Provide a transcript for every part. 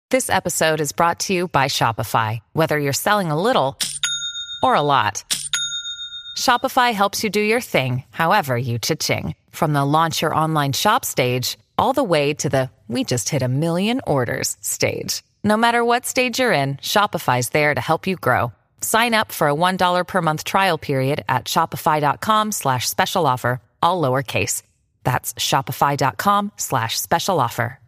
This episode is brought to you by Shopify. Whether you're selling a little or a lot, Shopify helps you do your thing, however you cha-ching. From the launch your online shop stage, all the way to the we just hit 1 million orders stage. No matter what stage you're in, Shopify's there to help you grow. Sign up for a $1 per month trial period at shopify.com/special offer, all lowercase. That's shopify.com/special offer.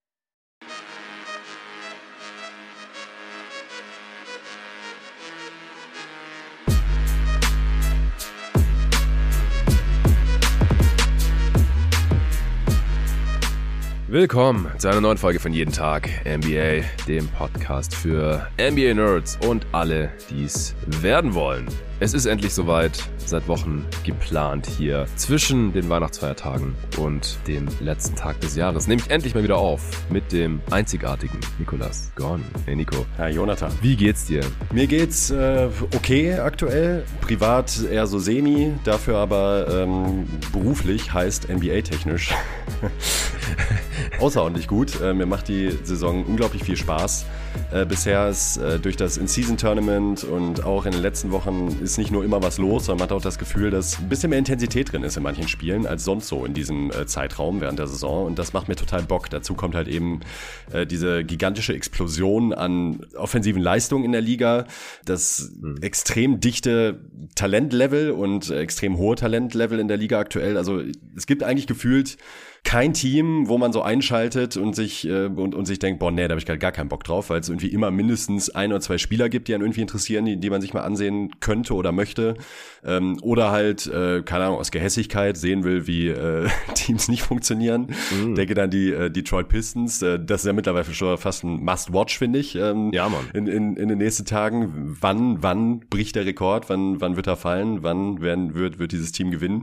Willkommen zu einer neuen Folge von Jeden Tag NBA, dem Podcast für NBA-Nerds und alle, die es werden wollen. Es ist endlich soweit, seit Wochen geplant hier zwischen den Weihnachtsfeiertagen und dem letzten Tag des Jahres. Nehme ich endlich mal wieder auf mit dem einzigartigen Nicolas Gorni. Hey Nico. Hi Jonathan. Wie geht's dir? Mir geht's okay aktuell, privat eher so semi, dafür aber beruflich heißt NBA-technisch außerordentlich gut. Mir macht die Saison unglaublich viel Spaß. Bisher ist durch das In-Season-Tournament und auch in den letzten Wochen ist nicht nur immer was los, sondern man hat auch das Gefühl, dass ein bisschen mehr Intensität drin ist in manchen Spielen als sonst so in diesem Zeitraum während der Saison, und das macht mir total Bock. Dazu kommt halt eben diese gigantische Explosion an offensiven Leistungen in der Liga, das extrem dichte Talentlevel und extrem hohe Talentlevel in der Liga aktuell. Also es gibt eigentlich gefühlt kein Team, wo man so einschaltet und sich denkt, boah, nee, da habe ich gar keinen Bock drauf, weil es irgendwie immer mindestens 1 oder 2 Spieler gibt, die einen irgendwie interessieren, die man sich mal ansehen könnte oder möchte. Oder halt, keine Ahnung, aus Gehässigkeit sehen will, wie Teams nicht funktionieren. Denke dann die Detroit Pistons. Das ist ja mittlerweile schon fast ein Must-Watch, finde ich. Ja, Mann. In den nächsten Tagen. Wann bricht der Rekord? Wann wird er fallen? Wann wird dieses Team gewinnen?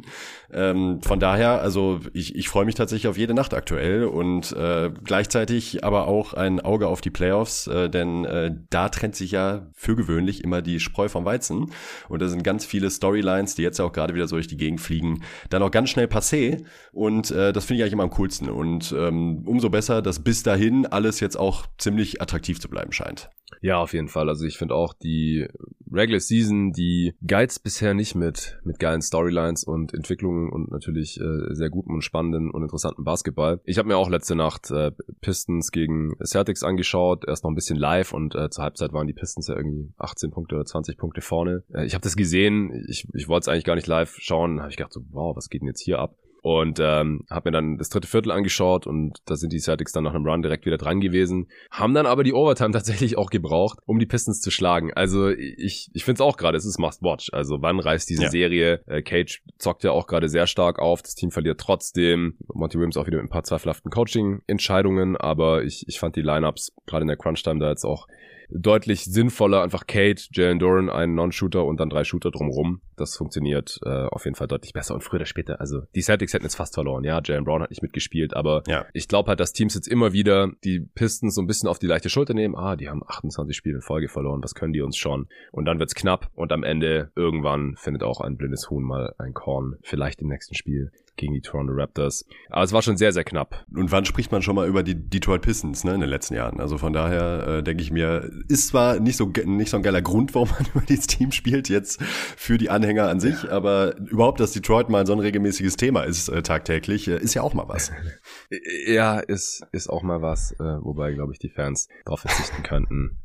Von daher, also ich freue mich tatsächlich auf jede Nacht aktuell und gleichzeitig aber auch ein Auge auf die Playoffs, denn da trennt sich ja für gewöhnlich immer die Spreu vom Weizen, und da sind ganz viele Storylines, die jetzt ja auch gerade wieder so durch die Gegend fliegen, dann auch ganz schnell passé, und das finde ich eigentlich immer am coolsten, und umso besser, dass bis dahin alles jetzt auch ziemlich attraktiv zu bleiben scheint. Ja, auf jeden Fall. Also ich finde auch die Regular Season, die geizt bisher nicht mit geilen Storylines und Entwicklungen und natürlich sehr guten und spannenden und interessanten Basketball. Ich habe mir auch letzte Nacht Pistons gegen Celtics angeschaut, erst noch ein bisschen live, und zur Halbzeit waren die Pistons ja irgendwie 18 Punkte oder 20 Punkte vorne. Ich habe das gesehen, ich wollte es eigentlich gar nicht live schauen, habe ich gedacht so, wow, was geht denn jetzt hier ab? Und habe mir dann das dritte Viertel angeschaut, und da sind die Celtics dann nach einem Run direkt wieder dran gewesen. Haben dann aber die Overtime tatsächlich auch gebraucht, um die Pistons zu schlagen. Also ich finde es auch gerade, es ist Must-Watch. Also wann reißt diese Serie? Cage zockt ja auch gerade sehr stark auf. Das Team verliert trotzdem. Monty Williams auch wieder mit ein paar zweifelhaften Coaching-Entscheidungen. Aber ich fand die Lineups gerade in der Crunch-Time da jetzt auch deutlich sinnvoller. Einfach Cade, Jalen Duren, einen Non-Shooter und dann 3 Shooter drumrum. Das funktioniert auf jeden Fall deutlich besser. Und früher oder später, also die Celtics hätten jetzt fast verloren. Ja, Jalen Brown hat nicht mitgespielt, aber ich glaube halt, dass Teams jetzt immer wieder die Pistons so ein bisschen auf die leichte Schulter nehmen. Die haben 28 Spiele in Folge verloren, was können die uns schon? Und dann wird's knapp, und am Ende irgendwann findet auch ein blindes Huhn mal ein Korn, vielleicht im nächsten Spiel gegen die Toronto Raptors. Aber es war schon sehr, sehr knapp. Und wann spricht man schon mal über die Detroit Pistons, ne, in den letzten Jahren? Also von daher denke ich mir, ist zwar nicht so ein geiler Grund, warum man über dieses Team spielt, jetzt für die Anhänger an sich, aber überhaupt, dass Detroit mal so ein regelmäßiges Thema ist tagtäglich, ist ja auch mal was. Ja, ist auch mal was, wobei, glaube ich, die Fans darauf verzichten könnten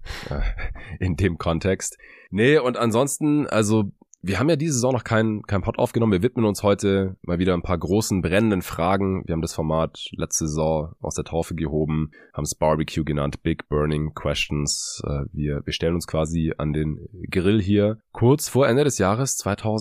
in dem Kontext. Nee, und ansonsten, also wir haben ja diese Saison noch keinen Pod aufgenommen. Wir widmen uns heute mal wieder ein paar großen, brennenden Fragen. Wir haben das Format letzte Saison aus der Taufe gehoben, haben es Barbecue genannt, Big Burning Questions. Wir stellen uns quasi an den Grill hier kurz vor Ende des Jahres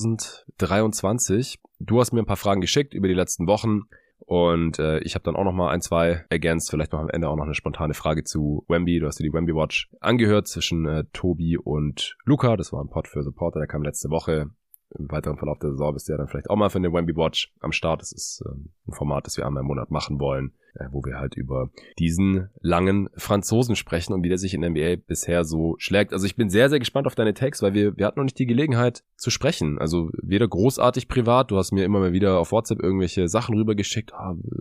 2023. Du hast mir ein paar Fragen geschickt über die letzten Wochen. Und ich habe dann auch noch mal 1, 2 ergänzt. Vielleicht noch am Ende auch noch eine spontane Frage zu Wemby. Du hast dir die Wemby Watch angehört zwischen Tobi und Luca. Das war ein Pod für Supporter, der kam letzte Woche. Im weiteren Verlauf der Saison bist du ja dann vielleicht auch mal für eine Wemby Watch am Start. Das ist ein Format, das wir einmal im Monat machen wollen. wo wir halt über diesen langen Franzosen sprechen und wie der sich in der NBA bisher so schlägt. Also ich bin sehr, sehr gespannt auf deine Takes, weil wir hatten noch nicht die Gelegenheit zu sprechen. Also weder großartig privat, du hast mir immer mal wieder auf WhatsApp irgendwelche Sachen rübergeschickt,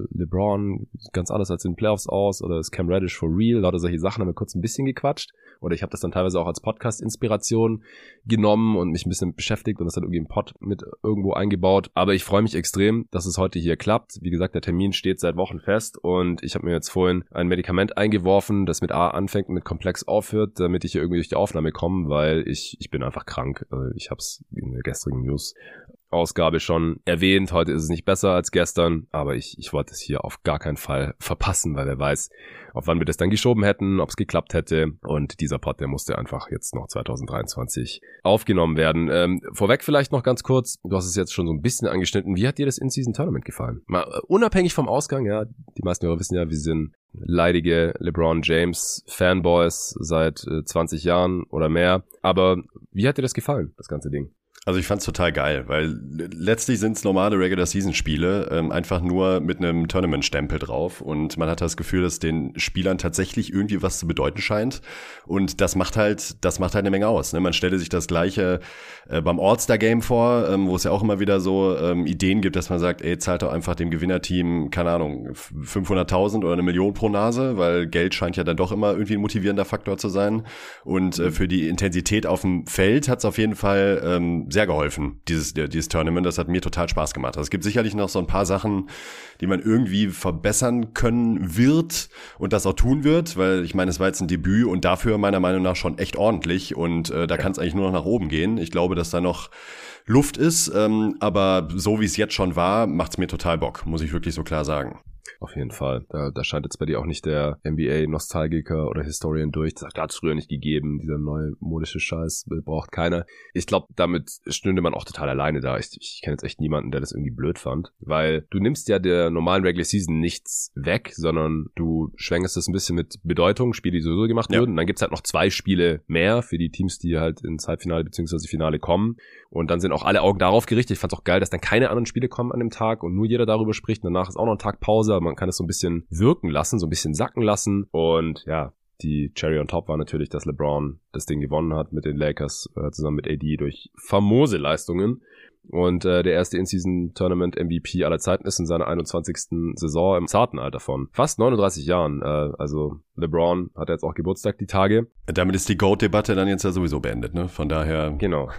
LeBron ganz anders als in den Playoffs aus oder ist Cam Reddish for real, lauter solche Sachen, haben wir kurz ein bisschen gequatscht. Oder ich habe das dann teilweise auch als Podcast-Inspiration genommen und mich ein bisschen beschäftigt und das dann irgendwie im Pod mit irgendwo eingebaut. Aber ich freue mich extrem, dass es heute hier klappt. Wie gesagt, der Termin steht seit Wochen fest und ich habe mir jetzt vorhin ein Medikament eingeworfen, das mit A anfängt und mit Komplex aufhört, damit ich hier irgendwie durch die Aufnahme komme, weil ich bin einfach krank. Ich habe es in der gestrigen News-Ausgabe schon erwähnt. Heute ist es nicht besser als gestern, aber ich wollte es hier auf gar keinen Fall verpassen, weil wer weiß, auf wann wir das dann geschoben hätten, ob es geklappt hätte. Und dieser Pod, der musste einfach jetzt noch 2023 aufgenommen werden. Vorweg vielleicht noch ganz kurz, du hast es jetzt schon so ein bisschen angeschnitten. Wie hat dir das In-Season-Tournament gefallen? Mal unabhängig vom Ausgang, ja, die meisten Hörer wissen ja, wir sind leidige LeBron James Fanboys seit 20 Jahren oder mehr. Aber wie hat dir das gefallen, das ganze Ding? Also ich fand's total geil, weil letztlich sind's normale Regular-Season-Spiele, einfach nur mit einem Tournament-Stempel drauf und man hat das Gefühl, dass den Spielern tatsächlich irgendwie was zu bedeuten scheint und das macht halt eine Menge aus. Ne? Man stelle sich das Gleiche beim All-Star-Game vor, wo es ja auch immer wieder so Ideen gibt, dass man sagt, zahlt doch einfach dem Gewinnerteam, keine Ahnung, 500.000 oder 1 Million pro Nase, weil Geld scheint ja dann doch immer irgendwie ein motivierender Faktor zu sein und für die Intensität auf dem Feld hat's auf jeden Fall sehr geholfen, dieses Tournament. Das hat mir total Spaß gemacht. Also es gibt sicherlich noch so ein paar Sachen, die man irgendwie verbessern können wird und das auch tun wird, weil ich meine, es war jetzt ein Debüt und dafür meiner Meinung nach schon echt ordentlich und da kann es eigentlich nur noch nach oben gehen. Ich glaube, dass da noch Luft ist, aber so wie es jetzt schon war, macht es mir total Bock, muss ich wirklich so klar sagen. Auf jeden Fall. Da scheint jetzt bei dir auch nicht der NBA-Nostalgiker oder Historian durch. Der sagt, da hat es früher nicht gegeben. Dieser neue modische Scheiß braucht keiner. Ich glaube, damit stünde man auch total alleine da. Ich kenne jetzt echt niemanden, der das irgendwie blöd fand. Weil du nimmst ja der normalen Regular Season nichts weg, sondern du schwängst das ein bisschen mit Bedeutung, Spiele, die sowieso gemacht wurden. Und dann gibt's halt noch 2 Spiele mehr für die Teams, die halt ins Halbfinale bzw. Finale kommen. Und dann sind auch alle Augen darauf gerichtet. Ich fand's auch geil, dass dann keine anderen Spiele kommen an dem Tag und nur jeder darüber spricht. Und danach ist auch noch ein Tag Pause, aber man kann es so ein bisschen wirken lassen, so ein bisschen sacken lassen. Und ja, die Cherry on top war natürlich, dass LeBron das Ding gewonnen hat mit den Lakers, zusammen mit AD durch famose Leistungen. Und der erste In-Season-Tournament-MVP aller Zeiten ist in seiner 21. Saison im zarten Alter von fast 39 Jahren. Also LeBron hat jetzt auch Geburtstag die Tage. Damit ist die GOAT-Debatte dann jetzt ja sowieso beendet, ne? Von daher... Genau.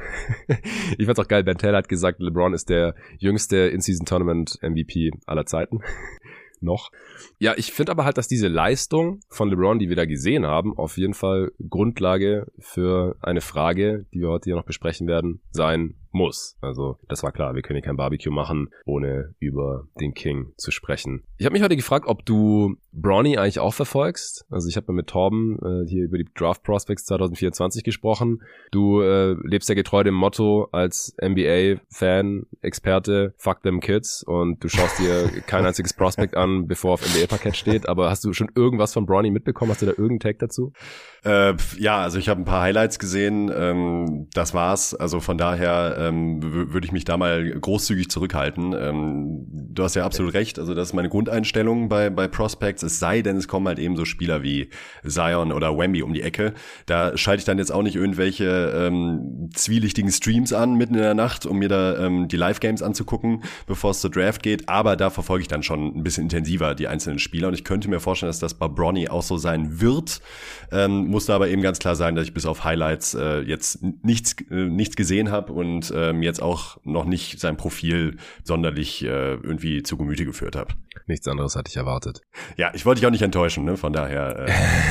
Ich fand's auch geil, Ben Taylor hat gesagt, LeBron ist der jüngste In-Season-Tournament-MVP aller Zeiten. Noch. Ja, ich finde aber halt, dass diese Leistung von LeBron, die wir da gesehen haben, auf jeden Fall Grundlage für eine Frage, die wir heute hier noch besprechen werden, sein muss. Also das war klar, wir können hier kein Barbecue machen, ohne über den King zu sprechen. Ich habe mich heute gefragt, ob du Bronny eigentlich auch verfolgst. Also ich habe mit Torben hier über die Draft Prospects 2024 gesprochen. Du lebst ja getreu dem Motto als NBA-Fan, Experte, fuck them kids, und du schaust dir kein einziges Prospect an, bevor auf NBA-Parkett steht. Aber hast du schon irgendwas von Bronny mitbekommen? Hast du da irgendeinen Take dazu? Ja, also ich habe ein paar Highlights gesehen. Das war's. Also von daher würde ich mich da mal großzügig zurückhalten. Du hast ja absolut recht. Also das ist meine Grundeinstellung bei Prospects. Es sei denn, es kommen halt eben so Spieler wie Zion oder Wemby um die Ecke. Da schalte ich dann jetzt auch nicht irgendwelche zwielichtigen Streams an mitten in der Nacht, um mir da die Live-Games anzugucken, bevor es zur Draft geht. Aber da verfolge ich dann schon ein bisschen intensiver die einzelnen Spieler. Und ich könnte mir vorstellen, dass das bei Bronny auch so sein wird. Musste aber eben ganz klar sagen, dass ich bis auf Highlights jetzt nichts gesehen habe und jetzt auch noch nicht sein Profil sonderlich irgendwie zu Gemüte geführt habe. Nichts anderes hatte ich erwartet. Ja, ich wollte dich auch nicht enttäuschen, ne? Von daher.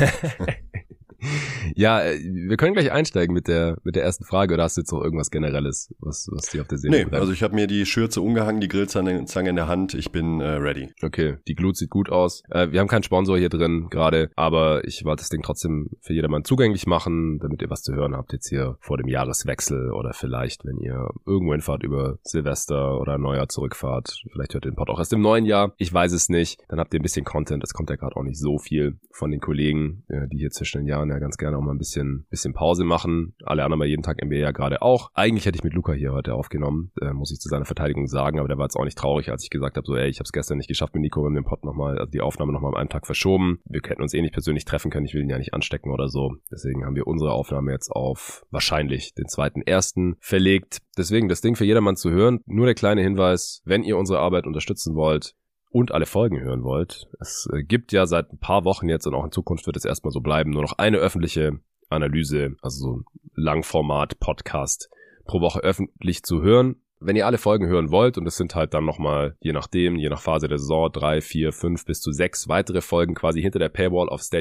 Ja, wir können gleich einsteigen mit der ersten Frage, oder hast du jetzt noch irgendwas Generelles, was dir auf der Seele bleibt? Nee, also ich habe mir die Schürze umgehangen, die Grillzange in der Hand, ich bin ready. Okay, die Glut sieht gut aus. Wir haben keinen Sponsor hier drin gerade, aber ich wollte das Ding trotzdem für jedermann zugänglich machen, damit ihr was zu hören habt jetzt hier vor dem Jahreswechsel oder vielleicht, wenn ihr irgendwo hinfahrt über Silvester oder Neujahr zurückfahrt. Vielleicht hört ihr den Pod auch erst im neuen Jahr, ich weiß es nicht. Dann habt ihr ein bisschen Content, es kommt ja gerade auch nicht so viel von den Kollegen, die hier zwischen den Jahren ja ganz gerne auch mal ein bisschen Pause machen. Alle anderen bei jeden Tag NBA ja gerade auch. Eigentlich hätte ich mit Luca hier heute aufgenommen, muss ich zu seiner Verteidigung sagen, aber der war jetzt auch nicht traurig, als ich gesagt habe, so ich habe es gestern nicht geschafft mit Nico, wir haben den Pod nochmal, also die Aufnahme nochmal um einen Tag verschoben. Wir hätten uns nicht persönlich treffen können, ich will ihn ja nicht anstecken oder so. Deswegen haben wir unsere Aufnahme jetzt auf wahrscheinlich den 2.1. verlegt. Deswegen das Ding für jedermann zu hören. Nur der kleine Hinweis, wenn ihr unsere Arbeit unterstützen wollt und alle Folgen hören wollt. Es gibt ja seit ein paar Wochen jetzt und auch in Zukunft wird es erstmal so bleiben, nur noch eine öffentliche Analyse, also so ein Langformat-Podcast pro Woche öffentlich zu hören. Wenn ihr alle Folgen hören wollt, und es sind halt dann nochmal, je nach Phase der Saison, 3, 4, 5 bis zu 6 weitere Folgen quasi hinter der Paywall auf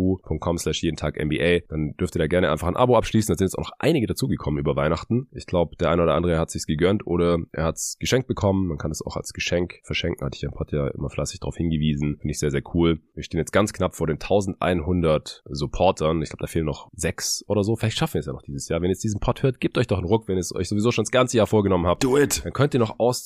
steadyhq.com/jedentagNBA, dann dürft ihr da gerne einfach ein Abo abschließen. Da sind jetzt auch noch einige dazugekommen über Weihnachten. Ich glaube, der eine oder andere hat sich's gegönnt oder er hat's geschenkt bekommen. Man kann es auch als Geschenk verschenken, hatte ich im Pod ja immer fleißig darauf hingewiesen. Finde ich sehr, sehr cool. Wir stehen jetzt ganz knapp vor den 1100 Supportern. Ich glaube, da fehlen noch 6 oder so. Vielleicht schaffen wir es ja noch dieses Jahr. Wenn ihr jetzt diesen Pod hört, gebt euch doch einen Ruck, wenn ihr es euch sowieso schon das ganze Jahr vorgenommen habt. Dann könnt ihr noch aus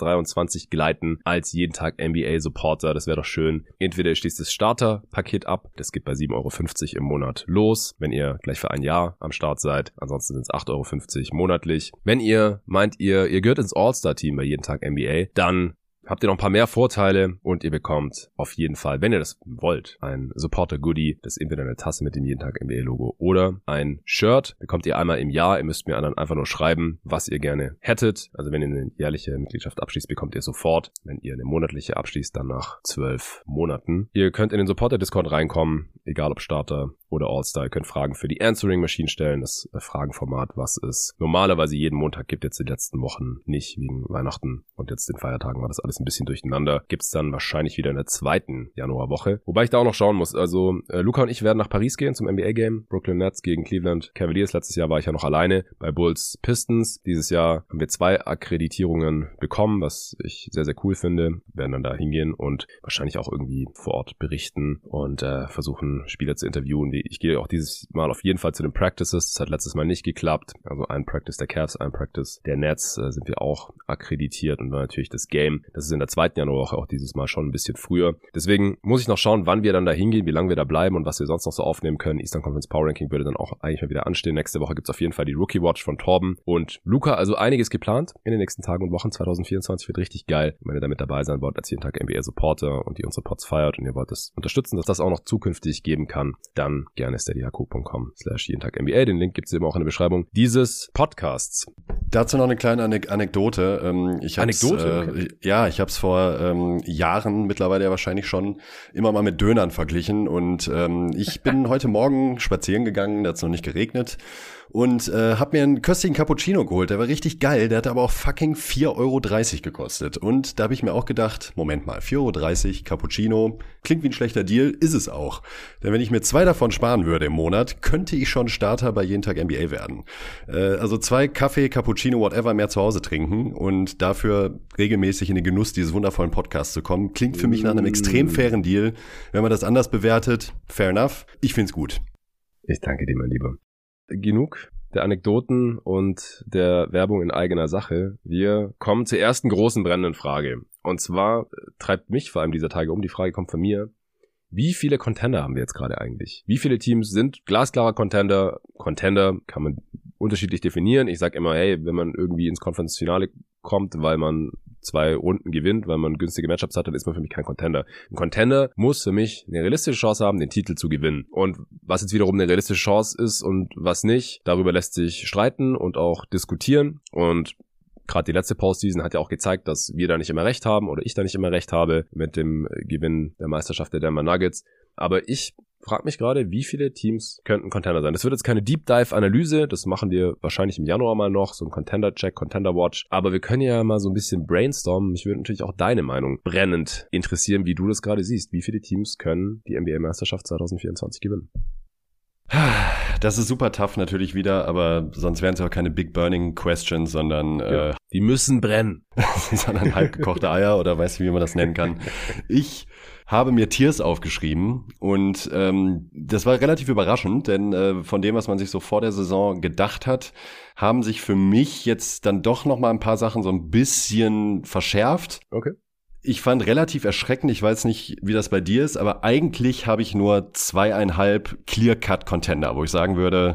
2023 gleiten als jeden Tag NBA-Supporter. Das wäre doch schön. Entweder ihr schließt das Starter-Paket ab. Das geht bei 7,50 € im Monat los, wenn ihr gleich für ein Jahr am Start seid. Ansonsten sind es 8,50 € monatlich. Wenn ihr meint, ihr gehört ins All-Star-Team bei jeden Tag NBA, dann habt ihr noch ein paar mehr Vorteile und ihr bekommt auf jeden Fall, wenn ihr das wollt, ein Supporter-Goodie. Das ist entweder eine Tasse mit dem jeden Tag NBA-Logo oder ein Shirt. Bekommt ihr einmal im Jahr. Ihr müsst mir dann einfach nur schreiben, was ihr gerne hättet. Also wenn ihr eine jährliche Mitgliedschaft abschließt, bekommt ihr sofort. Wenn ihr eine monatliche abschließt, dann nach 12 Monaten. Ihr könnt in den Supporter-Discord reinkommen, egal ob Starter oder All-Star. Ihr könnt Fragen für die Answering Machine stellen, das Fragenformat, was es normalerweise jeden Montag gibt, jetzt die letzten Wochen nicht, wegen Weihnachten und jetzt den Feiertagen war das alles ein bisschen durcheinander. Gibt's dann wahrscheinlich wieder in der 2. Januarwoche. Wobei ich da auch noch schauen muss. Also Luca und ich werden nach Paris gehen zum NBA-Game. Brooklyn Nets gegen Cleveland Cavaliers. Letztes Jahr war ich ja noch alleine bei Bulls Pistons. Dieses Jahr haben wir 2 Akkreditierungen bekommen, was ich sehr, sehr cool finde. Wir werden dann da hingehen und wahrscheinlich auch irgendwie vor Ort berichten und versuchen, Spieler zu interviewen. Ich gehe auch dieses Mal auf jeden Fall zu den Practices. Das hat letztes Mal nicht geklappt. Also ein Practice der Cavs, ein Practice der Nets sind wir auch akkreditiert und dann natürlich das Game. Das ist in der 2. Januarwoche auch dieses Mal schon ein bisschen früher. Deswegen muss ich noch schauen, wann wir dann da hingehen, wie lange wir da bleiben und was wir sonst noch so aufnehmen können. Eastern Conference Power Ranking würde dann auch eigentlich mal wieder anstehen. Nächste Woche gibt's auf jeden Fall die Rookie Watch von Torben und Luca. Also einiges geplant in den nächsten Tagen und Wochen. 2024 wird richtig geil. Wenn ihr damit dabei sein wollt als jeden Tag NBA Supporter und ihr unsere Pods feiert und ihr wollt das unterstützen, dass das auch noch zukünftig geben kann, dann gerne steadyhq.com/jedentagNBA. Den Link gibt's eben auch in der Beschreibung dieses Podcasts. Dazu noch eine kleine Anekdote. Okay. Ja, ich habe es vor Jahren, mittlerweile ja wahrscheinlich schon, immer mal mit Dönern verglichen und ich bin heute Morgen spazieren gegangen, da hat's noch nicht geregnet und habe mir einen köstlichen Cappuccino geholt, der war richtig geil, der hat aber auch fucking 4,30 € gekostet und da habe ich mir auch gedacht, Moment mal, 4,30 € Cappuccino, klingt wie ein schlechter Deal, ist es auch, denn wenn ich mir 2 davon sparen würde im Monat, könnte ich schon Starter bei jeden Tag NBA werden. Also 2 Kaffee, Cappuccino, whatever mehr zu Hause trinken und dafür regelmäßig in den Genuss dieses wundervollen Podcasts zu kommen, klingt für mich nach einem extrem fairen Deal. Wenn man das anders bewertet, fair enough, ich find's gut. Ich danke dir, mein Lieber. Genug der Anekdoten und der Werbung in eigener Sache. Wir kommen zur ersten großen brennenden Frage. Und zwar treibt mich vor allem dieser Tage um, die Frage kommt von mir, wie viele Contender haben wir jetzt gerade eigentlich? Wie viele Teams sind glasklarer Contender? Contender kann man unterschiedlich definieren. Ich sage immer, hey, wenn man irgendwie ins Conference-Finale kommt, weil man 2 Runden gewinnt, weil man günstige Matchups hat, dann ist man für mich kein Contender. Ein Contender muss für mich eine realistische Chance haben, den Titel zu gewinnen. Und was jetzt wiederum eine realistische Chance ist und was nicht, darüber lässt sich streiten und auch diskutieren. Und gerade die letzte Postseason hat ja auch gezeigt, dass wir da nicht immer recht haben oder ich da nicht immer recht habe mit dem Gewinn der Meisterschaft der Denver Nuggets. Aber ich frage mich gerade, wie viele Teams könnten Contender sein. Das wird jetzt keine Deep Dive Analyse, das machen wir wahrscheinlich im Januar mal noch, so ein Contender Check, Contender Watch. Aber wir können ja mal so ein bisschen brainstormen. Mich würde natürlich auch deine Meinung brennend interessieren, wie du das gerade siehst. Wie viele Teams können die NBA-Meisterschaft 2024 gewinnen? Das ist super tough natürlich wieder, aber sonst wären es auch keine Big Burning Questions, sondern die müssen brennen. sondern halb gekochte Eier oder weißt du, wie man das nennen kann. Ich habe mir Tiers aufgeschrieben und das war relativ überraschend, denn von dem, was man sich so vor der Saison gedacht hat, haben sich für mich jetzt dann doch noch mal ein paar Sachen so ein bisschen verschärft. Okay. Ich fand relativ erschreckend, ich weiß nicht, wie das bei dir ist, aber eigentlich habe ich nur 2,5 Clear-Cut-Contender, wo ich sagen würde,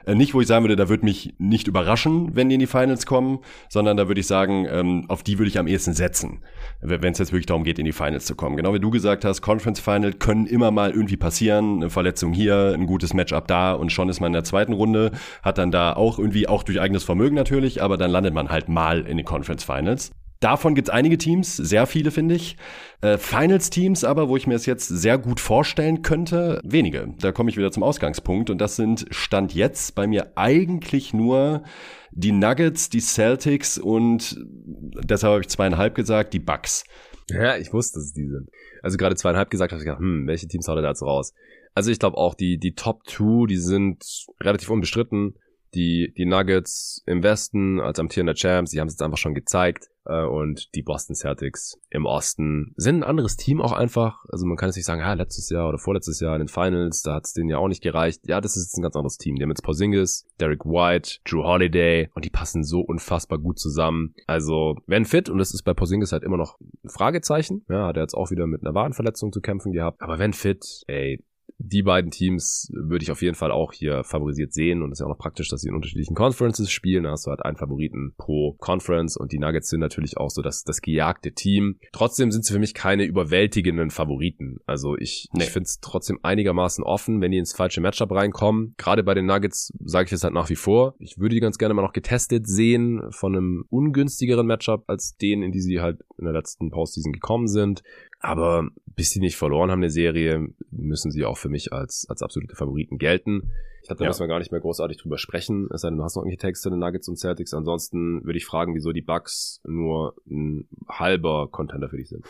da würde mich nicht überraschen, wenn die in die Finals kommen, sondern da würde ich sagen, auf die würde ich am ehesten setzen, wenn es jetzt wirklich darum geht, in die Finals zu kommen. Genau wie du gesagt hast, Conference Final können immer mal irgendwie passieren, eine Verletzung hier, ein gutes Matchup da und schon ist man in der zweiten Runde, hat dann da auch irgendwie, auch durch eigenes Vermögen natürlich, aber dann landet man halt mal in den Conference Finals. Davon gibt's einige Teams, sehr viele finde ich. Finals-Teams aber, wo ich mir es jetzt sehr gut vorstellen könnte, wenige. Da komme ich wieder zum Ausgangspunkt und das sind Stand jetzt bei mir eigentlich nur die Nuggets, die Celtics und deshalb habe ich 2,5 gesagt, die Bucks. Ja, ich wusste, dass es die sind. Also gerade 2,5 gesagt, habe ich gedacht, welche Teams haut er da jetzt raus? Also ich glaube auch, die Top 2, die sind relativ unbestritten. Die Nuggets im Westen als amtierender Champs, die haben es jetzt einfach schon gezeigt. Und die Boston Celtics im Osten sind ein anderes Team auch einfach. Also man kann jetzt nicht sagen, letztes Jahr oder vorletztes Jahr in den Finals, da hat es denen ja auch nicht gereicht. Ja, das ist jetzt ein ganz anderes Team. Die haben jetzt Porzingis, Derek White, Drew Holiday und die passen so unfassbar gut zusammen. Also wenn fit, und das ist bei Porzingis halt immer noch ein Fragezeichen. Ja, hat er jetzt auch wieder mit einer Wadenverletzung zu kämpfen gehabt. Aber wenn fit, die beiden Teams würde ich auf jeden Fall auch hier favorisiert sehen und es ist ja auch noch praktisch, dass sie in unterschiedlichen Conferences spielen. Da hast du halt einen Favoriten pro Conference und die Nuggets sind natürlich auch so das gejagte Team. Trotzdem sind sie für mich keine überwältigenden Favoriten. Also ich finde es trotzdem einigermaßen offen, wenn die ins falsche Matchup reinkommen. Gerade bei den Nuggets sage ich es halt nach wie vor. Ich würde die ganz gerne mal noch getestet sehen von einem ungünstigeren Matchup als denen, in die sie halt in der letzten Postseason gekommen sind. Aber bis die nicht verloren haben, eine Serie, müssen sie auch für mich als absolute Favoriten gelten. Ich glaube, da müssen wir gar nicht mehr großartig drüber sprechen. Es sei denn, du hast noch irgendwelche Texte, den Nuggets und Celtics. Ansonsten würde ich fragen, wieso die Bucks nur ein halber Contender für dich sind.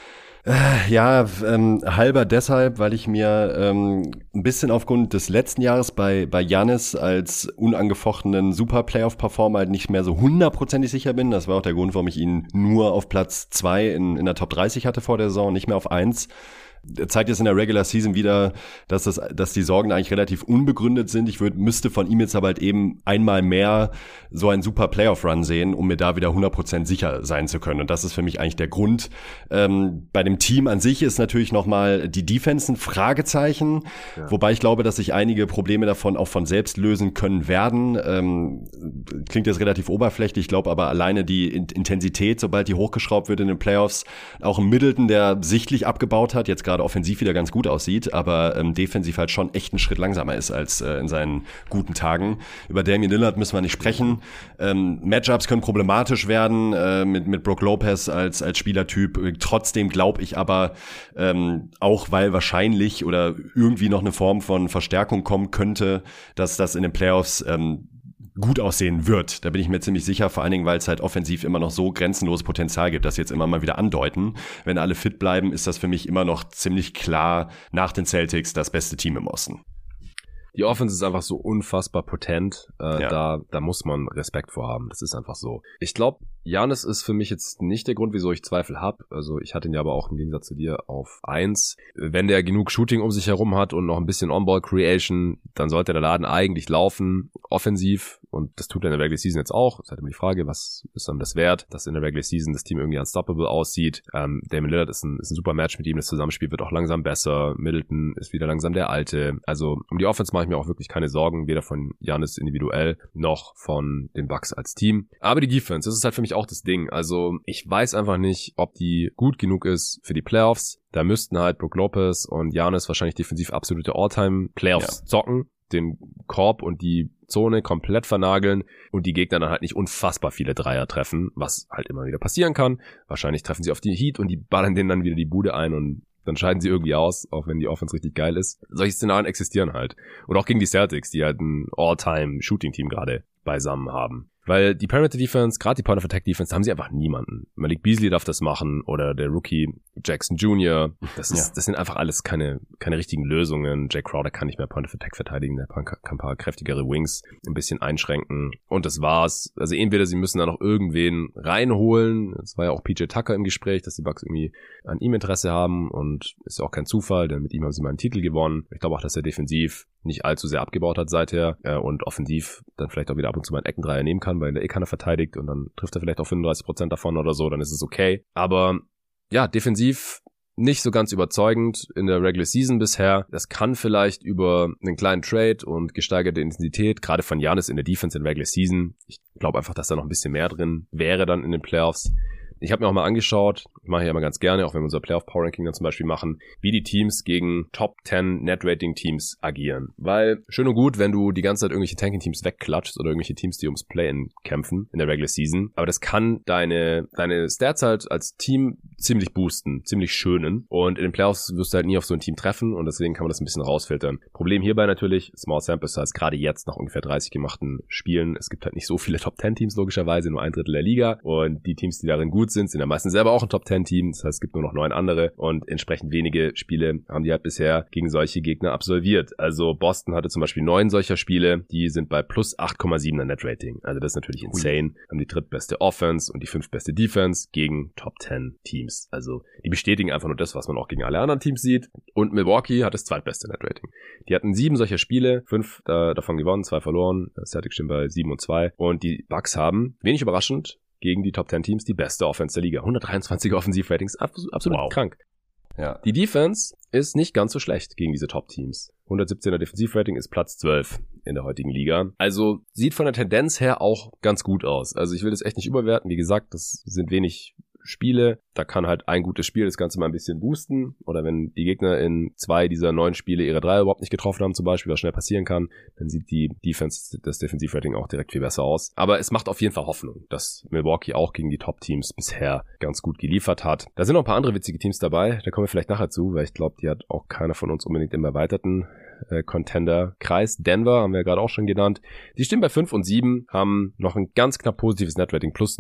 Halber deshalb, weil ich mir ein bisschen aufgrund des letzten Jahres bei Giannis als unangefochtenen Super-Playoff-Performer halt nicht mehr so 100% sicher bin. Das war auch der Grund, warum ich ihn nur auf Platz 2 in der Top 30 hatte vor der Saison, nicht mehr auf 1. Zeigt jetzt in der Regular Season wieder, dass die Sorgen eigentlich relativ unbegründet sind. Ich müsste von ihm jetzt aber halt eben einmal mehr so einen super Playoff-Run sehen, um mir da wieder 100% sicher sein zu können. Und das ist für mich eigentlich der Grund. Bei dem Team an sich ist natürlich nochmal die Defense ein Fragezeichen, wobei ich glaube, dass sich einige Probleme davon auch von selbst lösen können werden. Klingt jetzt relativ oberflächlich, ich glaube aber alleine die Intensität, sobald die hochgeschraubt wird in den Playoffs, auch ein Middleton, der sichtlich abgebaut hat, jetzt gerade offensiv wieder ganz gut aussieht, aber defensiv halt schon echt einen Schritt langsamer ist als in seinen guten Tagen. Über Damian Lillard müssen wir nicht sprechen. Matchups können problematisch werden mit Brook Lopez als Spielertyp. Trotzdem glaube ich aber, auch weil wahrscheinlich oder irgendwie noch eine Form von Verstärkung kommen könnte, dass das in den Playoffs gut aussehen wird. Da bin ich mir ziemlich sicher, vor allen Dingen, weil es halt offensiv immer noch so grenzenloses Potenzial gibt, das jetzt immer mal wieder andeuten. Wenn alle fit bleiben, ist das für mich immer noch ziemlich klar nach den Celtics das beste Team im Osten. Die Offense ist einfach so unfassbar potent, da muss man Respekt vor haben. Das ist einfach so. Ich glaube, Giannis ist für mich jetzt nicht der Grund, wieso ich Zweifel habe. Also ich hatte ihn ja aber auch im Gegensatz zu dir auf 1. Wenn der genug Shooting um sich herum hat und noch ein bisschen On-Ball-Creation, dann sollte der Laden eigentlich laufen, offensiv. Und das tut er in der Regular Season jetzt auch. Das ist halt immer die Frage, was ist dann das wert, dass in der Regular Season das Team irgendwie unstoppable aussieht. Damian Lillard ist ein super Match mit ihm. Das Zusammenspiel wird auch langsam besser. Middleton ist wieder langsam der Alte. Also um die Offense mache ich mir auch wirklich keine Sorgen, weder von Giannis individuell noch von den Bucks als Team. Aber die Defense, das ist halt für mich auch das Ding. Also ich weiß einfach nicht, ob die gut genug ist für die Playoffs. Da müssten halt Brook Lopez und Giannis wahrscheinlich defensiv absolute All-Time-Playoffs zocken, den Korb und die Zone komplett vernageln und die Gegner dann halt nicht unfassbar viele Dreier treffen, was halt immer wieder passieren kann. Wahrscheinlich treffen sie auf die Heat und die ballern denen dann wieder die Bude ein und dann scheiden sie irgendwie aus, auch wenn die Offense richtig geil ist. Solche Szenarien existieren halt. Und auch gegen die Celtics, die halt ein All-Time-Shooting-Team gerade beisammen haben. Weil die Perimeter Defense, gerade die Point of Attack Defense, da haben sie einfach niemanden. Malik Beasley darf das machen oder der Rookie Jackson Jr. Das sind einfach alles keine richtigen Lösungen. Jay Crowder kann nicht mehr Point of Attack verteidigen, der kann ein paar kräftigere Wings ein bisschen einschränken. Und das war's. Also entweder sie müssen da noch irgendwen reinholen. Es war ja auch PJ Tucker im Gespräch, dass die Bucks irgendwie an ihm Interesse haben und ist ja auch kein Zufall, denn mit ihm haben sie mal einen Titel gewonnen. Ich glaube auch, dass er defensiv nicht allzu sehr abgebaut hat seither und offensiv dann vielleicht auch wieder ab und zu mal einen Eckendreier nehmen kann, weil der keiner verteidigt und dann trifft er vielleicht auch 35% davon oder so, dann ist es okay. Aber ja, defensiv nicht so ganz überzeugend in der Regular Season bisher. Das kann vielleicht über einen kleinen Trade und gesteigerte Intensität, gerade von Giannis in der Defense in der Regular Season. Ich glaube einfach, dass da noch ein bisschen mehr drin wäre dann in den Playoffs. Ich habe mir auch mal angeschaut, mache ich ja mal ganz gerne, auch wenn wir unser Playoff-Power-Ranking dann zum Beispiel machen, wie die Teams gegen Top 10 Net-Rating-Teams agieren. Weil schön und gut, wenn du die ganze Zeit irgendwelche Tanking-Teams wegklatschst oder irgendwelche Teams, die ums Play-In kämpfen in der Regular Season, aber das kann deine Stats halt als Team ziemlich boosten, ziemlich schönen. Und in den Playoffs wirst du halt nie auf so ein Team treffen und deswegen kann man das ein bisschen rausfiltern. Problem hierbei natürlich, Small Sample Size, gerade jetzt nach ungefähr 30 gemachten Spielen. Es gibt halt nicht so viele Top-10-Teams logischerweise, nur 1/3 der Liga. Und die Teams, die darin gut sind ja meistens selber auch ein Top-10-Team. Das heißt, es gibt nur noch 9 andere und entsprechend wenige Spiele haben die halt bisher gegen solche Gegner absolviert. Also Boston hatte zum Beispiel 9 solcher Spiele, die sind bei plus 8,7er Net-Rating. Also das ist natürlich insane. Haben die drittbeste Offense und die 5. Defense gegen Top-10-Teams. Also die bestätigen einfach nur das, was man auch gegen alle anderen Teams sieht. Und Milwaukee hat das zweitbeste Net-Rating. Die hatten 7 solcher Spiele, 5 davon gewonnen, 2 verloren. Celtics stehen bei 7 und 2. Und die Bucks haben, wenig überraschend, gegen die Top 10 Teams die beste Offense der Liga. 123er Offensivratings, absolut krank. Ja. Die Defense ist nicht ganz so schlecht gegen diese Top-Teams. 117er Defensivrating ist Platz 12 in der heutigen Liga. Also sieht von der Tendenz her auch ganz gut aus. Also ich will das echt nicht überwerten. Wie gesagt, das sind wenig Spiele. Da kann halt ein gutes Spiel das Ganze mal ein bisschen boosten. Oder wenn die Gegner in 2 dieser 9 Spiele ihre Dreier überhaupt nicht getroffen haben, zum Beispiel, was schnell passieren kann, dann sieht die Defense, das Defensivrating auch direkt viel besser aus. Aber es macht auf jeden Fall Hoffnung, dass Milwaukee auch gegen die Top-Teams bisher ganz gut geliefert hat. Da sind noch ein paar andere witzige Teams dabei. Da kommen wir vielleicht nachher zu, weil ich glaube, die hat auch keiner von uns unbedingt im erweiterten Contender-Kreis. Denver haben wir ja gerade auch schon genannt. Die stehen bei 5 und 7, haben noch ein ganz knapp positives Netrating plus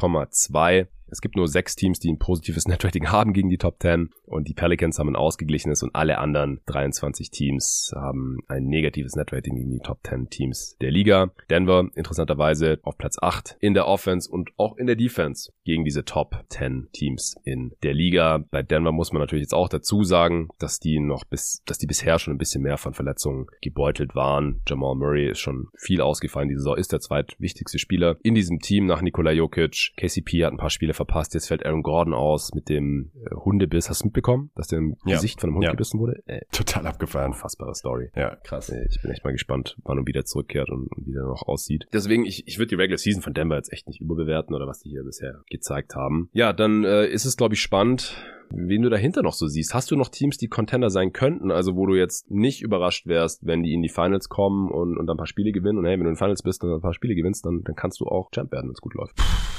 0,2. Es gibt nur 6 Teams, die ein positives Netrating haben gegen die Top 10 und die Pelicans haben ein ausgeglichenes und alle anderen 23 Teams haben ein negatives Netrating gegen die Top 10 Teams der Liga. Denver interessanterweise auf Platz 8 in der Offense und auch in der Defense gegen diese Top 10 Teams in der Liga. Bei Denver muss man natürlich jetzt auch dazu sagen, dass die bisher schon ein bisschen mehr von Verletzungen gebeutelt waren. Jamal Murray ist schon viel ausgefallen diese Saison, ist der zweitwichtigste Spieler in diesem Team nach Nikola Jokic. KCP hat ein paar Spiele verpasst, jetzt fällt Aaron Gordon aus mit dem Hundebiss. Hast du mitbekommen, dass der im Gesicht von einem Hund gebissen wurde? Total abgefahren. Unfassbare Story. Ja, krass. Ich bin echt mal gespannt, wann er wieder zurückkehrt und wie der noch aussieht. Deswegen, ich würde die Regular Season von Denver jetzt echt nicht überbewerten oder was die hier bisher gezeigt haben. Ja, dann ist es, glaube ich, spannend, wen du dahinter noch so siehst. Hast du noch Teams, die Contender sein könnten, also wo du jetzt nicht überrascht wärst, wenn die in die Finals kommen und dann ein paar Spiele gewinnen und hey, wenn du in den Finals bist und ein paar Spiele gewinnst, dann kannst du auch Champ werden, wenn es gut läuft.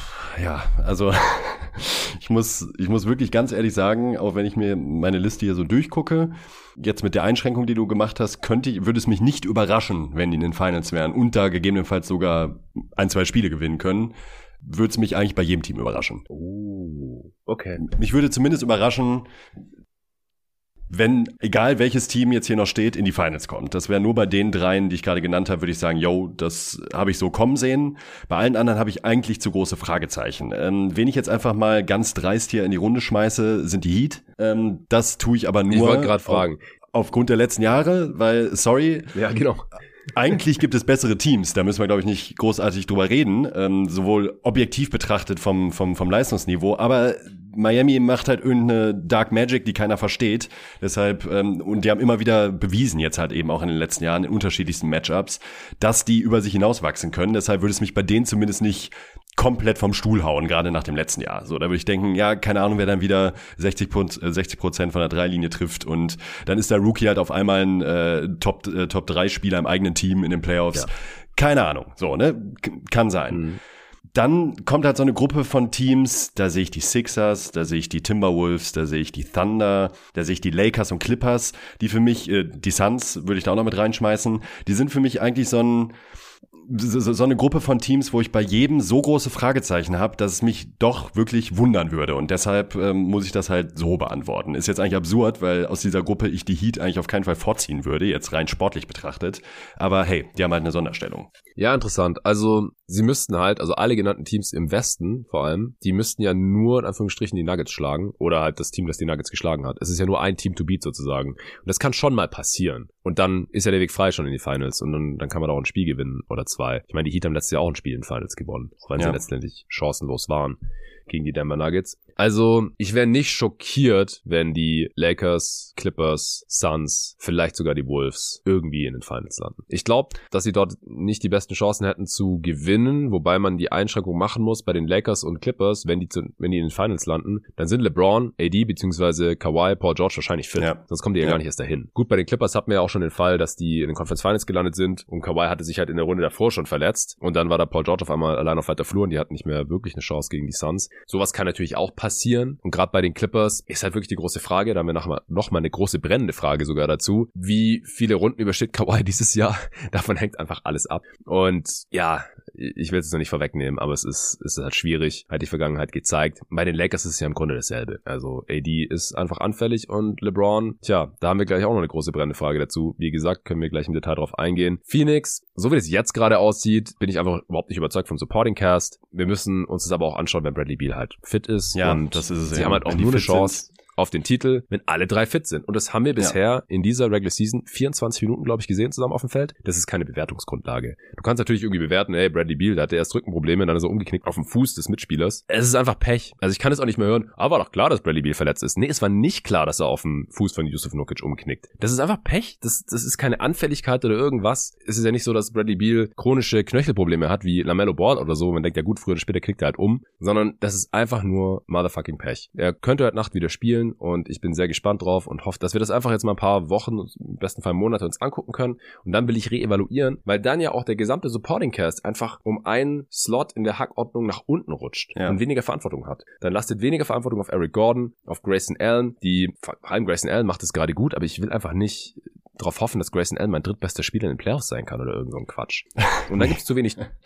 Ja, also ich muss wirklich ganz ehrlich sagen, auch wenn ich mir meine Liste hier so durchgucke, jetzt mit der Einschränkung, die du gemacht hast, würde es mich nicht überraschen, wenn die in den Finals wären und da gegebenenfalls sogar 1-2 Spiele gewinnen können. Würde es mich eigentlich bei jedem Team überraschen. Oh, okay. Mich würde zumindest überraschen, wenn, egal welches Team jetzt hier noch steht, in die Finals kommt. Das wäre nur bei den 3, die ich gerade genannt habe, würde ich sagen, yo, das habe ich so kommen sehen. Bei allen anderen habe ich eigentlich zu große Fragezeichen. Wen ich jetzt einfach mal ganz dreist hier in die Runde schmeiße, sind die Heat. Das tue ich aber nur. Ich wollte gerade fragen. Aufgrund der letzten Jahre, weil, sorry. Ja, genau. Eigentlich gibt es bessere Teams, da müssen wir, glaube ich, nicht großartig drüber reden, sowohl objektiv betrachtet vom Leistungsniveau, aber Miami macht halt irgendeine Dark Magic, die keiner versteht, deshalb, und die haben immer wieder bewiesen, jetzt halt eben auch in den letzten Jahren in unterschiedlichsten Matchups, dass die über sich hinauswachsen können, deshalb würde es mich bei denen zumindest nicht komplett vom Stuhl hauen, gerade nach dem letzten Jahr. So, da würde ich denken, ja, keine Ahnung, wer dann wieder 60% von der Dreilinie trifft und dann ist der Rookie halt auf einmal ein Top-3-Spieler im eigenen Team in den Playoffs. Ja. Keine Ahnung, so, ne? Kann sein. Mhm. Dann kommt halt so eine Gruppe von Teams, da sehe ich die Sixers, da sehe ich die Timberwolves, da sehe ich die Thunder, da sehe ich die Lakers und Clippers, die für mich, die Suns würde ich da auch noch mit reinschmeißen, die sind für mich eigentlich so eine Gruppe von Teams, wo ich bei jedem so große Fragezeichen habe, dass es mich doch wirklich wundern würde. Und deshalb muss ich das halt so beantworten. Ist jetzt eigentlich absurd, weil aus dieser Gruppe ich die Heat eigentlich auf keinen Fall vorziehen würde, jetzt rein sportlich betrachtet. Aber hey, die haben halt eine Sonderstellung. Ja, interessant. Also sie müssten halt, also alle genannten Teams im Westen vor allem, die müssten ja nur in Anführungsstrichen die Nuggets schlagen oder halt das Team, das die Nuggets geschlagen hat. Es ist ja nur ein Team to beat sozusagen. Und das kann schon mal passieren. Und dann ist ja der Weg frei schon in die Finals und dann kann man da auch ein Spiel gewinnen oder 2. Ich meine, die Heat haben letztes Jahr auch ein Spiel in den Finals gewonnen, auch wenn sie letztendlich chancenlos waren. gegen die Denver Nuggets. Also, ich wäre nicht schockiert, wenn die Lakers, Clippers, Suns, vielleicht sogar die Wolves irgendwie in den Finals landen. Ich glaube, dass sie dort nicht die besten Chancen hätten zu gewinnen, wobei man die Einschränkung machen muss bei den Lakers und Clippers, wenn die in den Finals landen, dann sind LeBron, AD bzw. Kawhi, Paul George wahrscheinlich fit. Ja. Sonst kommen die ja gar nicht erst dahin. Gut, bei den Clippers hatten wir ja auch schon den Fall, dass die in den Conference Finals gelandet sind und Kawhi hatte sich halt in der Runde davor schon verletzt und dann war da Paul George auf einmal allein auf weiter Flur und die hatten nicht mehr wirklich eine Chance gegen die Suns. Sowas kann natürlich auch passieren und gerade bei den Clippers ist halt wirklich die große Frage, da haben wir noch mal eine große brennende Frage sogar dazu, wie viele Runden übersteht Kawhi dieses Jahr? Davon hängt einfach alles ab und ja, ich will es noch nicht vorwegnehmen, aber es ist halt schwierig, hat die Vergangenheit gezeigt. Bei den Lakers ist es ja im Grunde dasselbe. Also AD ist einfach anfällig und LeBron, tja, da haben wir gleich auch noch eine große brennende Frage dazu. Wie gesagt, können wir gleich im Detail drauf eingehen. Phoenix, so wie es jetzt gerade aussieht, bin ich einfach überhaupt nicht überzeugt vom Supporting Cast. Wir müssen uns das aber auch anschauen, wenn Bradley Beal halt fit ist. Ja, und das ist es. Sie haben halt auch nur eine Chance auf den Titel, wenn alle drei fit sind. Und das haben wir bisher in dieser Regular Season 24 Minuten, glaube ich, gesehen zusammen auf dem Feld. Das ist keine Bewertungsgrundlage. Du kannst natürlich irgendwie bewerten, hey, Bradley Beal, der hatte erst Rückenprobleme, dann ist er umgeknickt auf dem Fuß des Mitspielers. Es ist einfach Pech. Also ich kann es auch nicht mehr hören, aber war doch klar, dass Bradley Beal verletzt ist. Nee, es war nicht klar, dass er auf dem Fuß von Jusuf Nurkic umknickt. Das ist einfach Pech. Das ist keine Anfälligkeit oder irgendwas. Es ist ja nicht so, dass Bradley Beal chronische Knöchelprobleme hat, wie LaMelo Ball oder so. Man denkt ja gut, früher oder später knickt er halt um. Sondern das ist einfach nur motherfucking Pech. Er könnte heute Nacht wieder spielen und ich bin sehr gespannt drauf und hoffe, dass wir das einfach jetzt mal ein paar Wochen, im besten Fall Monate uns angucken können und dann will ich reevaluieren, weil dann ja auch der gesamte Supporting Cast einfach um einen Slot in der Hackordnung nach unten rutscht und weniger Verantwortung hat. Dann lastet weniger Verantwortung auf Eric Gordon, auf Grayson Allen, vor allem Grayson Allen macht es gerade gut, aber ich will einfach nicht darauf hoffen, dass Grayson Allen mein drittbester Spieler in den Playoffs sein kann oder irgend so ein Quatsch. Und dann gibt's zu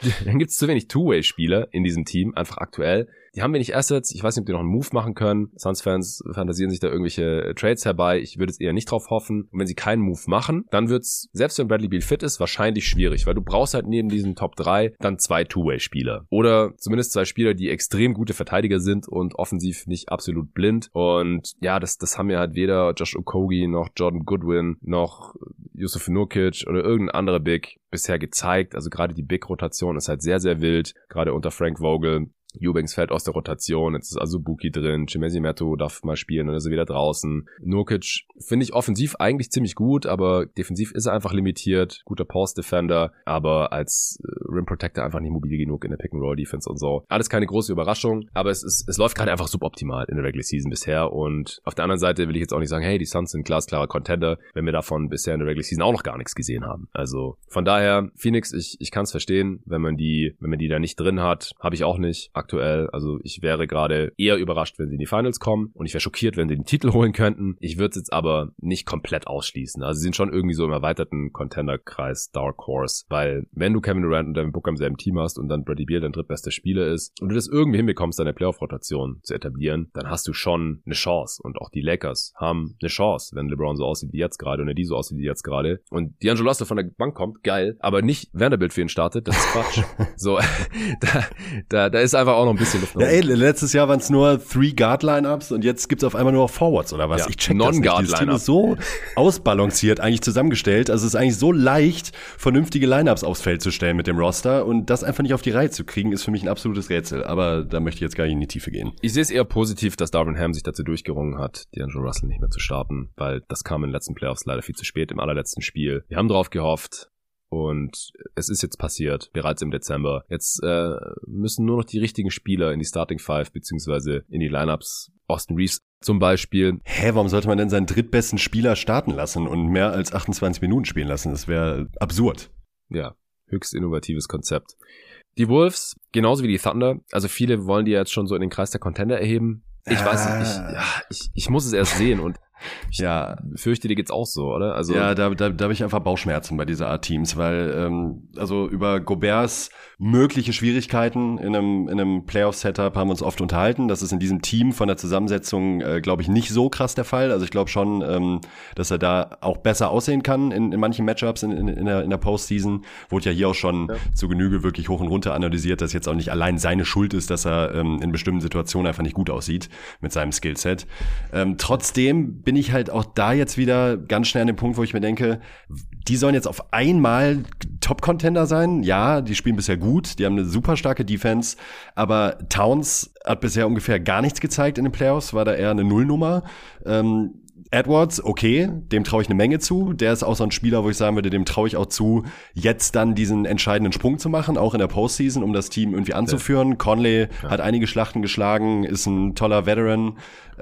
wenig Two-Way-Spieler in diesem Team, einfach aktuell. Die haben wenig Assets. Ich weiß nicht, ob die noch einen Move machen können. Suns-Fans fantasieren sich da irgendwelche Trades herbei. Ich würde es eher nicht drauf hoffen. Und wenn sie keinen Move machen, dann wird's, selbst wenn Bradley Beal fit ist, wahrscheinlich schwierig, weil du brauchst halt neben diesen Top 3 dann 2 Two-Way-Spieler. Oder zumindest 2 Spieler, die extrem gute Verteidiger sind und offensiv nicht absolut blind. Und ja, das haben ja halt weder Josh Okogie noch Jordan Goodwin noch Jusuf Nurkic oder irgendein anderer Big bisher gezeigt. Also gerade die Big-Rotation ist halt sehr, sehr wild. Gerade unter Frank Vogel. Eubanks fällt aus der Rotation, jetzt ist Azubuike drin, Chimezie Metu darf mal spielen und ist er wieder draußen. Nurkic finde ich offensiv eigentlich ziemlich gut, aber defensiv ist er einfach limitiert. Guter Post-Defender, aber als Rim Protector einfach nicht mobil genug in der Pick-and-Roll-Defense und so. Alles keine große Überraschung, aber es läuft gerade einfach suboptimal in der Regular Season bisher und auf der anderen Seite will ich jetzt auch nicht sagen, hey, die Suns sind glasklarer Contender, wenn wir davon bisher in der Regular Season auch noch gar nichts gesehen haben. Also von daher, Phoenix, ich kann es verstehen, wenn man die da nicht drin hat, habe ich auch nicht aktuell. Also ich wäre gerade eher überrascht, wenn sie in die Finals kommen und ich wäre schockiert, wenn sie den Titel holen könnten. Ich würde es jetzt aber nicht komplett ausschließen. Also sie sind schon irgendwie so im erweiterten Contender-Kreis Dark Horse, weil wenn du Kevin Durant und Devin Booker im selben Team hast und dann Bradley Beal dein drittbester Spieler ist und du das irgendwie hinbekommst, deine Playoff-Rotation zu etablieren, dann hast du schon eine Chance und auch die Lakers haben eine Chance, wenn LeBron so aussieht wie jetzt gerade und die so aussieht wie jetzt gerade und D'Angelo Russell von der Bank kommt, geil, aber nicht Vanderbilt für ihn startet, das ist Quatsch. So, da ist einfach auch noch ein bisschen Luft. Ja, ey, letztes Jahr waren es nur 3 Guard-Lineups und jetzt gibt's auf einmal nur Forwards oder was? Ja, ich check das nicht. Dieses Team ist so ausbalanciert eigentlich zusammengestellt. Also es ist eigentlich so leicht, vernünftige Lineups aufs Feld zu stellen mit dem Roster und das einfach nicht auf die Reihe zu kriegen, ist für mich ein absolutes Rätsel. Aber da möchte ich jetzt gar nicht in die Tiefe gehen. Ich sehe es eher positiv, dass Darvin Ham sich dazu durchgerungen hat, D'Angelo Russell nicht mehr zu starten, weil das kam in den letzten Playoffs leider viel zu spät im allerletzten Spiel. Wir haben drauf gehofft. Und es ist jetzt passiert, bereits im Dezember. Jetzt müssen nur noch die richtigen Spieler in die Starting Five beziehungsweise in die Lineups. Austin Reeves zum Beispiel. Warum sollte man denn seinen drittbesten Spieler starten lassen und mehr als 28 Minuten spielen lassen? Das wäre absurd. Ja, höchst innovatives Konzept. Die Wolves, genauso wie die Thunder, also viele wollen die jetzt schon so in den Kreis der Contender erheben. Ich weiß nicht, ich muss es erst sehen und ich fürchte, dir geht's auch so, oder? Also ja, da habe ich einfach Bauchschmerzen bei dieser Art Teams, weil also über Goberts mögliche Schwierigkeiten in einem Playoff-Setup haben wir uns oft unterhalten. Das ist in diesem Team von der Zusammensetzung, glaube ich, nicht so krass der Fall. Also ich glaube schon, dass er da auch besser aussehen kann in manchen Matchups in der Postseason. Wurde ja hier auch schon zu Genüge wirklich hoch und runter analysiert, dass jetzt auch nicht allein seine Schuld ist, dass er in bestimmten Situationen einfach nicht gut aussieht mit seinem Skillset. Trotzdem bin ich halt auch da jetzt wieder ganz schnell an dem Punkt, wo ich mir denke, die sollen jetzt auf einmal Top-Contender sein. Ja, die spielen bisher gut, die haben eine super starke Defense, aber Towns hat bisher ungefähr gar nichts gezeigt in den Playoffs, war da eher eine Nullnummer. Edwards, okay, dem traue ich eine Menge zu. Der ist auch so ein Spieler, wo ich sagen würde, dem traue ich auch zu, jetzt dann diesen entscheidenden Sprung zu machen, auch in der Postseason, um das Team irgendwie anzuführen. Ja. Conley hat einige Schlachten geschlagen, ist ein toller Veteran.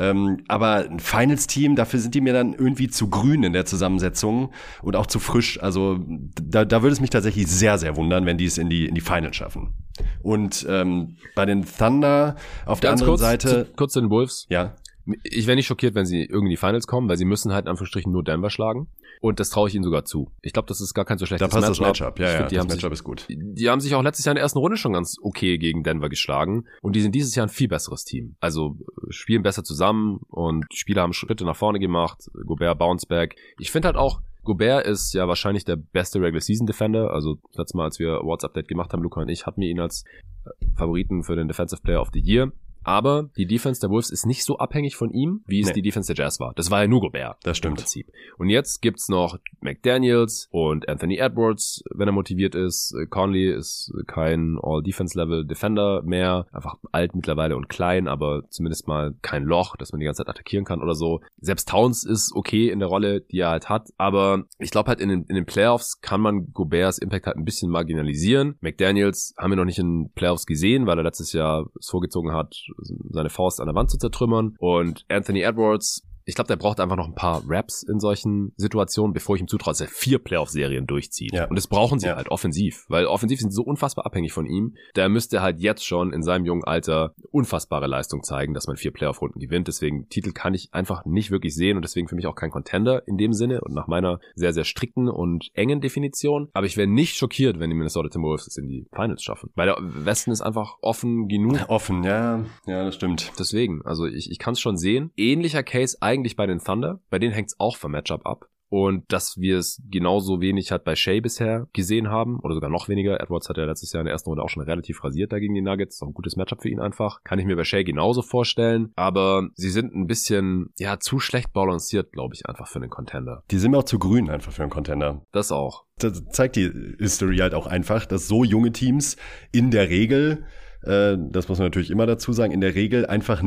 Aber ein Finals-Team, dafür sind die mir dann irgendwie zu grün in der Zusammensetzung und auch zu frisch. Also da würde es mich tatsächlich sehr, sehr wundern, wenn die es in die Finals schaffen. Und bei den Thunder auf der anderen Seite... Kurz zu den Wolves. Ja. Ich wäre nicht schockiert, wenn sie irgendwie in die Finals kommen, weil sie müssen halt in Anführungsstrichen nur Denver schlagen. Und das traue ich ihnen sogar zu. Ich glaube, das ist gar kein so schlechtes Matchup. Da passt das Matchup, ja, das Matchup ist gut. Die haben sich auch letztes Jahr in der ersten Runde schon ganz okay gegen Denver geschlagen. Und die sind dieses Jahr ein viel besseres Team. Also spielen besser zusammen und die Spieler haben Schritte nach vorne gemacht. Gobert bounce back. Ich finde halt auch, Gobert ist ja wahrscheinlich der beste Regular Season Defender. Also das letzte Mal, als wir Awards Update gemacht haben, Luca und ich, hatten wir ihn als Favoriten für den Defensive Player of the Year. Aber die Defense der Wolves ist nicht so abhängig von ihm, wie es die Defense der Jazz war. Das war ja nur Gobert. Das stimmt. Im Prinzip. Und jetzt gibt's noch McDaniels und Anthony Edwards, wenn er motiviert ist. Conley ist kein All-Defense-Level-Defender mehr. Einfach alt mittlerweile und klein, aber zumindest mal kein Loch, dass man die ganze Zeit attackieren kann oder so. Selbst Towns ist okay in der Rolle, die er halt hat. Aber ich glaube halt in den Playoffs kann man Goberts Impact halt ein bisschen marginalisieren. McDaniels haben wir noch nicht in Playoffs gesehen, weil er letztes Jahr es vorgezogen hat, seine Faust an der Wand zu zertrümmern. Und Anthony Edwards, ich glaube, der braucht einfach noch ein paar Raps in solchen Situationen, bevor ich ihm zutraue, dass er 4 Playoff-Serien durchzieht. Ja. Und das brauchen sie halt offensiv, weil offensiv sind sie so unfassbar abhängig von ihm. Der müsste halt jetzt schon in seinem jungen Alter unfassbare Leistung zeigen, dass man 4 Playoff-Runden gewinnt. Deswegen Titel kann ich einfach nicht wirklich sehen und deswegen für mich auch kein Contender in dem Sinne und nach meiner sehr, sehr strikten und engen Definition. Aber ich wäre nicht schockiert, wenn die Minnesota Timberwolves es in die Finals schaffen. Weil der Westen ist einfach offen genug. Offen, ja, das stimmt. Deswegen, also ich kann es schon sehen. Ähnlicher Case eigentlich bei den Thunder. Bei denen hängt es auch vom Matchup ab. Und dass wir es genauso wenig halt bei Shea bisher gesehen haben, oder sogar noch weniger. Edwards hat ja letztes Jahr in der ersten Runde auch schon relativ rasiert da gegen die Nuggets. Ist auch ein gutes Matchup für ihn einfach. Kann ich mir bei Shea genauso vorstellen. Aber sie sind ein bisschen, zu schlecht balanciert, glaube ich, einfach für einen Contender. Die sind mir auch zu grün einfach für einen Contender. Das auch. Das zeigt die History halt auch einfach, dass so junge Teams in der Regel, das muss man natürlich immer dazu sagen, in der Regel einfach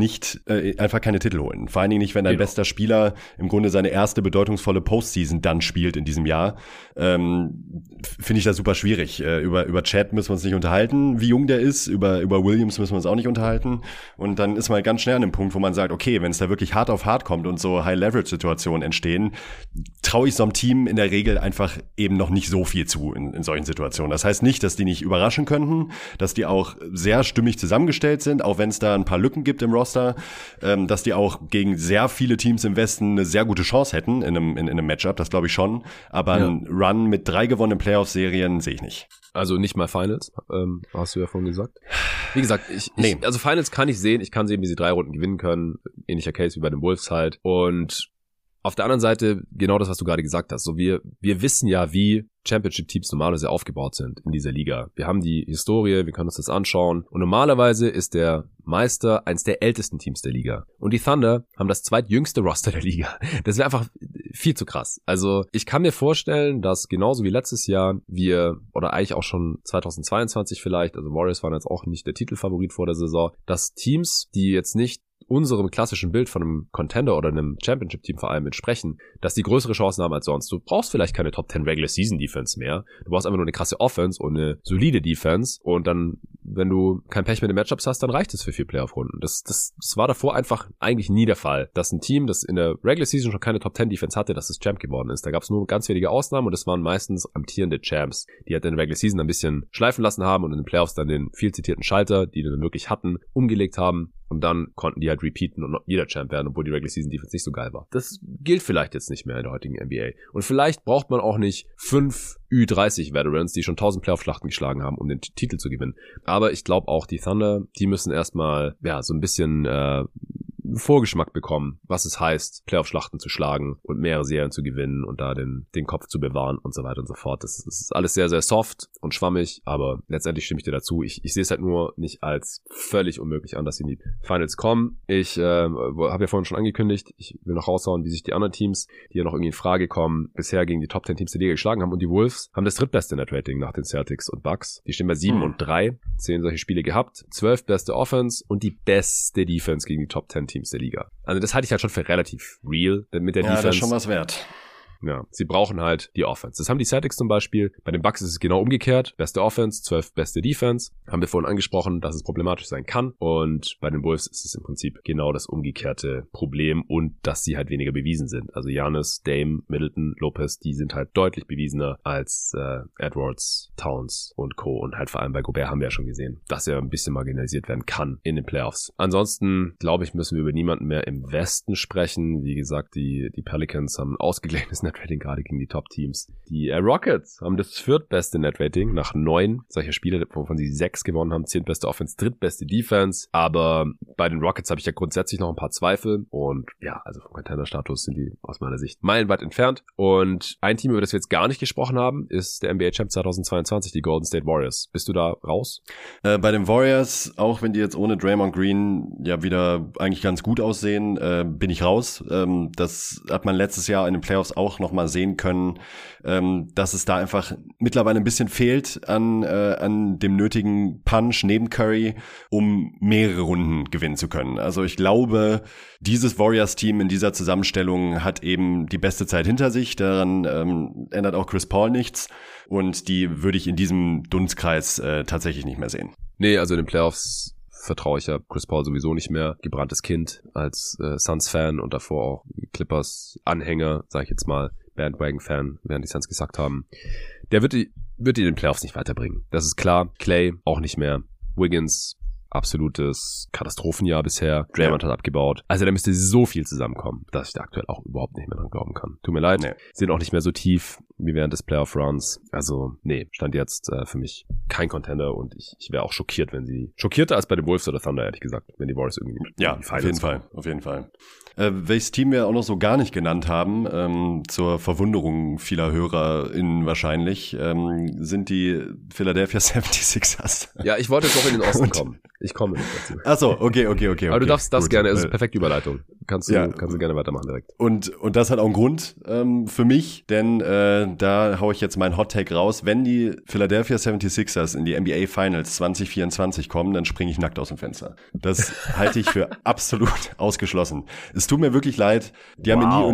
keine Titel holen. Vor allen Dingen nicht, wenn dein bester Spieler im Grunde seine erste bedeutungsvolle Postseason dann spielt in diesem Jahr. Finde ich das super schwierig. Über Chad müssen wir uns nicht unterhalten, wie jung der ist. Über Williams müssen wir uns auch nicht unterhalten. Und dann ist man ganz schnell an dem Punkt, wo man sagt, okay, wenn es da wirklich hart auf hart kommt und so High-Leverage-Situationen entstehen, traue ich so einem Team in der Regel einfach eben noch nicht so viel zu in solchen Situationen. Das heißt nicht, dass die nicht überraschen könnten, dass die auch sehr stimmig zusammengestellt sind, auch wenn es da ein paar Lücken gibt im Roster, dass die auch gegen sehr viele Teams im Westen eine sehr gute Chance hätten in einem Matchup, das glaube ich schon, aber ein Run mit 3 gewonnenen Playoff-Serien sehe ich nicht. Also nicht mal Finals, hast du ja vorhin gesagt. Wie gesagt, also Finals kann ich sehen, wie sie 3 Runden gewinnen können, ähnlicher Case wie bei den Wolves halt, und auf der anderen Seite genau das, was du gerade gesagt hast. So wir wissen ja, wie Championship-Teams normalerweise aufgebaut sind in dieser Liga. Wir haben die Historie, wir können uns das anschauen. Und normalerweise ist der Meister eins der ältesten Teams der Liga. Und die Thunder haben das zweitjüngste Roster der Liga. Das wäre einfach viel zu krass. Also ich kann mir vorstellen, dass genauso wie letztes Jahr oder eigentlich auch schon 2022 vielleicht, also Warriors waren jetzt auch nicht der Titelfavorit vor der Saison, dass Teams, die jetzt nicht unserem klassischen Bild von einem Contender oder einem Championship-Team vor allem entsprechen, dass die größere Chancen haben als sonst. Du brauchst vielleicht keine Top 10 Regular Season Defense mehr. Du brauchst einfach nur eine krasse Offense und eine solide Defense und dann, wenn du kein Pech mit den Matchups hast, dann reicht es für 4 Playoff-Runden. Das war davor einfach eigentlich nie der Fall. Dass ein Team, das in der Regular Season schon keine Top 10 Defense hatte, dass es Champ geworden ist. Da gab es nur ganz wenige Ausnahmen und das waren meistens amtierende Champs, die halt in der Regular Season ein bisschen schleifen lassen haben und in den Playoffs dann den viel zitierten Schalter, die dann wirklich hatten, umgelegt haben. Und dann konnten die halt repeaten und jeder Champ werden, obwohl die Regular Season Defense nicht so geil war. Das gilt vielleicht jetzt nicht mehr in der heutigen NBA. Und vielleicht braucht man auch nicht 5 Ü30 Veterans, die schon 1000 Playoff-Schlachten geschlagen haben, um den Titel zu gewinnen. Aber ich glaube auch, die Thunder, die müssen erstmal, so ein bisschen Vorgeschmack bekommen, was es heißt, Playoff-Schlachten zu schlagen und mehrere Serien zu gewinnen und da den Kopf zu bewahren und so weiter und so fort. Das ist alles sehr, sehr soft und schwammig, aber letztendlich stimme ich dir dazu. Ich sehe es halt nur nicht als völlig unmöglich an, dass sie in die Finals kommen. Ich habe ja vorhin schon angekündigt, ich will noch raushauen, wie sich die anderen Teams, die ja noch irgendwie in Frage kommen, bisher gegen die Top 10 Teams der Liga geschlagen haben, und die Wolves haben das drittbeste Net-Rating nach den Celtics und Bucks. Die stehen bei 7 und 3, 10 solche Spiele gehabt, 12 beste Offense und die beste Defense gegen die Top 10 Teams der Liga. Also das halte ich halt schon für relativ real, denn mit der Defense. Ja, das ist schon was wert. Ja, sie brauchen halt die Offense. Das haben die Celtics zum Beispiel. Bei den Bucks ist es genau umgekehrt. Beste Offense, 12 beste Defense. Haben wir vorhin angesprochen, dass es problematisch sein kann. Und bei den Wolves ist es im Prinzip genau das umgekehrte Problem und dass sie halt weniger bewiesen sind. Also Giannis, Dame, Middleton, Lopez, die sind halt deutlich bewiesener als Edwards, Towns und Co. Und halt vor allem bei Gobert haben wir ja schon gesehen, dass er ein bisschen marginalisiert werden kann in den Playoffs. Ansonsten, glaube ich, müssen wir über niemanden mehr im Westen sprechen. Wie gesagt, die Pelicans haben ein ausgeglichenes Netrating gerade gegen die Top-Teams. Die Rockets haben das viertbeste Netrating nach 9 solcher Spiele, wovon sie 6 gewonnen haben, 10 beste Offense, drittbeste Defense. Aber bei den Rockets habe ich ja grundsätzlich noch ein paar Zweifel und ja, also vom Contender-Status sind die aus meiner Sicht meilenweit entfernt. Und ein Team, über das wir jetzt gar nicht gesprochen haben, ist der NBA-Champ 2022, die Golden State Warriors. Bist du da raus? Bei den Warriors, auch wenn die jetzt ohne Draymond Green ja wieder eigentlich ganz gut aussehen, bin ich raus. Das hat man letztes Jahr in den Playoffs auch noch mal sehen können, dass es da einfach mittlerweile ein bisschen fehlt an dem nötigen Punch neben Curry, um mehrere Runden gewinnen zu können. Also ich glaube, dieses Warriors-Team in dieser Zusammenstellung hat eben die beste Zeit hinter sich. Daran ändert auch Chris Paul nichts. Und die würde ich in diesem Dunstkreis tatsächlich nicht mehr sehen. Nee, also in den Playoffs vertraue ich ja Chris Paul sowieso nicht mehr. Gebranntes Kind als Suns-Fan und davor auch Clippers-Anhänger, sage ich jetzt mal, Bandwagon-Fan, während die Suns gesagt haben. Der wird die in den Playoffs nicht weiterbringen. Das ist klar. Clay auch nicht mehr. Wiggins, absolutes Katastrophenjahr bisher. Draymond hat abgebaut. Also da müsste so viel zusammenkommen, dass ich da aktuell auch überhaupt nicht mehr dran glauben kann. Tut mir leid. Nee. Sind auch nicht mehr so tief wie während des Playoff-Runs. Also nee, stand jetzt für mich kein Contender und ich wäre auch schockiert, wenn sie... Schockierter als bei den Wolves oder Thunder, ehrlich gesagt, wenn die Warriors irgendwie... Ja, auf jeden Fall. Welches Team wir auch noch so gar nicht genannt haben, zur Verwunderung vieler HörerInnen wahrscheinlich, sind die Philadelphia 76ers. Ja, ich wollte jetzt auch in den Osten kommen. Ich komme nicht dazu. Ach so, okay. Aber du darfst das gerne, es ist eine perfekte Überleitung. Kannst du gerne weitermachen direkt. Und das hat auch einen Grund für mich, denn da hau ich jetzt meinen Hot-Take raus. Wenn die Philadelphia 76ers in die NBA Finals 2024 kommen, dann springe ich nackt aus dem Fenster. Das halte ich für absolut ausgeschlossen. Es tut mir wirklich leid, die haben mir nie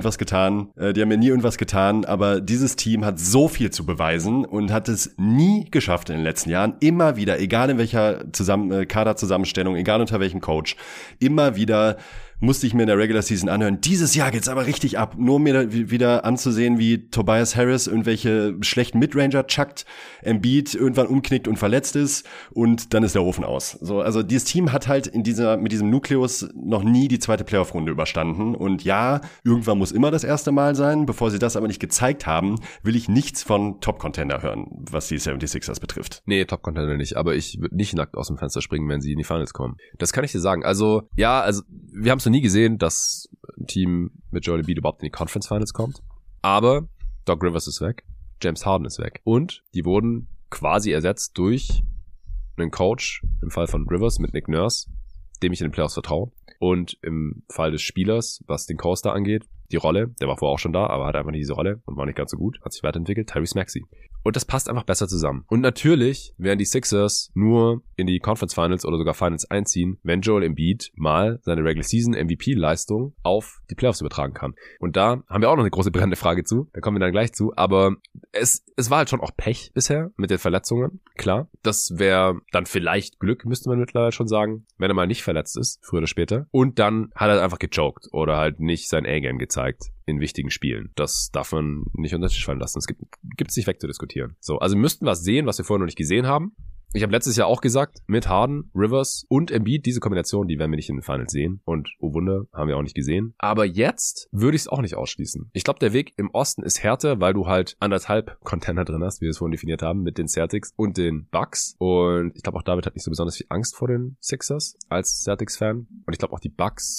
irgendwas getan, aber dieses Team hat so viel zu beweisen und hat es nie geschafft in den letzten Jahren, immer wieder, egal in welcher Kaderzusammenstellung, egal unter welchem Coach, immer wieder musste ich mir in der Regular Season anhören, dieses Jahr geht's aber richtig ab, nur mir wieder anzusehen, wie Tobias Harris irgendwelche schlechten Midranger chuckt, Embiid irgendwann umknickt und verletzt ist und dann ist der Ofen aus. So, also dieses Team hat halt mit diesem Nukleus noch nie die zweite Playoff-Runde überstanden und ja, irgendwann muss immer das erste Mal sein, bevor sie das aber nicht gezeigt haben, will ich nichts von Top-Contender hören, was die 76ers betrifft. Nee, Top-Contender nicht, aber ich würde nicht nackt aus dem Fenster springen, wenn sie in die Finals kommen. Das kann ich dir sagen. Also, ja, wir haben es noch nie gesehen, dass ein Team mit Joel Embiid überhaupt in die Conference Finals kommt. Aber Doc Rivers ist weg, James Harden ist weg. Und die wurden quasi ersetzt durch einen Coach, im Fall von Rivers mit Nick Nurse, dem ich in den Playoffs vertraue. Und im Fall des Spielers, was den Coaster angeht, die Rolle, der war vorher auch schon da, aber hat einfach nicht diese Rolle und war nicht ganz so gut, hat sich weiterentwickelt, Tyrese Maxey. Und das passt einfach besser zusammen. Und natürlich werden die Sixers nur in die Conference Finals oder sogar Finals einziehen, wenn Joel Embiid mal seine Regular Season MVP-Leistung auf die Playoffs übertragen kann. Und da haben wir auch noch eine große brennende Frage zu, da kommen wir dann gleich zu, aber es war halt schon auch Pech bisher mit den Verletzungen, klar. Das wäre dann vielleicht Glück, müsste man mittlerweile schon sagen, wenn er mal nicht verletzt ist, früher oder später. Und dann hat er einfach gechoked oder halt nicht sein A-Game gezeigt in wichtigen Spielen. Das darf man nicht unter den Tisch fallen lassen. Es gibt's nicht wegzudiskutieren. So, also wir müssten was sehen, was wir vorher noch nicht gesehen haben. Ich habe letztes Jahr auch gesagt, mit Harden, Rivers und Embiid, diese Kombination, die werden wir nicht in den Finals sehen. Und oh Wunder, haben wir auch nicht gesehen. Aber jetzt würde ich es auch nicht ausschließen. Ich glaube, der Weg im Osten ist härter, weil du halt 1,5 Contender drin hast, wie wir es vorhin definiert haben, mit den Celtics und den Bucks. Und ich glaube, auch David hat nicht so besonders viel Angst vor den Sixers als Celtics-Fan. Und ich glaube auch die Bucks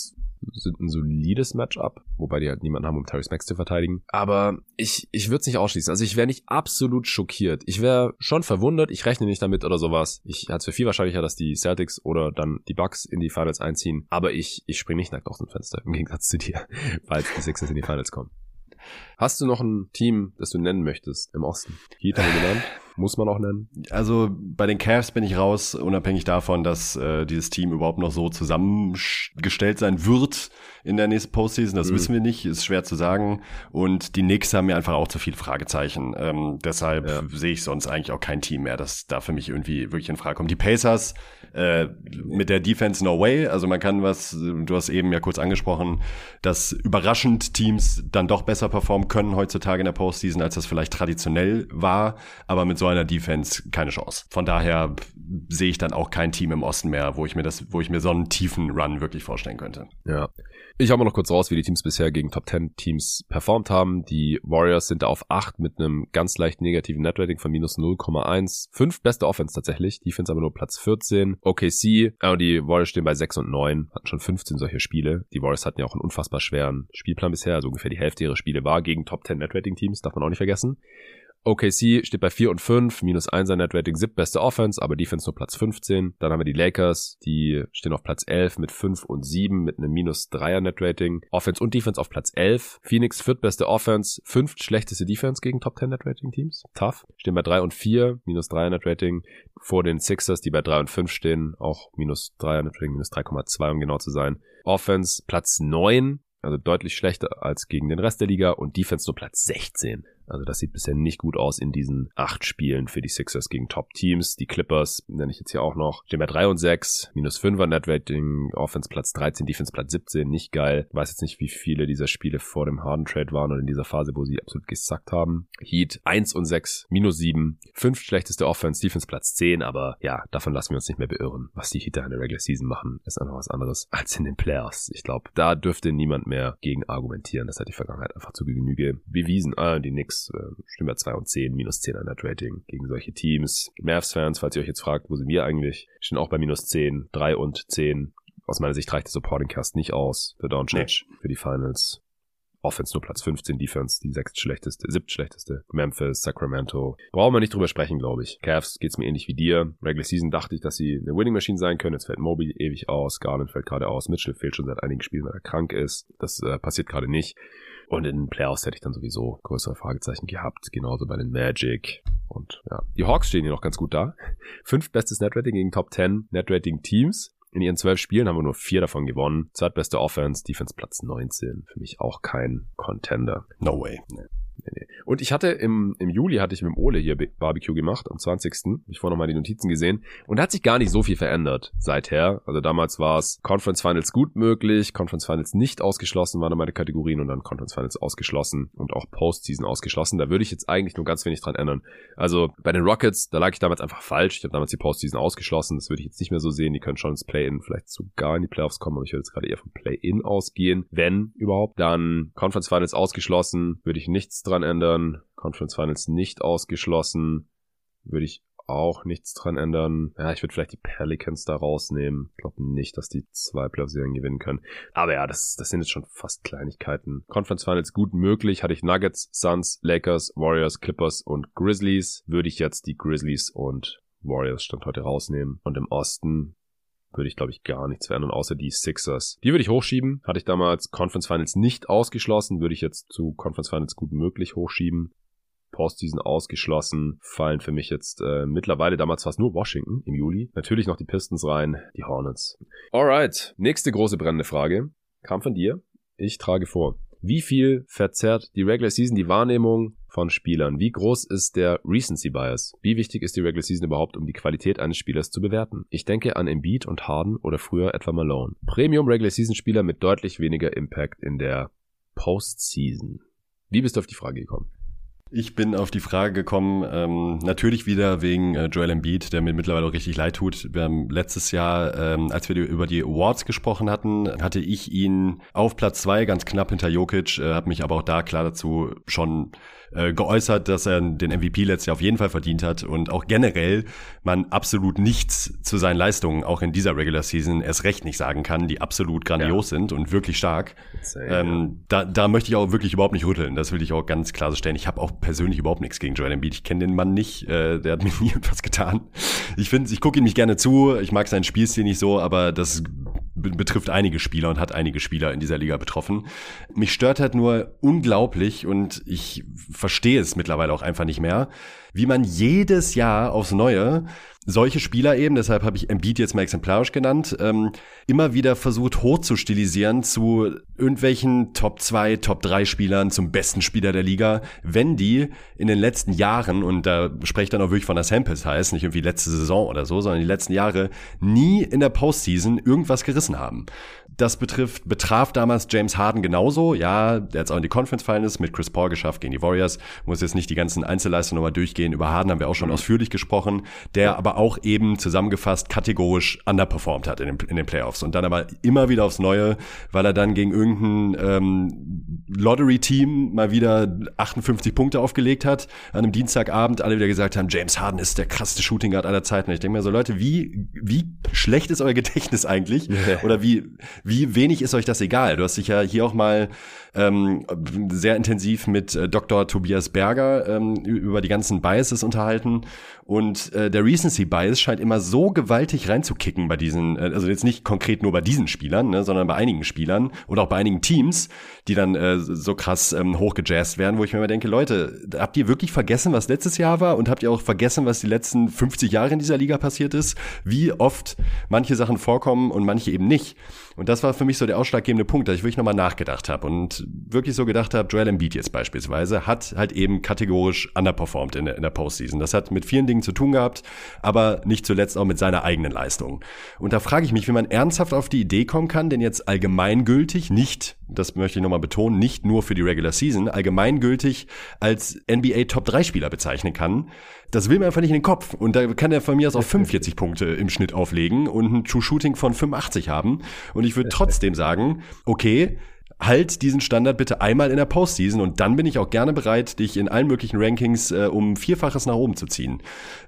sind ein solides Matchup, wobei die halt niemanden haben, um Tyrese Maxey zu verteidigen. Aber ich würde es nicht ausschließen. Also ich wäre nicht absolut schockiert. Ich wäre schon verwundert, ich rechne nicht damit oder sowas. Ich halte es für viel wahrscheinlicher, dass die Celtics oder dann die Bucks in die Finals einziehen. Aber ich springe nicht nackt aus dem Fenster, im Gegensatz zu dir, falls die Sixers in die Finals kommen. Hast du noch ein Team, das du nennen möchtest im Osten? Heat haben wir genannt. Muss man auch nennen. Also bei den Cavs bin ich raus, unabhängig davon, dass dieses Team überhaupt noch so zusammengestellt sein wird in der nächsten Postseason. Das wissen wir nicht, ist schwer zu sagen. Und die Knicks haben mir einfach auch zu viele Fragezeichen. Deshalb sehe ich sonst eigentlich auch kein Team mehr, das da für mich irgendwie wirklich in Frage kommt. Die Pacers mit der Defense no way. Also man kann du hast eben ja kurz angesprochen, dass überraschend Teams dann doch besser performen können heutzutage in der Postseason, als das vielleicht traditionell war. Aber mit so einer Defense keine Chance. Von daher sehe ich dann auch kein Team im Osten mehr, wo ich mir so einen tiefen Run wirklich vorstellen könnte. Ja. Ich hau mal noch kurz raus, wie die Teams bisher gegen Top 10 Teams performt haben. Die Warriors sind da auf 8 mit einem ganz leicht negativen Netrating von minus 0,1. 5 beste Offense tatsächlich. Defense aber nur Platz 14. OKC, die Warriors stehen bei 6 und 9. Hatten schon 15 solche Spiele. Die Warriors hatten ja auch einen unfassbar schweren Spielplan bisher. Also ungefähr die Hälfte ihrer Spiele war gegen Top 10 Netrating Teams. Darf man auch nicht vergessen. OKC steht bei 4 und 5, minus 1er Netrating, 7 beste Offense, aber Defense nur Platz 15. Dann haben wir die Lakers, die stehen auf Platz 11 mit 5 und 7 mit einem minus 3er Netrating. Offense und Defense auf Platz 11. Phoenix, 4. beste Offense, 5. schlechteste Defense gegen Top 10 Netrating Teams. Tough. Stehen bei 3 und 4, minus 3er Netrating. Vor den Sixers, die bei 3 und 5 stehen, auch minus 3er Netrating, minus 3,2 um genau zu sein. Offense Platz 9. Also deutlich schlechter als gegen den Rest der Liga und Defense nur Platz 16. Also das sieht bisher nicht gut aus in diesen 8 Spielen für die Sixers gegen Top-Teams. Die Clippers nenne ich jetzt hier auch noch. Stehen bei 3 und 6, minus 5er Netrating, Offense Platz 13, Defense Platz 17, nicht geil. Weiß jetzt nicht, wie viele dieser Spiele vor dem Harden-Trade waren oder in dieser Phase, wo sie absolut gesackt haben. Heat 1 und 6, minus 7, 5 schlechteste Offense, Defense Platz 10, aber ja, davon lassen wir uns nicht mehr beirren. Was die Heat da in der Regular Season machen, ist einfach was anderes als in den Playoffs. Ich glaube, da dürfte niemand mehr gegen argumentieren. Das hat die Vergangenheit einfach zu Genüge bewiesen. Die Knicks stehen bei 2 und 10, minus 10er Netrating gegen solche Teams. Mavs-Fans, falls ihr euch jetzt fragt, wo sind wir eigentlich, stehen auch bei minus 10, 3 und 10. Aus meiner Sicht reicht der Supporting Cast nicht aus für Doncic, für die Finals. Offense nur Platz 15, Defense die 7. schlechteste. Memphis, Sacramento. Brauchen wir nicht drüber sprechen, glaube ich. Cavs geht's mir ähnlich wie dir. Regular Season dachte ich, dass sie eine Winning Machine sein können. Jetzt fällt Mobley ewig aus, Garland fällt gerade aus, Mitchell fehlt schon seit einigen Spielen, weil er krank ist. Das passiert gerade nicht. Und in den Playoffs hätte ich dann sowieso größere Fragezeichen gehabt. Genauso bei den Magic. Und ja, die Hawks stehen hier noch ganz gut da. 5 bestes Netrating gegen Top 10 Netrating Teams. In ihren 12 Spielen haben wir nur 4 davon gewonnen. Zweitbeste Offense, Defense Platz 19. Für mich auch kein Contender. No way. Nee. Und ich hatte im Juli hatte ich mit dem Ole hier Barbecue gemacht, am 20. Hab ich vorhin nochmal die Notizen gesehen. Und da hat sich gar nicht so viel verändert seither. Also damals war es Conference Finals gut möglich, Conference Finals nicht ausgeschlossen, waren dann meine Kategorien und dann Conference Finals ausgeschlossen und auch Postseason ausgeschlossen. Da würde ich jetzt eigentlich nur ganz wenig dran ändern. Also bei den Rockets, da lag ich damals einfach falsch. Ich habe damals die Postseason ausgeschlossen. Das würde ich jetzt nicht mehr so sehen. Die können schon ins Play-In, vielleicht sogar in die Playoffs kommen, aber ich würde jetzt gerade eher vom Play-In ausgehen. Wenn überhaupt, dann Conference Finals ausgeschlossen, würde ich nichts dran ändern. Conference Finals nicht ausgeschlossen, würde ich auch nichts dran ändern. Ja, ich würde vielleicht die Pelicans da rausnehmen. Ich glaube nicht, dass die 2 Playoff-Serien gewinnen können. Aber ja, das sind jetzt schon fast Kleinigkeiten. Conference Finals gut möglich. Hatte ich Nuggets, Suns, Lakers, Warriors, Clippers und Grizzlies. Würde ich jetzt die Grizzlies und Warriors Stand heute rausnehmen. Und im Osten würde ich, glaube ich, gar nichts verändern, außer die Sixers. Die würde ich hochschieben. Hatte ich damals Conference Finals nicht ausgeschlossen, würde ich jetzt zu Conference Finals gut möglich hochschieben. Postseason ausgeschlossen, fallen für mich jetzt mittlerweile, damals war es nur Washington im Juli. Natürlich noch die Pistons rein, die Hornets. Alright, nächste große brennende Frage kam von dir. Ich trage vor. Wie viel verzerrt die Regular Season die Wahrnehmung von Spielern? Wie groß ist der Recency Bias? Wie wichtig ist die Regular Season überhaupt, um die Qualität eines Spielers zu bewerten? Ich denke an Embiid und Harden oder früher etwa Malone. Premium Regular Season Spieler mit deutlich weniger Impact in der Postseason. Wie bist du auf die Frage gekommen? Ich bin auf die Frage gekommen, natürlich wieder wegen Joel Embiid, der mir mittlerweile auch richtig leid tut. Wir haben letztes Jahr, als wir über die Awards gesprochen hatten, hatte ich ihn auf Platz 2, ganz knapp hinter Jokic, habe mich aber auch da klar dazu schon geäußert, dass er den MVP letztes Jahr auf jeden Fall verdient hat und auch generell man absolut nichts zu seinen Leistungen, auch in dieser Regular Season, erst recht nicht sagen kann, die absolut grandios sind und wirklich stark. Da möchte ich auch wirklich überhaupt nicht rütteln, das will ich auch ganz klar so stellen. Ich habe auch persönlich überhaupt nichts gegen Joel Embiid, ich kenne den Mann nicht, der hat mir nie etwas getan. Ich gucke ihm nicht gerne zu, ich mag seinen Spielstil nicht so, aber das betrifft einige Spieler und hat einige Spieler in dieser Liga betroffen. Mich stört halt nur unglaublich und ich verstehe es mittlerweile auch einfach nicht mehr, wie man jedes Jahr aufs Neue solche Spieler eben, deshalb habe ich Embiid jetzt mal exemplarisch genannt, immer wieder versucht hochzustilisieren zu irgendwelchen Top 2, Top 3 Spielern, zum besten Spieler der Liga, wenn die in den letzten Jahren, und da spreche ich dann auch wirklich von der Sample Size, nicht irgendwie letzte Saison oder so, sondern die letzten Jahre nie in der Postseason irgendwas gerissen haben. Das betraf damals James Harden genauso. Ja, der hat es auch in die Conference Finals mit Chris Paul geschafft gegen die Warriors. Muss jetzt nicht die ganzen Einzelleistungen nochmal durchgehen. Über Harden haben wir auch schon ausführlich gesprochen, der aber auch eben zusammengefasst kategorisch underperformed hat in den Playoffs. Und dann aber immer wieder aufs Neue, weil er dann gegen irgendein Lottery-Team mal wieder 58 Punkte aufgelegt hat. An einem Dienstagabend alle wieder gesagt haben, James Harden ist der krasseste Shooting Guard aller Zeiten. Und ich denke mir so, Leute, wie schlecht ist euer Gedächtnis eigentlich? Oder wie wenig ist euch das egal? Du hast dich ja hier auch mal sehr intensiv mit Dr. Tobias Berger über die ganzen Biases unterhalten. Und der Recency-Bias scheint immer so gewaltig reinzukicken bei diesen, also jetzt nicht konkret nur bei diesen Spielern, ne, sondern bei einigen Spielern oder auch bei einigen Teams, die dann so krass hochgejazzt werden, wo ich mir immer denke, Leute, habt ihr wirklich vergessen, was letztes Jahr war? Und habt ihr auch vergessen, was die letzten 50 Jahre in dieser Liga passiert ist? Wie oft manche Sachen vorkommen und manche eben nicht? Und das war für mich so der ausschlaggebende Punkt, dass ich wirklich nochmal nachgedacht habe und wirklich so gedacht habe, Joel Embiid jetzt beispielsweise hat halt eben kategorisch underperformed in der Postseason. Das hat mit vielen Dingen zu tun gehabt, aber nicht zuletzt auch mit seiner eigenen Leistung. Und da frage ich mich, wie man ernsthaft auf die Idee kommen kann, denn jetzt allgemeingültig nicht, das möchte ich nochmal betonen, nicht nur für die Regular Season, allgemeingültig als NBA Top 3 Spieler bezeichnen kann. Das will mir einfach nicht in den Kopf. Und da kann er von mir aus auch 45 Punkte im Schnitt auflegen und ein True Shooting von 85 haben. Und ich würde trotzdem sagen, okay, halt diesen Standard bitte einmal in der Postseason und dann bin ich auch gerne bereit, dich in allen möglichen Rankings um Vierfaches nach oben zu ziehen.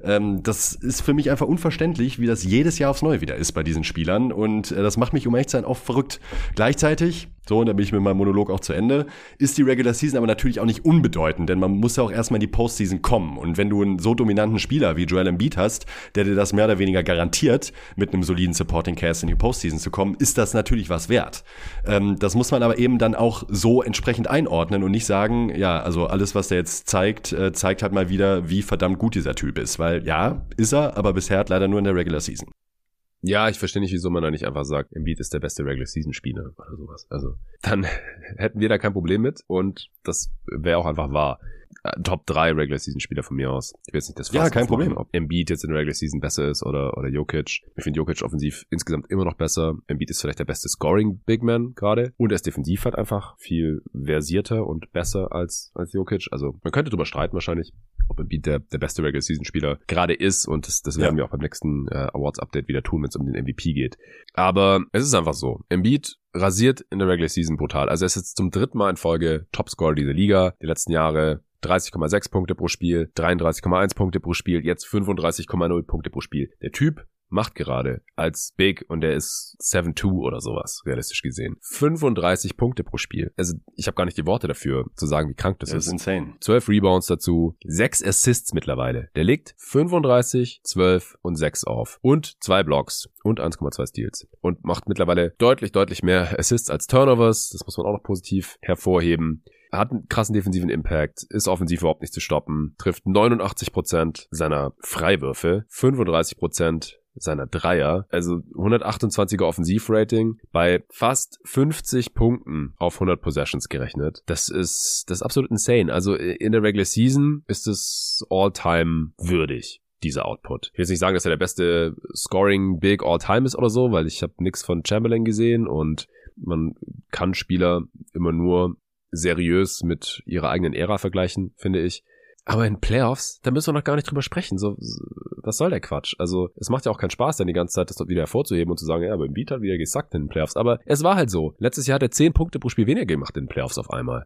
Das ist für mich einfach unverständlich, wie das jedes Jahr aufs Neue wieder ist bei diesen Spielern und das macht mich, um ehrlich zu sein, oft verrückt. Gleichzeitig, so, und da bin ich mit meinem Monolog auch zu Ende, ist die Regular Season aber natürlich auch nicht unbedeutend, denn man muss ja auch erstmal in die Postseason kommen und wenn du einen so dominanten Spieler wie Joel Embiid hast, der dir das mehr oder weniger garantiert, mit einem soliden Supporting Cast in die Postseason zu kommen, ist das natürlich was wert. Das muss man aber eben dann auch so entsprechend einordnen und nicht sagen, ja, also alles, was der jetzt zeigt halt mal wieder, wie verdammt gut dieser Typ ist, weil ja, ist er, aber bisher halt leider nur in der Regular Season. Ja, ich verstehe nicht, wieso man da nicht einfach sagt, Embiid ist der beste Regular-Season-Spieler oder sowas. Also, dann hätten wir da kein Problem mit und das wäre auch einfach wahr. Top 3 Regular-Season-Spieler von mir aus. Ich will jetzt nicht das ja, kein Problem, ob Embiid jetzt in der Regular-Season besser ist oder Jokic. Ich finde Jokic offensiv insgesamt immer noch besser. Embiid ist vielleicht der beste Scoring-Big-Man gerade und er ist defensiv halt einfach viel versierter und besser als Jokic. Also, man könnte drüber streiten wahrscheinlich, ob Embiid der beste Regular-Season-Spieler gerade ist und das werden wir auch beim nächsten Awards-Update wieder tun, wenn es um den MVP geht. Aber es ist einfach so. Embiid rasiert in der Regular Season brutal. Also er ist jetzt zum 3. Mal in Folge Topscorer dieser Liga. Die letzten Jahre 30,6 Punkte pro Spiel, 33,1 Punkte pro Spiel, jetzt 35,0 Punkte pro Spiel. Der Typ macht gerade als Big und der ist 7'2 oder sowas, realistisch gesehen. 35 Punkte pro Spiel. Also ich habe gar nicht die Worte dafür, zu sagen, wie krank das ist. Das ist insane. 12 Rebounds dazu, 6 Assists mittlerweile. Der legt 35, 12 und 6 auf. Und 2 Blocks und 1,2 Steals. Und macht mittlerweile deutlich mehr Assists als Turnovers. Das muss man auch noch positiv hervorheben. Hat einen krassen defensiven Impact, ist offensiv überhaupt nicht zu stoppen, trifft 89% seiner Freiwürfe, 35% seiner Dreier, also 128er Offensivrating bei fast 50 Punkten auf 100 Possessions gerechnet. Das ist absolut insane. Also in der Regular Season ist es all-time würdig, dieser Output. Ich will jetzt nicht sagen, dass er der beste Scoring Big all-time ist oder so, weil ich habe nichts von Chamberlain gesehen und man kann Spieler immer nur seriös mit ihrer eigenen Ära vergleichen, finde ich. Aber in Playoffs, da müssen wir noch gar nicht drüber sprechen. So, was soll der Quatsch? Also, es macht ja auch keinen Spaß, dann die ganze Zeit das dort wieder hervorzuheben und zu sagen, ja, aber Embiid hat wieder gesackt in den Playoffs. Aber es war halt so. Letztes Jahr hat er 10 Punkte pro Spiel weniger gemacht in den Playoffs auf einmal.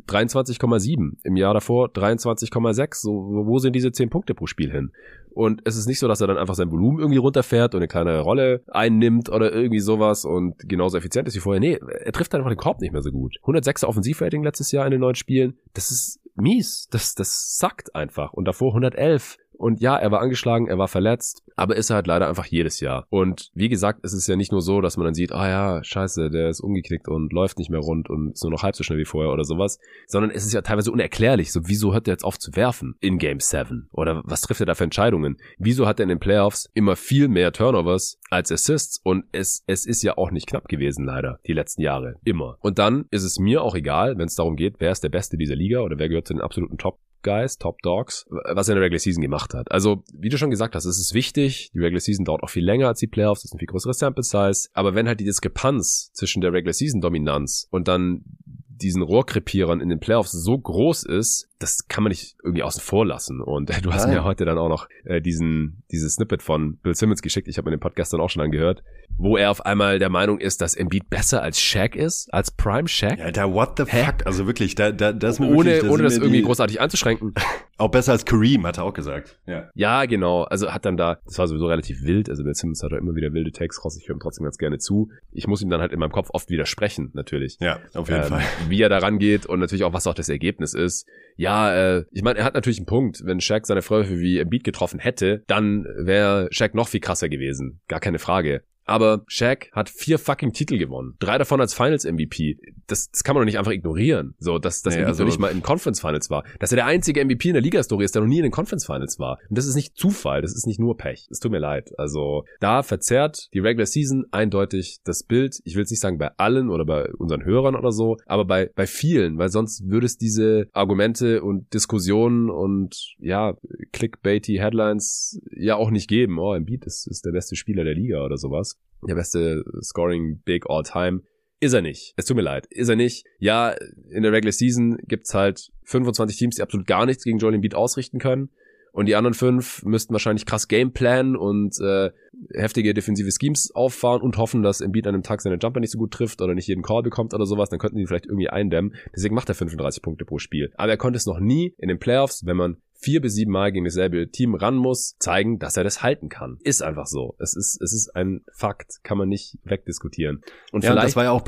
23,7. Im Jahr davor 23,6. So, wo sind diese 10 Punkte pro Spiel hin? Und es ist nicht so, dass er dann einfach sein Volumen irgendwie runterfährt und eine kleinere Rolle einnimmt oder irgendwie sowas und genauso effizient ist wie vorher. Nee, er trifft einfach den Korb nicht mehr so gut. 106er Offensivrating letztes Jahr in den 9 Spielen. Das ist mies. Das sackt einfach. Und davor 111. Und ja, er war angeschlagen, er war verletzt, aber ist er halt leider einfach jedes Jahr. Und wie gesagt, es ist ja nicht nur so, dass man dann sieht, ja, scheiße, der ist umgeknickt und läuft nicht mehr rund und ist nur noch halb so schnell wie vorher oder sowas, sondern es ist ja teilweise unerklärlich, so wieso hört er jetzt auf zu werfen in Game 7? Oder was trifft er da für Entscheidungen? Wieso hat er in den Playoffs immer viel mehr Turnovers als Assists? Und es ist ja auch nicht knapp gewesen, leider, die letzten Jahre. Immer. Und dann ist es mir auch egal, wenn es darum geht, wer ist der Beste dieser Liga oder wer gehört zu den absoluten Top-Guys, Top-Dogs, was er in der Regular Season gemacht hat. Also, wie du schon gesagt hast, es ist wichtig, die Regular Season dauert auch viel länger als die Playoffs, das ist eine viel größere Sample Size, aber wenn halt die Diskrepanz zwischen der Regular Season Dominanz und dann diesen Rohrkrepierern in den Playoffs so groß ist, das kann man nicht irgendwie außen vor lassen. Und du hast mir heute dann auch noch dieses Snippet von Bill Simmons geschickt, ich habe mir den Podcast dann auch schon angehört, wo er auf einmal der Meinung ist, dass Embiid besser als Shaq ist, als Prime Shaq. Ja, da what the fuck? Also wirklich, das mir ohne wirklich, ohne das irgendwie großartig einzuschränken. Auch besser als Kareem, hat er auch gesagt. Ja, genau. Also hat dann das war sowieso relativ wild, also Bill Simmons hat da immer wieder wilde Takes raus, ich höre ihm trotzdem ganz gerne zu. Ich muss ihm dann halt in meinem Kopf oft widersprechen, natürlich. Ja, auf jeden Fall. Wie er da rangeht und natürlich auch, was auch das Ergebnis ist. Ja, ich meine, er hat natürlich einen Punkt. Wenn Shaq seine Freiwürfe wie Embiid getroffen hätte, dann wäre Shaq noch viel krasser gewesen. Gar keine Frage. Aber Shaq hat 4 fucking Titel gewonnen. 3 davon als Finals-MVP. Das kann man doch nicht einfach ignorieren. So, dass Embiid noch nicht mal in Conference-Finals war. Dass er der einzige MVP in der Liga-Story ist, der noch nie in den Conference-Finals war. Und das ist nicht Zufall, das ist nicht nur Pech. Es tut mir leid. Also, da verzerrt die Regular Season eindeutig das Bild. Ich will jetzt nicht sagen bei allen oder bei unseren Hörern oder so, aber bei vielen, weil sonst würde es diese Argumente und Diskussionen und, ja, clickbaity Headlines ja auch nicht geben. Oh, Embiid ist der beste Spieler der Liga oder sowas. Der beste Scoring Big All Time. Ist er nicht. Es tut mir leid. Ist er nicht. Ja, in der Regular Season gibt's halt 25 Teams, die absolut gar nichts gegen Joel Embiid ausrichten können. Und die anderen 5 müssten wahrscheinlich krass Gameplanen und heftige defensive Schemes auffahren und hoffen, dass Embiid an einem Tag seine Jumper nicht so gut trifft oder nicht jeden Call bekommt oder sowas. Dann könnten die vielleicht irgendwie eindämmen. Deswegen macht er 35 Punkte pro Spiel. Aber er konnte es noch nie in den Playoffs, wenn man 4 bis 7 Mal gegen dasselbe Team ran muss, zeigen, dass er das halten kann. Ist einfach so. Es ist ein Fakt, kann man nicht wegdiskutieren. Und ja, vielleicht das war ja auch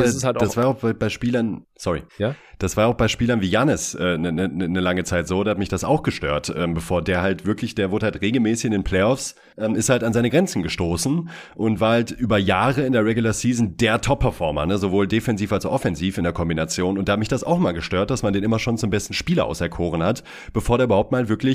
bei Spielern, ja? Das war auch bei Spielern wie Giannis eine lange Zeit so, da hat mich das auch gestört, bevor der halt wirklich, der wurde halt regelmäßig in den Playoffs, ist halt an seine Grenzen gestoßen und war halt über Jahre in der Regular Season der Top-Performer, ne, sowohl defensiv als auch offensiv in der Kombination, und da hat mich das auch mal gestört, dass man den immer schon zum besten Spieler auserkoren hat, bevor der überhaupt mal wirklich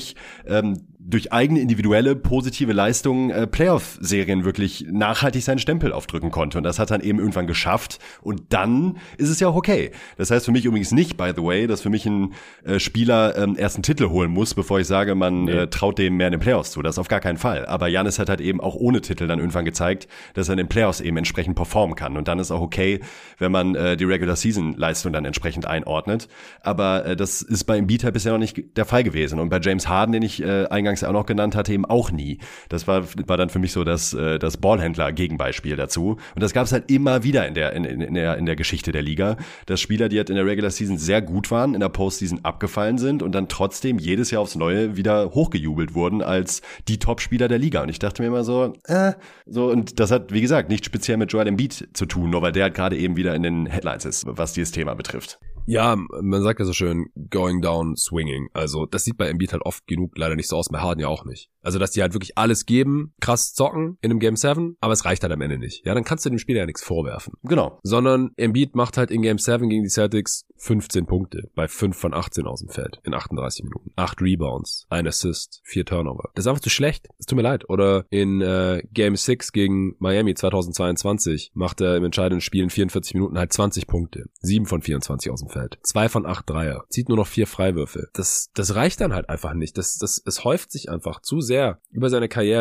durch eigene individuelle positive Leistungen Playoff-Serien wirklich nachhaltig seinen Stempel aufdrücken konnte, und das hat dann eben irgendwann geschafft, und dann ist es ja auch okay. Das heißt für mich übrigens nicht, by the way, dass für mich ein Spieler erst einen Titel holen muss, bevor ich sage, man traut dem mehr in den Playoffs zu. Das auf gar keinen Fall. Aber Giannis hat halt eben auch ohne Titel dann irgendwann gezeigt, dass er in den Playoffs eben entsprechend performen kann, und dann ist auch okay, wenn man die Regular-Season-Leistung dann entsprechend einordnet. Aber das ist bei Embiid halt bisher noch nicht der Fall gewesen, und bei James Harden, den ich eingangs auch noch genannt hatte, eben auch nie. Das war dann für mich so das Ballhändler-Gegenbeispiel dazu. Und das gab es halt immer wieder in der Geschichte der Liga, dass Spieler, die halt in der Regular Season sehr gut waren, in der Postseason abgefallen sind und dann trotzdem jedes Jahr aufs Neue wieder hochgejubelt wurden als die Top-Spieler der Liga. Und ich dachte mir immer so, und das hat, wie gesagt, nicht speziell mit Joel Embiid zu tun, nur weil der halt gerade eben wieder in den Headlines ist, was dieses Thema betrifft. Ja, man sagt ja so schön, going down, swinging. Also das sieht bei Embiid halt oft genug leider nicht so aus, bei Harden ja auch nicht. Also dass die halt wirklich alles geben, krass zocken in einem Game 7, aber es reicht halt am Ende nicht. Ja, dann kannst du dem Spieler ja nichts vorwerfen. Genau. Sondern Embiid macht halt in Game 7 gegen die Celtics 15 Punkte bei 5 von 18 aus dem Feld in 38 Minuten. 8 Rebounds, 1 Assist, 4 Turnover. Das ist einfach zu schlecht. Es tut mir leid. Oder in Game 6 gegen Miami 2022 macht er im entscheidenden Spiel in 44 Minuten halt 20 Punkte. 7 von 24 aus dem Feld. 2 von 8 Dreier. Zieht nur noch 4 Freiwürfe. Das reicht dann halt einfach nicht. Es häuft sich einfach zu sehr über seine Karriere,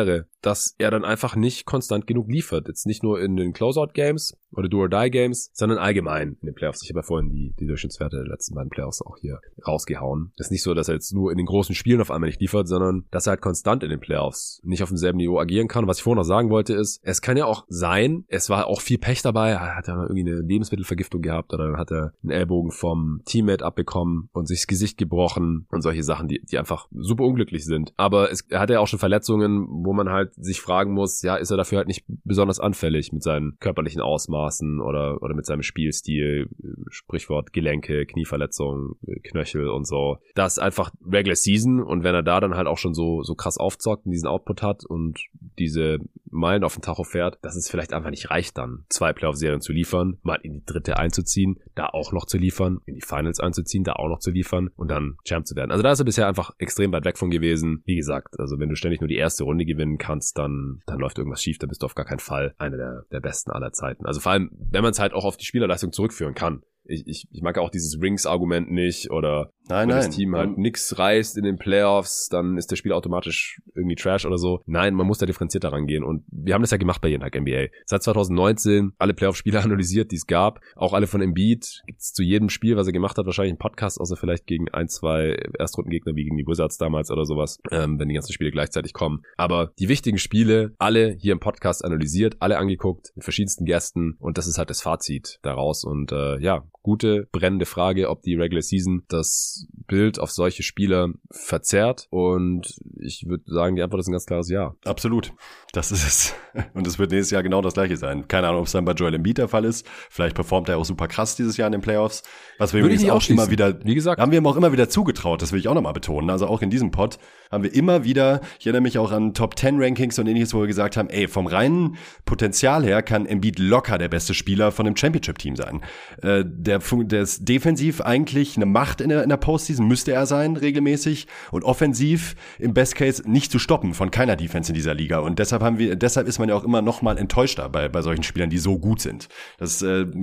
dass er dann einfach nicht konstant genug liefert. Jetzt nicht nur in den Closeout-Games oder Do-or-Die-Games, sondern allgemein in den Playoffs. Ich habe ja vorhin die Durchschnittswerte der letzten beiden Playoffs auch hier rausgehauen. Es ist nicht so, dass er jetzt nur in den großen Spielen auf einmal nicht liefert, sondern dass er halt konstant in den Playoffs nicht auf demselben Niveau agieren kann. Und was ich vorhin noch sagen wollte ist, es kann ja auch sein, es war auch viel Pech dabei, er hat ja mal irgendwie eine Lebensmittelvergiftung gehabt oder dann hat er einen Ellbogen vom Teammate abbekommen und sich das Gesicht gebrochen und solche Sachen, die einfach super unglücklich sind. Aber er hat ja auch schon Verletzungen, wo man halt sich fragen muss, ja, ist er dafür halt nicht besonders anfällig mit seinen körperlichen Ausmaßen oder mit seinem Spielstil, Sprichwort Gelenke, Knieverletzungen, Knöchel und so. Das ist einfach Regular Season und wenn er da dann halt auch schon so krass aufzockt und diesen Output hat und diese Meilen auf den Tacho fährt, dass es vielleicht einfach nicht reicht dann, 2 Playoff-Serien zu liefern, mal in die 3. einzuziehen, da auch noch zu liefern, in die Finals einzuziehen, da auch noch zu liefern und dann Champ zu werden. Also da ist er bisher einfach extrem weit weg von gewesen. Wie gesagt, also wenn du ständig nur die erste Runde gewinnen kannst, dann läuft irgendwas schief, dann bist du auf gar keinen Fall einer der besten aller Zeiten. Also vor allem, wenn man es halt auch auf die Spielerleistung zurückführen kann. Ich mag auch dieses Rings-Argument nicht oder wenn das Team halt nix reißt in den Playoffs, dann ist der Spieler automatisch irgendwie Trash oder so. Nein, man muss da differenzierter rangehen und wir haben das ja gemacht bei jeden Tag NBA. Seit 2019 alle Playoff-Spiele analysiert, die es gab, auch alle von Embiid. Gibt's zu jedem Spiel, was er gemacht hat, wahrscheinlich einen Podcast, außer vielleicht gegen 1, 2 Erstrundengegner wie gegen die Wizards damals oder sowas, wenn die ganzen Spiele gleichzeitig kommen. Aber die wichtigen Spiele, alle hier im Podcast analysiert, alle angeguckt, mit verschiedensten Gästen und das ist halt das Fazit daraus und gute, brennende Frage, ob die Regular Season das Bild auf solche Spieler verzerrt und ich würde sagen, die Antwort ist ein ganz klares Ja. Absolut, das ist es und es wird nächstes Jahr genau das gleiche sein. Keine Ahnung, ob es dann bei Joel Embiid der Fall ist, vielleicht performt er auch super krass dieses Jahr in den Playoffs, was wir übrigens auch immer wieder, wie gesagt, haben wir ihm auch immer wieder zugetraut, das will ich auch nochmal betonen, also auch in diesem Pod haben wir immer wieder, ich erinnere mich auch an Top 10 Rankings und ähnliches, wo wir gesagt haben, ey, vom reinen Potenzial her kann Embiid locker der beste Spieler von dem Championship-Team sein. Der ist defensiv eigentlich eine Macht in der Postseason, müsste er sein, regelmäßig. Und offensiv im Best Case nicht zu stoppen von keiner Defense in dieser Liga. Und deshalb ist man ja auch immer noch mal enttäuschter bei solchen Spielern, die so gut sind. Das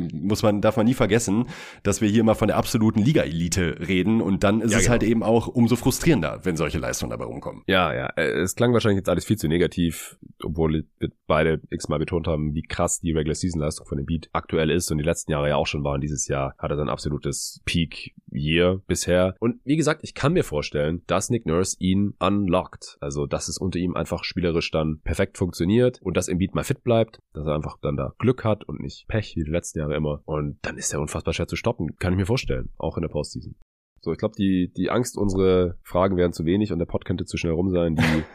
darf man nie vergessen, dass wir hier immer von der absoluten Liga-Elite reden. Und dann ist es halt eben auch umso frustrierender, wenn solche Leistungen dabei rumkommen. Ja, es klang wahrscheinlich jetzt alles viel zu negativ, obwohl wir beide x-mal betont haben, wie krass die Regular-Season-Leistung von Embiid aktuell ist und die letzten Jahre ja auch schon waren. Dieses Jahr hat er sein absolutes Peak-Year bisher. Und wie gesagt, ich kann mir vorstellen, dass Nick Nurse ihn unlockt. Also, dass es unter ihm einfach spielerisch dann perfekt funktioniert und dass Embiid mal fit bleibt, dass er einfach dann da Glück hat und nicht Pech wie die letzten Jahre immer. Und dann ist er unfassbar schwer zu stoppen. Kann ich mir vorstellen. Auch in der Postseason. So, ich glaube, die Angst, unsere Fragen wären zu wenig und der Pod könnte zu schnell rum sein,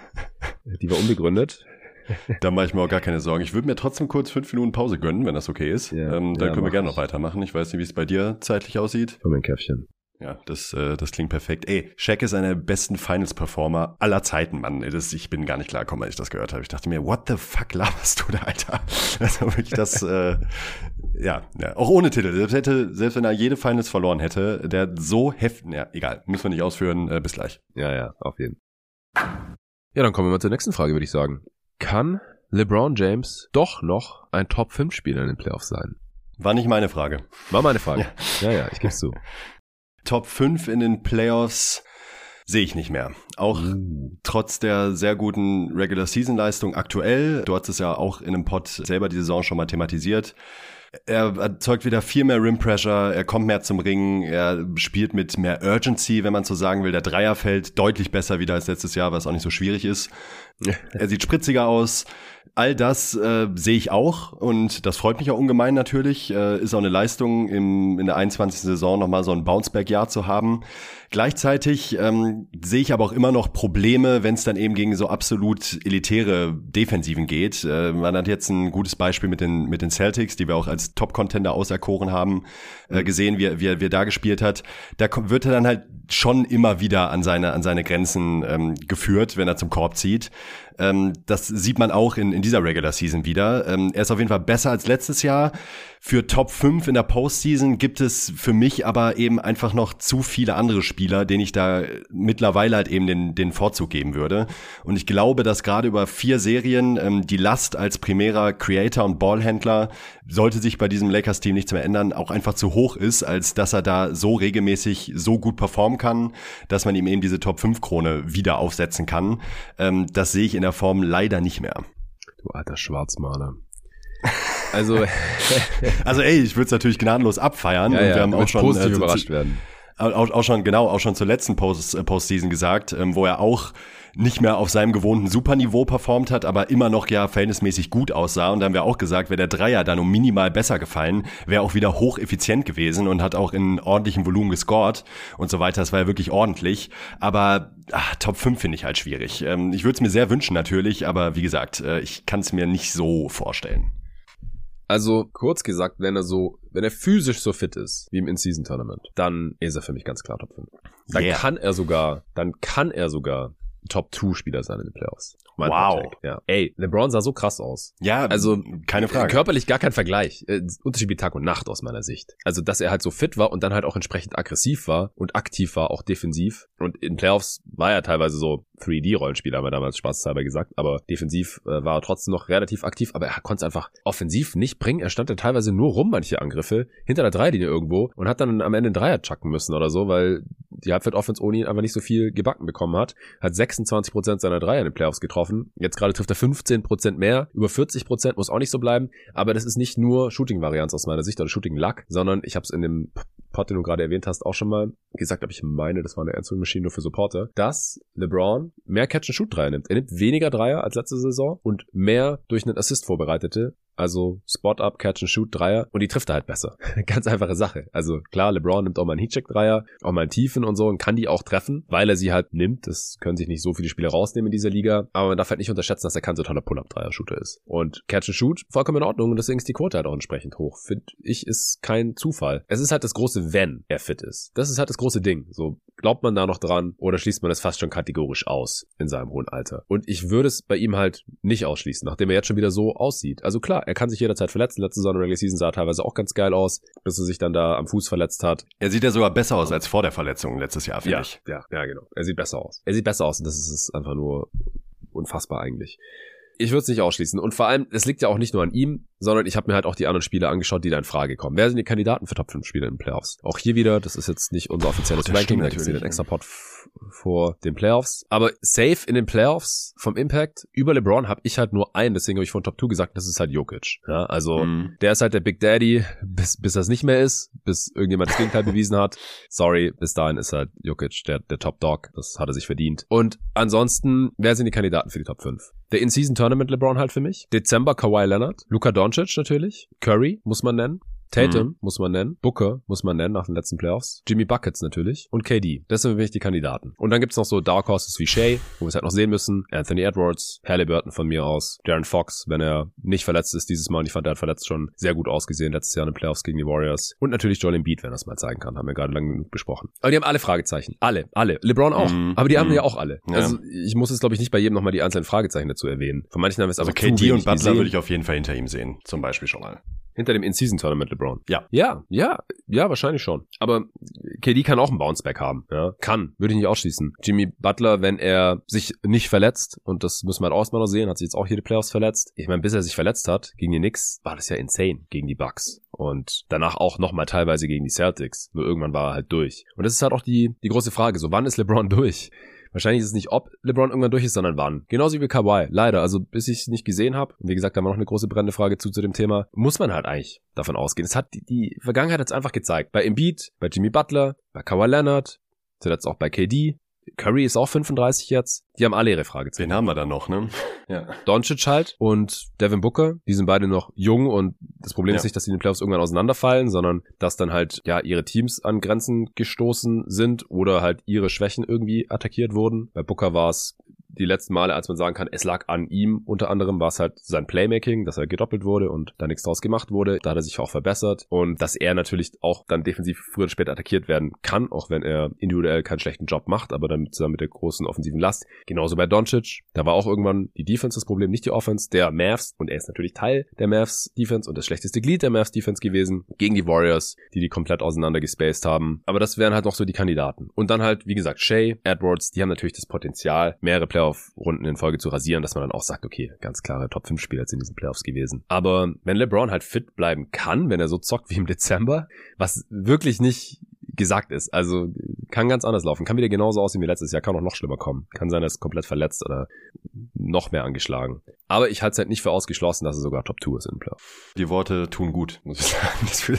die war unbegründet. Da mache ich mir auch gar keine Sorgen. Ich würde mir trotzdem kurz 5 Minuten Pause gönnen, wenn das okay ist. Dann können wir gerne noch weitermachen. Ich weiß nicht, wie es bei dir zeitlich aussieht. Für mein Käffchen. Ja, das klingt perfekt. Ey, Shaq ist einer der besten Finals-Performer aller Zeiten, Mann. Ich bin gar nicht klargekommen, als ich das gehört habe. Ich dachte mir, what the fuck laberst du da, Alter? Also wirklich das, auch ohne Titel. Selbst wenn er jede Finals verloren hätte, der so heftig, ja, egal, müssen wir nicht ausführen, bis gleich. Ja, auf jeden Fall. Ja, dann kommen wir mal zur nächsten Frage, würde ich sagen. Kann LeBron James doch noch ein Top-5-Spieler in den Playoffs sein? War nicht meine Frage. War meine Frage. Ja, ich geb's zu. Top 5 in den Playoffs sehe ich nicht mehr. Auch trotz der sehr guten Regular-Season-Leistung aktuell. Du hast es ja auch in einem Pod selber die Saison schon mal thematisiert. Er erzeugt wieder viel mehr Rim-Pressure, er kommt mehr zum Ringen, er spielt mit mehr Urgency, wenn man so sagen will. Der Dreier fällt deutlich besser wieder als letztes Jahr, was auch nicht so schwierig ist. Er sieht spritziger aus. All das sehe ich auch und das freut mich auch ungemein natürlich. Ist auch eine Leistung, in der 21. Saison nochmal so ein Bounceback-Jahr zu haben. Gleichzeitig sehe ich aber auch immer noch Probleme, wenn es dann eben gegen so absolut elitäre Defensiven geht. Man hat jetzt ein gutes Beispiel mit den Celtics, die wir auch als Top-Contender auserkoren haben, gesehen, wie er da gespielt hat. Da wird er dann halt schon immer wieder an seine Grenzen geführt, wenn er zum Korb zieht. Das sieht man auch in dieser Regular Season wieder. Er ist auf jeden Fall besser als letztes Jahr. Für Top 5 in der Postseason gibt es für mich aber eben einfach noch zu viele andere Spieler, denen ich da mittlerweile halt eben den Vorzug geben würde. Und ich glaube, dass gerade über 4 Serien die Last als primärer Creator und Ballhändler, sollte sich bei diesem Lakers-Team nichts mehr ändern, auch einfach zu hoch ist, als dass er da so regelmäßig so gut performen kann, dass man ihm eben diese Top 5-Krone wieder aufsetzen kann. Das sehe ich in der Form leider nicht mehr. Du alter Schwarzmaler. Also ey, ich würde es natürlich gnadenlos abfeiern. Ja, und wir haben auch schon positiv überrascht werden. Auch schon zur letzten Postseason gesagt, wo er auch nicht mehr auf seinem gewohnten Superniveau performt hat, aber immer noch ja verhältnismäßig gut aussah. Und da haben wir auch gesagt, wäre der Dreier dann um minimal besser gefallen, wäre auch wieder hocheffizient gewesen und hat auch in ordentlichem Volumen gescored und so weiter. Das war ja wirklich ordentlich. Aber Top 5 finde ich halt schwierig. Ich würde es mir sehr wünschen natürlich, aber wie gesagt, ich kann es mir nicht so vorstellen. Also, kurz gesagt, wenn er physisch so fit ist, wie im In-Season-Tournament, dann ist er für mich ganz klar Top 5. Dann kann er sogar Top-2-Spieler sein in den Playoffs. Wow. Ja. Ey, LeBron sah so krass aus. Ja, also keine Frage. Körperlich gar kein Vergleich. Unterschied wie Tag und Nacht aus meiner Sicht. Also, dass er halt so fit war und dann halt auch entsprechend aggressiv war und aktiv war, auch defensiv. Und in Playoffs war er teilweise so 3D-Rollenspieler, haben wir damals spaßeshalber gesagt. Aber defensiv war er trotzdem noch relativ aktiv. Aber er konnte es einfach offensiv nicht bringen. Er stand da teilweise nur rum, manche Angriffe, hinter der Dreilinie irgendwo und hat dann am Ende einen Dreier chucken müssen oder so, weil die Halbfeld-Offense ohne ihn einfach nicht so viel gebacken bekommen hat. Hat 26% seiner Dreier in den Playoffs getroffen. Jetzt gerade trifft er 15% mehr. Über 40% muss auch nicht so bleiben. Aber das ist nicht nur Shooting-Varianz aus meiner Sicht oder Shooting-Luck, sondern ich habe es in dem Pod, den du gerade erwähnt hast, auch schon mal gesagt, aber ich meine, das war eine Answering Machine nur für Supporter, dass LeBron mehr Catch-and-Shoot-Dreier nimmt. Er nimmt weniger Dreier als letzte Saison und mehr durch einen Assist vorbereitete. Also Spot-Up, Catch-and-Shoot-Dreier und die trifft er halt besser. Ganz einfache Sache. Also klar, LeBron nimmt auch mal einen Heatcheck-Dreier, auch mal einen Tiefen und so und kann die auch treffen, weil er sie halt nimmt. Das können sich nicht so viele Spieler rausnehmen in dieser Liga, aber man darf halt nicht unterschätzen, dass er kein so toller Pull-Up-Dreier-Shooter ist. Und Catch-and-Shoot, vollkommen in Ordnung und deswegen ist die Quote halt auch entsprechend hoch. Finde ich, ist kein Zufall. Es ist halt das große Wenn er fit ist. Das ist halt das große Ding. So, glaubt man da noch dran oder schließt man das fast schon kategorisch aus in seinem hohen Alter? Und ich würde es bei ihm halt nicht ausschließen, nachdem er jetzt schon wieder so aussieht. Also klar, er kann sich jederzeit verletzen. Letzte Saison Regular Season sah teilweise auch ganz geil aus, bis er sich dann da am Fuß verletzt hat. Er sieht ja sogar besser aus als vor der Verletzung letztes Jahr, finde ich. Ja, genau. Er sieht besser aus. Und das ist einfach nur unfassbar eigentlich. Ich würde es nicht ausschließen. Und vor allem, es liegt ja auch nicht nur an ihm, sondern ich habe mir halt auch die anderen Spieler angeschaut, die da in Frage kommen. Wer sind die Kandidaten für Top 5 Spieler in den Playoffs? Auch hier wieder, das ist jetzt nicht unser offizielles Ranking, da gibt es den extra Pot vor den Playoffs. Aber safe in den Playoffs vom Impact über LeBron habe ich halt nur einen, deswegen habe ich von Top 2 gesagt, das ist halt Jokic. Ja, also der ist halt der Big Daddy, bis das nicht mehr ist, bis irgendjemand das Gegenteil bewiesen hat. Sorry, bis dahin ist halt Jokic der Top Dog, das hat er sich verdient. Und ansonsten, wer sind die Kandidaten für die Top 5? Der In-Season-Tournament LeBron halt für mich. Dezember Kawhi Leonard. Luka Doncic natürlich. Curry muss man nennen. Tatum muss man nennen. Booker muss man nennen nach den letzten Playoffs. Jimmy Buckets natürlich. Und KD. Das sind für mich die Kandidaten. Und dann gibt's noch so Dark Horses wie Shea, wo wir es halt noch sehen müssen. Anthony Edwards. Halliburton von mir aus. De'Aaron Fox, wenn er nicht verletzt ist dieses Mal. Und ich fand, er hat verletzt schon sehr gut ausgesehen letztes Jahr in den Playoffs gegen die Warriors. Und natürlich Joel Embiid, wenn er es mal zeigen kann. Haben wir gerade lange genug besprochen. Aber die haben alle Fragezeichen. Alle. LeBron auch. Aber die haben wir ja auch alle. Ja. Also ich muss jetzt, glaube ich, nicht bei jedem nochmal die einzelnen Fragezeichen dazu erwähnen. Von manchen haben wir es also KD und Butler würde ich auf jeden Fall hinter ihm sehen. Zum Beispiel schon mal. Hinter dem In-Season-Tournament LeBron. Ja, wahrscheinlich schon. Aber KD kann auch einen Bounceback haben. Ja, würde ich nicht ausschließen. Jimmy Butler, wenn er sich nicht verletzt, und das müssen wir halt auch mal noch sehen, hat sich jetzt auch jede Playoffs verletzt. Ich meine, bis er sich verletzt hat, gegen die Knicks, war das ja insane gegen die Bucks. Und danach auch nochmal teilweise gegen die Celtics. Nur irgendwann war er halt durch. Und das ist halt auch die große Frage. So, wann ist LeBron durch? Wahrscheinlich ist es nicht, ob LeBron irgendwann durch ist, sondern wann. Genauso wie Kawhi. Leider. Also bis ich es nicht gesehen habe, wie gesagt, da war noch eine große brennende Frage zu dem Thema, muss man halt eigentlich davon ausgehen. Es hat die Vergangenheit jetzt einfach gezeigt. Bei Embiid, bei Jimmy Butler, bei Kawhi Leonard, zuletzt auch bei KD. Curry ist auch 35 jetzt. Die haben alle ihre Fragezeichen. Den haben wir dann noch, ne? Ja. Doncic halt und Devin Booker, die sind beide noch jung und das Problem ist nicht, dass die in den Playoffs irgendwann auseinanderfallen, sondern dass dann halt, ja, ihre Teams an Grenzen gestoßen sind oder halt ihre Schwächen irgendwie attackiert wurden. Bei Booker war es die letzten Male, als man sagen kann, es lag an ihm, unter anderem war es halt sein Playmaking, dass er gedoppelt wurde und da nichts draus gemacht wurde. Da hat er sich auch verbessert und dass er natürlich auch dann defensiv früher oder später attackiert werden kann, auch wenn er individuell keinen schlechten Job macht, aber dann zusammen mit der großen offensiven Last. Genauso bei Doncic, da war auch irgendwann die Defense das Problem, nicht die Offense der Mavs und er ist natürlich Teil der Mavs Defense und das schlechteste Glied der Mavs Defense gewesen gegen die Warriors, die komplett auseinander gespaced haben. Aber das wären halt noch so die Kandidaten. Und dann halt, wie gesagt, Shea, Edwards, die haben natürlich das Potenzial, mehrere Playoff-Runden in Folge zu rasieren, dass man dann auch sagt, okay, ganz klare Top-5-Spieler jetzt in diesen Playoffs gewesen. Aber wenn LeBron halt fit bleiben kann, wenn er so zockt wie im Dezember, was wirklich nicht gesagt ist. Also kann ganz anders laufen. Kann wieder genauso aussehen wie letztes Jahr. Kann auch noch schlimmer kommen. Kann sein, er ist komplett verletzt oder noch mehr angeschlagen. Aber ich halte es halt nicht für ausgeschlossen, dass er sogar Top 2 ist im Playoff. Die Worte tun gut, muss ich sagen.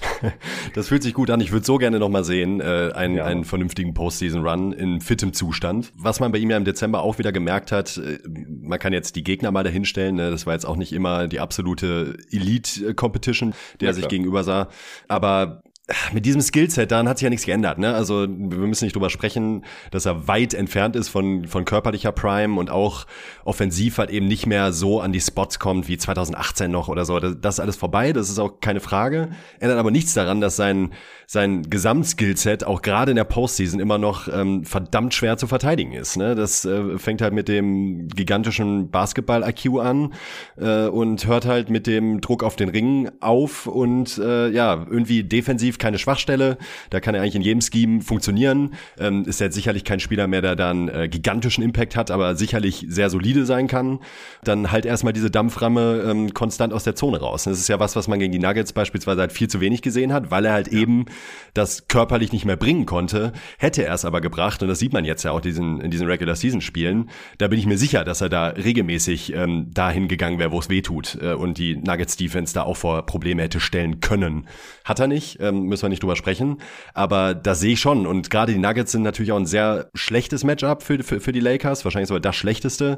Das fühlt sich gut an. Ich würde so gerne nochmal sehen, einen vernünftigen Postseason-Run in fittem Zustand. Was man bei ihm ja im Dezember auch wieder gemerkt hat, man kann jetzt die Gegner mal dahinstellen, ne? Das war jetzt auch nicht immer die absolute Elite-Competition, der er sich gegenüber sah. Aber mit diesem Skillset, daran hat sich ja nichts geändert, ne? Also wir müssen nicht drüber sprechen, dass er weit entfernt ist von körperlicher Prime und auch offensiv halt eben nicht mehr so an die Spots kommt wie 2018 noch oder so. Das ist alles vorbei, das ist auch keine Frage. Ändert aber nichts daran, dass sein Gesamtskillset auch gerade in der Postseason immer noch verdammt schwer zu verteidigen ist, ne? Das fängt halt mit dem gigantischen Basketball-IQ an und hört halt mit dem Druck auf den Ring auf und irgendwie defensiv keine Schwachstelle, da kann er eigentlich in jedem Scheme funktionieren, ist jetzt sicherlich kein Spieler mehr, der dann gigantischen Impact hat, aber sicherlich sehr solide sein kann, dann halt erstmal diese Dampframme konstant aus der Zone raus. Das ist ja was man gegen die Nuggets beispielsweise halt viel zu wenig gesehen hat, weil er halt eben das körperlich nicht mehr bringen konnte, hätte er es aber gebracht und das sieht man jetzt ja auch in diesen Regular-Season-Spielen, da bin ich mir sicher, dass er da regelmäßig dahin gegangen wäre, wo es weh tut und die Nuggets-Defense da auch vor Probleme hätte stellen können. Hat er nicht, müssen wir nicht drüber sprechen, aber das sehe ich schon und gerade die Nuggets sind natürlich auch ein sehr schlechtes Matchup für die Lakers, wahrscheinlich sogar das schlechteste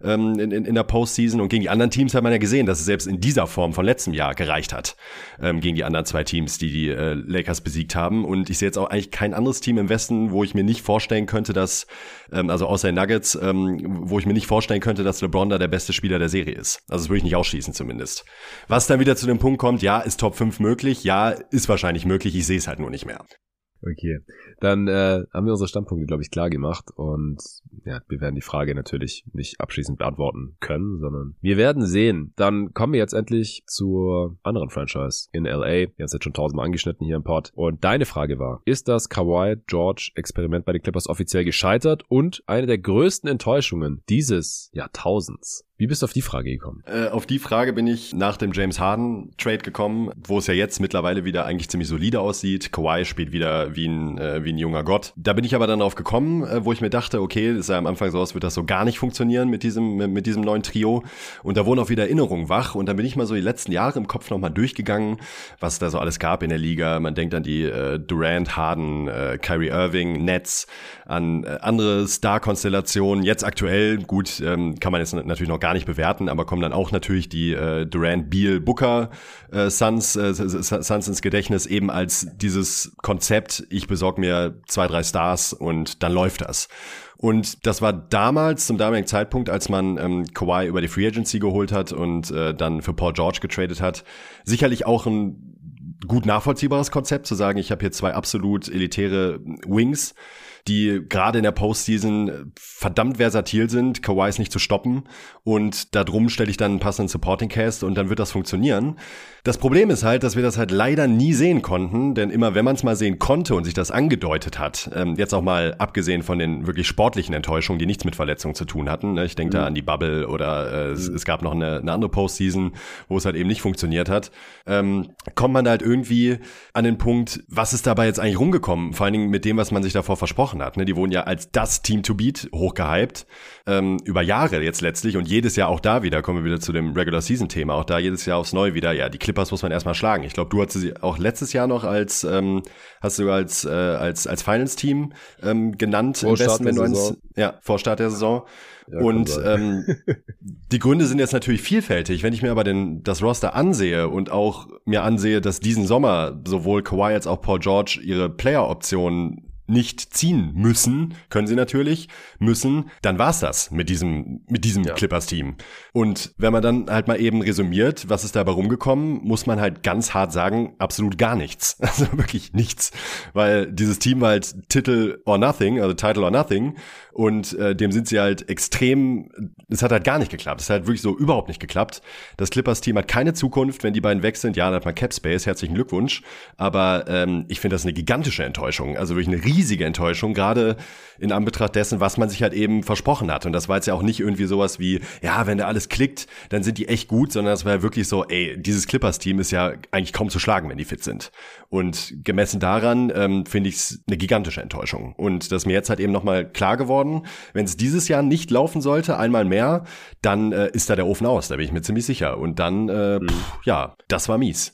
in der Postseason und gegen die anderen Teams hat man ja gesehen, dass es selbst in dieser Form von letztem Jahr gereicht hat, gegen die anderen zwei Teams, die Lakers besiegt haben und ich sehe jetzt auch eigentlich kein anderes Team im Westen, wo ich mir nicht vorstellen könnte, dass, also außer den Nuggets, wo ich mir nicht vorstellen könnte, dass LeBron da der beste Spieler der Serie ist. Also das würde ich nicht ausschließen zumindest. Was dann wieder zu dem Punkt kommt, ja, ist Top 5 möglich, ja, ist wahrscheinlich möglich, ich sehe es halt nur nicht mehr. Okay, dann haben wir unsere Standpunkte, glaube ich, klar gemacht und ja, wir werden die Frage natürlich nicht abschließend beantworten können, sondern wir werden sehen. Dann kommen wir jetzt endlich zur anderen Franchise in LA. Wir haben es jetzt schon 1000-mal angeschnitten hier im Pod. Und deine Frage war, ist das Kawhi-George-Experiment bei den Clippers offiziell gescheitert und eine der größten Enttäuschungen dieses Jahrtausends? Wie bist du auf die Frage gekommen? Auf die Frage bin ich nach dem James Harden-Trade gekommen, wo es ja jetzt mittlerweile wieder eigentlich ziemlich solide aussieht. Kawhi spielt wieder wie ein junger Gott. Da bin ich aber dann drauf gekommen, wo ich mir dachte, okay, es sah am Anfang so aus, wird das so gar nicht funktionieren mit diesem neuen Trio. Und da wurden auch wieder Erinnerungen wach. Und dann bin ich mal so die letzten Jahre im Kopf nochmal durchgegangen, was da so alles gab in der Liga. Man denkt an die Durant, Harden, Kyrie Irving, Nets, an andere Star-Konstellationen. Jetzt aktuell, gut, kann man jetzt natürlich noch gar nicht bewerten, aber kommen dann auch natürlich die Durant, Beal, Booker Suns ins Gedächtnis, eben als dieses Konzept, ich besorge mir 2, 3 Stars und dann läuft das. Und das war damals, zum damaligen Zeitpunkt, als man Kawhi über die Free Agency geholt hat und dann für Paul George getradet hat, sicherlich auch ein gut nachvollziehbares Konzept, zu sagen, ich habe hier 2 absolut elitäre Wings, die gerade in der Postseason verdammt versatil sind. Kawhi ist nicht zu stoppen und da drum stelle ich dann einen passenden Supporting Cast und dann wird das funktionieren. Das Problem ist halt, dass wir das halt leider nie sehen konnten, denn immer wenn man es mal sehen konnte und sich das angedeutet hat, jetzt auch mal abgesehen von den wirklich sportlichen Enttäuschungen, die nichts mit Verletzungen zu tun hatten, ne? Ich denke da an die Bubble oder es gab noch eine andere Postseason, wo es halt eben nicht funktioniert hat, kommt man halt irgendwie an den Punkt, was ist dabei jetzt eigentlich rumgekommen, vor allen Dingen mit dem, was man sich davor versprochen hat. Ne? Die wurden ja als das Team to beat hochgehypt, über Jahre jetzt letztlich und jedes Jahr auch da wieder, kommen wir wieder zu dem Regular-Season-Thema, auch da jedes Jahr aufs Neue wieder, ja, die Clippers muss man erstmal schlagen. Ich glaube, du hast sie auch letztes Jahr noch als Finals-Team genannt. Vor Start der Saison. Vor Start der Saison. Ja, und die Gründe sind jetzt natürlich vielfältig. Wenn ich mir aber das Roster ansehe und auch mir ansehe, dass diesen Sommer sowohl Kawhi als auch Paul George ihre Player-Optionen nicht ziehen müssen, können sie natürlich, dann war's das mit diesem Clippers-Team. Und wenn man dann halt mal eben resümiert, was ist dabei rumgekommen, muss man halt ganz hart sagen, absolut gar nichts. Also wirklich nichts. Weil dieses Team war halt Title or Nothing und dem sind sie halt extrem, es hat halt gar nicht geklappt. Es hat halt wirklich so überhaupt nicht geklappt. Das Clippers-Team hat keine Zukunft, wenn die beiden weg sind. Ja, dann hat man Cap Space, herzlichen Glückwunsch. Aber ich finde das eine gigantische Enttäuschung. Also wirklich eine riesige Enttäuschung, gerade in Anbetracht dessen, was man sich halt eben versprochen hat. Und das war jetzt ja auch nicht irgendwie sowas wie, ja, wenn da alles klickt, dann sind die echt gut, sondern das war ja wirklich so, dieses Clippers-Team ist ja eigentlich kaum zu schlagen, wenn die fit sind. Und gemessen daran finde ich es eine gigantische Enttäuschung. Und das ist mir jetzt halt eben nochmal klar geworden, wenn es dieses Jahr nicht laufen sollte, einmal mehr, dann ist da der Ofen aus, da bin ich mir ziemlich sicher. Und dann, das war mies.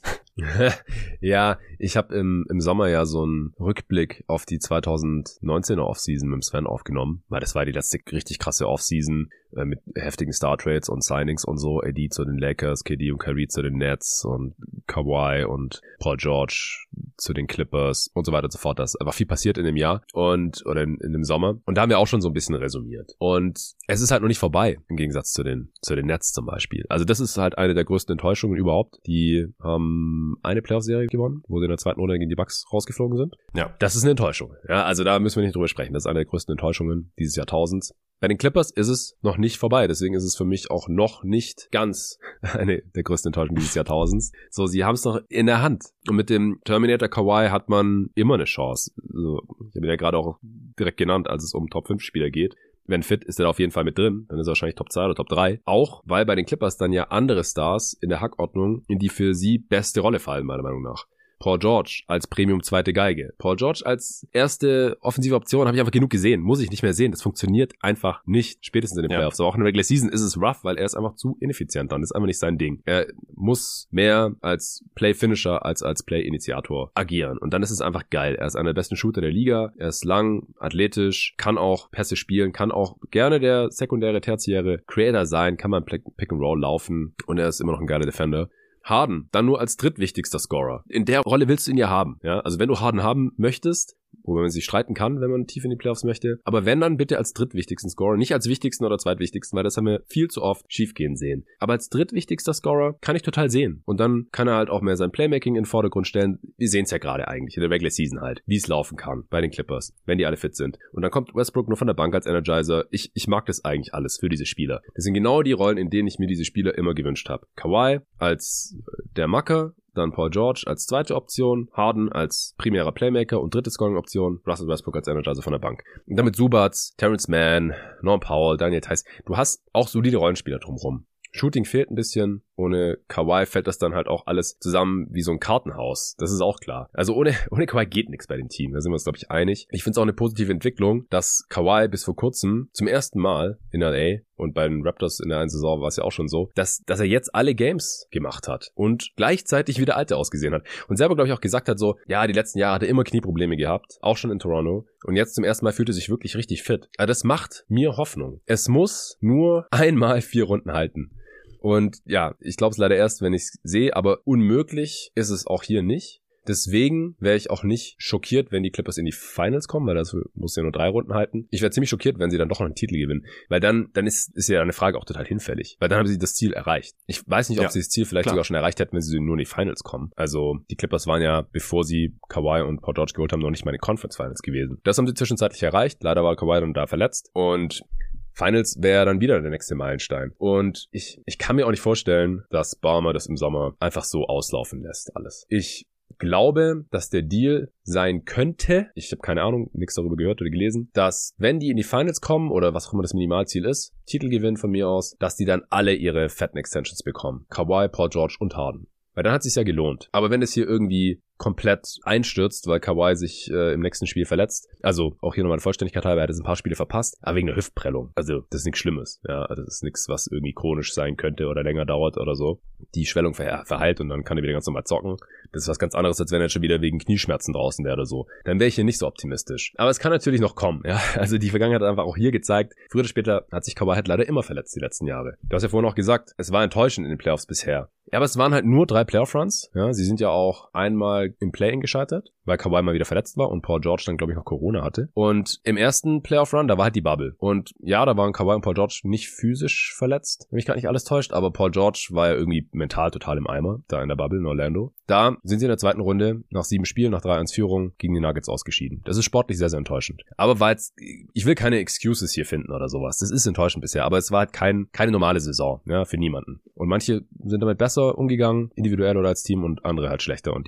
Ja, ich habe im Sommer ja so einen Rückblick auf die 2019er Offseason mit dem Sven aufgenommen, weil das war die letzte richtig krasse Offseason mit heftigen Star-Trades und Signings und so. AD zu den Lakers, KD und Kyrie zu den Nets und Kawhi und Paul George zu den Clippers und so weiter und so fort. Da ist einfach viel passiert in dem Jahr oder in dem Sommer. Und da haben wir auch schon so ein bisschen resümiert. Und es ist halt noch nicht vorbei, im Gegensatz zu den Nets zum Beispiel. Also das ist halt eine der größten Enttäuschungen überhaupt. Die haben eine Playoff-Serie gewonnen, wo sie in der zweiten Runde gegen die Bucks rausgeflogen sind. Ja. Das ist eine Enttäuschung. Ja, also da müssen wir nicht drüber sprechen. Das ist eine der größten Enttäuschungen dieses Jahrtausends. Bei den Clippers ist es noch nicht vorbei. Deswegen ist es für mich auch noch nicht ganz eine der größten Enttäuschungen dieses Jahrtausends. So, sie haben es noch in der Hand. Und mit dem Terminator Kawhi hat man immer eine Chance. Also, ich habe ihn ja gerade auch direkt genannt, als es um Top-5-Spieler geht. Wenn fit, ist er da auf jeden Fall mit drin. Dann ist er wahrscheinlich Top 2 oder Top 3. Auch, weil bei den Clippers dann ja andere Stars in der Hackordnung in die für sie beste Rolle fallen, meiner Meinung nach. Paul George als Premium zweite Geige. Paul George als erste offensive Option habe ich einfach genug gesehen. Muss ich nicht mehr sehen. Das funktioniert einfach nicht. Spätestens in den Playoffs. Aber auch in der Regular Season ist es rough, weil er ist einfach zu ineffizient dann. Das ist einfach nicht sein Ding. Er muss mehr als Play-Finisher als Play-Initiator agieren. Und dann ist es einfach geil. Er ist einer der besten Shooter der Liga. Er ist lang, athletisch, kann auch Pässe spielen, kann auch gerne der sekundäre, tertiäre Creator sein, kann man Pick and Roll laufen und er ist immer noch ein geiler Defender. Harden, dann nur als drittwichtigster Scorer. In der Rolle willst du ihn ja haben, ja? Also wenn du Harden haben möchtest, wo man sich streiten kann, wenn man tief in die Playoffs möchte, aber wenn, dann bitte als drittwichtigsten Scorer, nicht als wichtigsten oder zweitwichtigsten, weil das haben wir viel zu oft schiefgehen sehen. Aber als drittwichtigster Scorer kann ich total sehen. Und dann kann er halt auch mehr sein Playmaking in den Vordergrund stellen. Wir sehen es ja gerade eigentlich, in der Regular Season halt, wie es laufen kann bei den Clippers, wenn die alle fit sind. Und dann kommt Westbrook nur von der Bank als Energizer. Ich mag das eigentlich alles für diese Spieler. Das sind genau die Rollen, in denen ich mir diese Spieler immer gewünscht habe. Kawhi als der Macker, dann Paul George als zweite Option, Harden als primärer Playmaker und dritte Scoring-Option, Russell Westbrook als Energizer von der Bank. Und damit Zubac, Terrence Mann, Norm Powell, Daniel Theis. Du hast auch solide Rollenspieler drumherum. Shooting fehlt ein bisschen. Ohne Kawhi fällt das dann halt auch alles zusammen wie so ein Kartenhaus. Das ist auch klar. Also ohne Kawhi geht nichts bei dem Team. Da sind wir uns, glaube ich, einig. Ich finde es auch eine positive Entwicklung, dass Kawhi bis vor kurzem zum ersten Mal in LA und bei den Raptors in der einen Saison war es ja auch schon so, dass er jetzt alle Games gemacht hat und gleichzeitig wie der Alte ausgesehen hat. Und selber, glaube ich, auch gesagt hat so, ja, die letzten Jahre hat er immer Knieprobleme gehabt. Auch schon in Toronto. Und jetzt zum ersten Mal fühlt er sich wirklich richtig fit. Aber das macht mir Hoffnung. Es muss nur einmal 4 Runden halten. Und ja, ich glaube es leider erst, wenn ich es sehe, aber unmöglich ist es auch hier nicht. Deswegen wäre ich auch nicht schockiert, wenn die Clippers in die Finals kommen, weil das muss ja nur 3 Runden halten. Ich wäre ziemlich schockiert, wenn sie dann doch noch einen Titel gewinnen, weil dann ist ja eine Frage auch total hinfällig, weil dann haben sie das Ziel erreicht. Ich weiß nicht, ob sie das Ziel vielleicht sogar schon erreicht hätten, wenn sie nur in die Finals kommen. Also die Clippers waren ja, bevor sie Kawhi und Paul George geholt haben, noch nicht mal in den Conference Finals gewesen. Das haben sie zwischenzeitlich erreicht. Leider war Kawhi dann da verletzt und Finals wäre dann wieder der nächste Meilenstein. Und ich kann mir auch nicht vorstellen, dass Ballmer das im Sommer einfach so auslaufen lässt, alles. Ich glaube, dass der Deal sein könnte, ich habe keine Ahnung, nichts darüber gehört oder gelesen, dass wenn die in die Finals kommen oder was auch immer das Minimalziel ist, Titelgewinn von mir aus, dass die dann alle ihre fetten Extensions bekommen. Kawhi, Paul George und Harden. Weil dann hat es sich ja gelohnt. Aber wenn es hier irgendwie komplett einstürzt, weil Kawhi sich im nächsten Spiel verletzt, also auch hier nochmal eine Vollständigkeit halber, er hat jetzt ein paar Spiele verpasst, aber wegen einer Hüftprellung. Also das ist nichts Schlimmes. Ja, das ist nichts, was irgendwie chronisch sein könnte oder länger dauert oder so. Die Schwellung verheilt und dann kann er wieder ganz normal zocken. Das ist was ganz anderes, als wenn er schon wieder wegen Knieschmerzen draußen wäre oder so. Dann wäre ich hier nicht so optimistisch. Aber es kann natürlich noch kommen. Ja, also die Vergangenheit hat einfach auch hier gezeigt, früher oder später hat sich Kawhi halt leider immer verletzt die letzten Jahre. Du hast ja vorhin auch gesagt, es war enttäuschend in den Playoffs bisher. Ja, aber es waren halt nur 3 Playoff-Runs. Ja, sie sind ja auch einmal im Play-In gescheitert, weil Kawhi mal wieder verletzt war und Paul George dann, glaube ich, noch Corona hatte. Und im ersten Playoff-Run, da war halt die Bubble. Und ja, da waren Kawhi und Paul George nicht physisch verletzt, wenn mich gerade nicht alles täuscht, aber Paul George war ja irgendwie mental total im Eimer, da in der Bubble in Orlando. Da sind sie in der zweiten Runde nach 7 Spielen, nach 3-1-Führung gegen die Nuggets ausgeschieden. Das ist sportlich sehr, sehr enttäuschend. Aber war jetzt, ich will keine Excuses hier finden oder sowas. Das ist enttäuschend bisher, aber es war halt keine normale Saison, ja, für niemanden. Und manche sind damit besser umgegangen, individuell oder als Team, und andere halt schlechter. Und die Clippers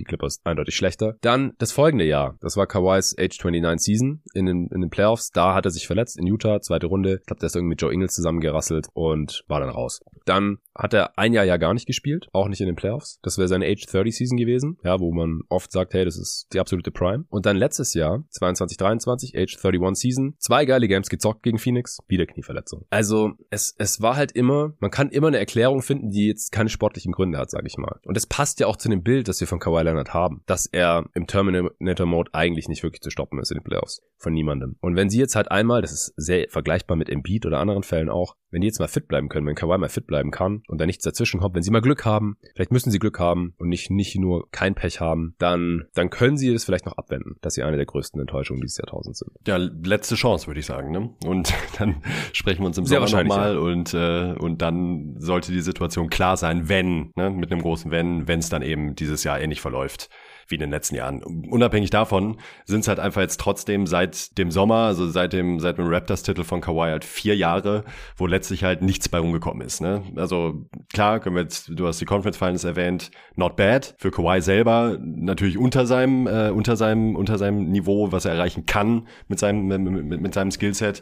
eindeutig schlechter. Dann das folgende Jahr, das war Kawhis Age 29 Season in den Playoffs. Da hat er sich verletzt in Utah, zweite Runde. Ich glaube, der ist irgendwie mit Joe Ingles zusammengerasselt und war dann raus. Dann hat er ein Jahr ja gar nicht gespielt, auch nicht in den Playoffs. Das wäre seine Age 30 Season gewesen, ja, wo man oft sagt, hey, das ist die absolute Prime. Und dann letztes Jahr, 22, 23, Age 31 Season, 2 geile Games gezockt gegen Phoenix, wieder Knieverletzung. Also es war halt immer, man kann immer eine Erklärung finden, die jetzt keine sportlichen Gründe hat, sage ich mal. Und es passt ja auch zu dem Bild, das wir von Kawhi Leonard haben, dass er im Terminator-Mode eigentlich nicht wirklich zu stoppen ist in den Playoffs. Von niemandem. Und wenn sie jetzt halt einmal, das ist sehr vergleichbar mit Embiid oder anderen Fällen auch, wenn die jetzt mal fit bleiben können, wenn Kawhi mal fit bleiben kann und da nichts dazwischen kommt, wenn sie mal Glück haben, vielleicht müssen sie Glück haben und nicht nur kein Pech haben, dann können sie das vielleicht noch abwenden, dass sie eine der größten Enttäuschungen dieses Jahrtausends sind. Ja, letzte Chance, würde ich sagen, ne? Und dann sprechen wir uns im Sommer nochmal, ja. Und dann sollte die Situation klar sein, wenn, ne, mit einem großen wenn es dann eben dieses Jahr ähnlich verläuft wie in den letzten Jahren. Unabhängig davon sind es halt einfach jetzt trotzdem seit dem Sommer, also seit dem Raptors-Titel von Kawhi halt 4 Jahre, wo letztlich halt nichts bei rumgekommen ist, ne? Also klar, können wir jetzt, du hast die Conference Finals erwähnt, not bad. Für Kawhi selber natürlich unter seinem Niveau, was er erreichen kann mit seinem Skillset.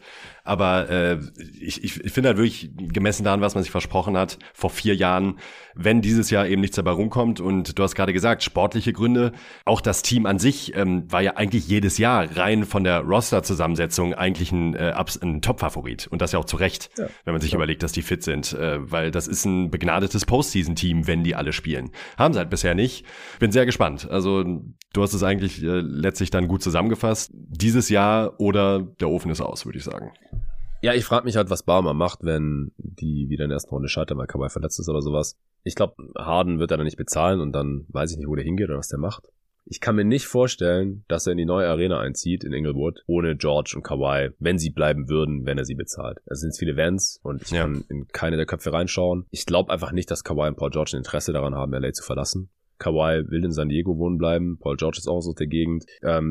Aber ich finde halt wirklich, gemessen daran, was man sich versprochen hat, vor 4 Jahren, wenn dieses Jahr eben nichts dabei rumkommt, und du hast gerade gesagt, sportliche Gründe, auch das Team an sich war ja eigentlich jedes Jahr rein von der Roster-Zusammensetzung eigentlich ein Top-Favorit. Und das ja auch zu Recht, ja, wenn man sich überlegt, dass die fit sind. Weil das ist ein begnadetes Postseason-Team, wenn die alle spielen. Haben sie halt bisher nicht. Bin sehr gespannt. Also du hast es eigentlich letztlich dann gut zusammengefasst. Dieses Jahr oder der Ofen ist aus, würde ich sagen. Ja, ich frage mich halt, was Baumer macht, wenn die wieder in der ersten Runde scheitern, weil Kawhi verletzt ist oder sowas. Ich glaube, Harden wird er dann nicht bezahlen und dann weiß ich nicht, wo der hingeht oder was der macht. Ich kann mir nicht vorstellen, dass er in die neue Arena einzieht in Inglewood, ohne George und Kawhi, wenn sie bleiben würden, wenn er sie bezahlt. Es sind viele Vans und ich kann in keine der Köpfe reinschauen. Ich glaube einfach nicht, dass Kawhi und Paul George ein Interesse daran haben, LA zu verlassen. Kawhi will in San Diego wohnen bleiben, Paul George ist auch so aus der Gegend.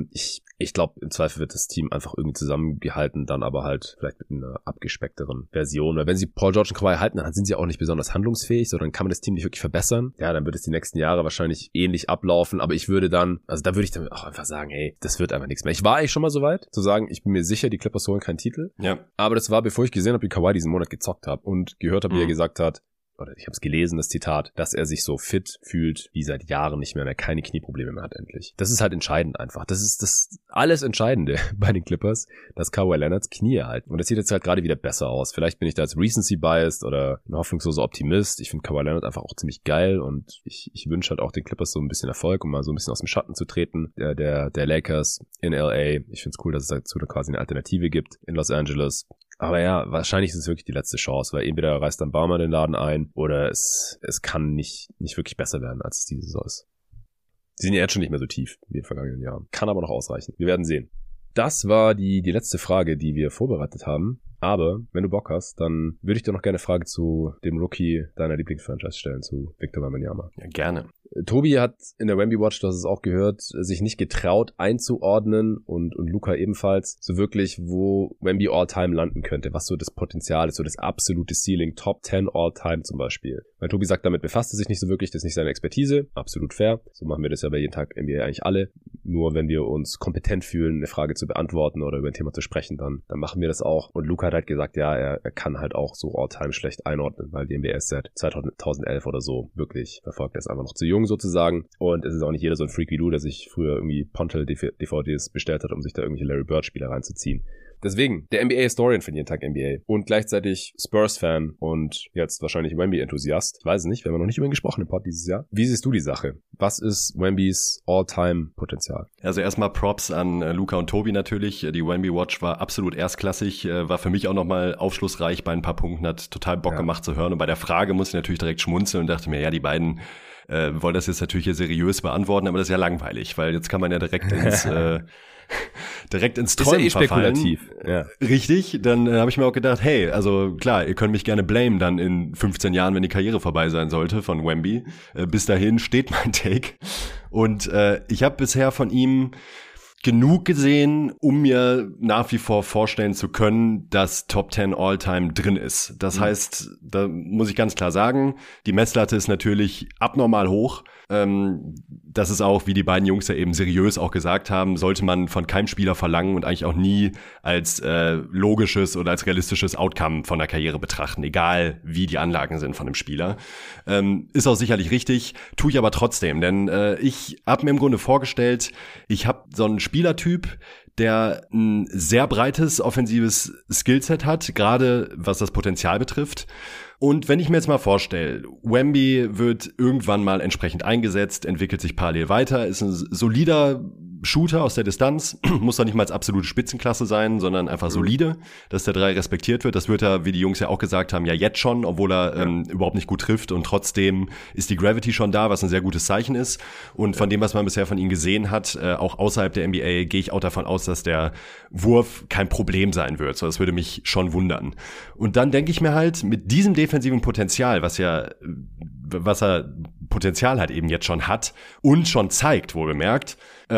Ich glaube, im Zweifel wird das Team einfach irgendwie zusammengehalten, dann aber halt vielleicht mit einer abgespeckteren Version. Weil wenn sie Paul George und Kawhi halten, dann sind sie auch nicht besonders handlungsfähig, sondern kann man das Team nicht wirklich verbessern. Ja, dann wird es die nächsten Jahre wahrscheinlich ähnlich ablaufen, aber ich würde dann, also da würde ich dann auch einfach sagen, hey, das wird einfach nichts mehr. Ich war eigentlich schon mal so weit, zu sagen, ich bin mir sicher, die Clippers holen keinen Titel. Ja. Aber das war, bevor ich gesehen habe, wie Kawhi diesen Monat gezockt hat und gehört habe, wie er gesagt hat, oder ich habe es gelesen, das Zitat, dass er sich so fit fühlt, wie seit Jahren nicht mehr, und er keine Knieprobleme mehr hat endlich. Das ist halt entscheidend einfach. Das ist das alles Entscheidende bei den Clippers, dass Kawhi Leonards Knie halten. Und das sieht jetzt halt gerade wieder besser aus. Vielleicht bin ich da als Recency-biased oder ein hoffnungsloser Optimist. Ich finde Kawhi Leonard einfach auch ziemlich geil und ich wünsche halt auch den Clippers so ein bisschen Erfolg, um mal so ein bisschen aus dem Schatten zu treten. Der Lakers in LA. Ich finde es cool, dass es dazu quasi eine Alternative gibt in Los Angeles. Aber ja, wahrscheinlich ist es wirklich die letzte Chance, weil entweder reißt dann Baumann den Laden ein oder es kann nicht wirklich besser werden, als es diese Saison ist. Sie sind ja jetzt schon nicht mehr so tief wie in den vergangenen Jahren. Kann aber noch ausreichen. Wir werden sehen. Das war die letzte Frage, die wir vorbereitet haben. Aber wenn du Bock hast, dann würde ich dir noch gerne eine Frage zu dem Rookie deiner Lieblingsfranchise stellen, zu Victor Wembanyama. Ja, gerne. Tobi hat in der Wemby Watch, du hast es auch gehört, sich nicht getraut einzuordnen und Luka ebenfalls, so wirklich, wo Wemby All-Time landen könnte, was so das Potenzial ist, so das absolute Ceiling, Top 10 All-Time zum Beispiel. Weil Tobi sagt, damit befasst er sich nicht so wirklich, das ist nicht seine Expertise, absolut fair, so machen wir das ja bei jeden Tag NBA eigentlich alle, nur wenn wir uns kompetent fühlen, eine Frage zu beantworten oder über ein Thema zu sprechen, dann machen wir das auch. Und Luka hat halt gesagt, ja, er kann halt auch so All-Time schlecht einordnen, weil die NBA ist seit 2011 oder so wirklich verfolgt, er ist einfach noch zu jung sozusagen und es ist auch nicht jeder so ein Freak wie du, der sich früher irgendwie Pontel-DVDs bestellt hat, um sich da irgendwelche Larry Bird-Spieler reinzuziehen. Deswegen, der NBA-Historian für jeden Tag NBA und gleichzeitig Spurs-Fan und jetzt wahrscheinlich Wemby-Enthusiast. Ich weiß es nicht, wir haben noch nicht über ihn gesprochen im Pod dieses Jahr. Wie siehst du die Sache? Was ist Wembys All-Time-Potenzial? Also erstmal Props an Luca und Tobi natürlich. Die Wemby Watch war absolut erstklassig, war für mich auch nochmal aufschlussreich bei ein paar Punkten, hat total Bock gemacht zu hören. Und bei der Frage musste ich natürlich direkt schmunzeln und dachte mir, ja, die beiden wollen das jetzt natürlich hier seriös beantworten, aber das ist ja langweilig, weil jetzt kann man ja direkt ins Träumen verfallen. Spekulativ. Ja. Richtig, dann habe ich mir auch gedacht, hey, also klar, ihr könnt mich gerne blamen dann in 15 Jahren, wenn die Karriere vorbei sein sollte von Wemby. Bis dahin steht mein Take. Und ich habe bisher von ihm genug gesehen, um mir nach wie vor vorstellen zu können, dass Top 10 All-Time drin ist. Das heißt, da muss ich ganz klar sagen, die Messlatte ist natürlich abnormal hoch. Das ist auch, wie die beiden Jungs ja eben seriös auch gesagt haben, sollte man von keinem Spieler verlangen und eigentlich auch nie als logisches oder als realistisches Outcome von der Karriere betrachten, egal wie die Anlagen sind von dem Spieler. Ist auch sicherlich richtig, tue ich aber trotzdem, denn ich habe mir im Grunde vorgestellt, ich habe so einen Spielertyp, der ein sehr breites offensives Skillset hat, gerade was das Potenzial betrifft. Und wenn ich mir jetzt mal vorstelle, Wemby wird irgendwann mal entsprechend eingesetzt, entwickelt sich parallel weiter, ist ein solider Shooter aus der Distanz, muss doch nicht mal als absolute Spitzenklasse sein, sondern einfach solide, dass der 3 respektiert wird. Das wird er, wie die Jungs ja auch gesagt haben, ja jetzt schon, obwohl er überhaupt nicht gut trifft und trotzdem ist die Gravity schon da, was ein sehr gutes Zeichen ist. Und von dem, was man bisher von ihm gesehen hat, auch außerhalb der NBA, gehe ich auch davon aus, dass der Wurf kein Problem sein wird. So, das würde mich schon wundern. Und dann denke ich mir halt, mit diesem defensiven Potenzial, was er Potenzial halt eben jetzt schon hat und schon zeigt, wohl bemerkt,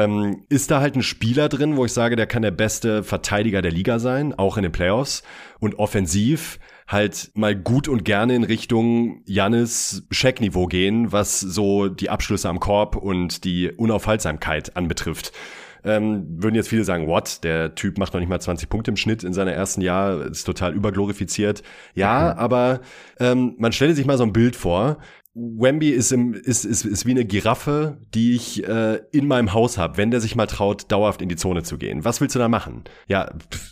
ist da halt ein Spieler drin, wo ich sage, der kann der beste Verteidiger der Liga sein, auch in den Playoffs und offensiv halt mal gut und gerne in Richtung Giannis-Shaq-Niveau gehen, was so die Abschlüsse am Korb und die Unaufhaltsamkeit anbetrifft. Würden jetzt viele sagen, what, der Typ macht noch nicht mal 20 Punkte im Schnitt in seiner ersten Jahr, ist total überglorifiziert. Ja, aber man stelle sich mal so ein Bild vor, Wemby ist wie eine Giraffe, die ich in meinem Haus habe, wenn der sich mal traut, dauerhaft in die Zone zu gehen. Was willst du da machen? Ja,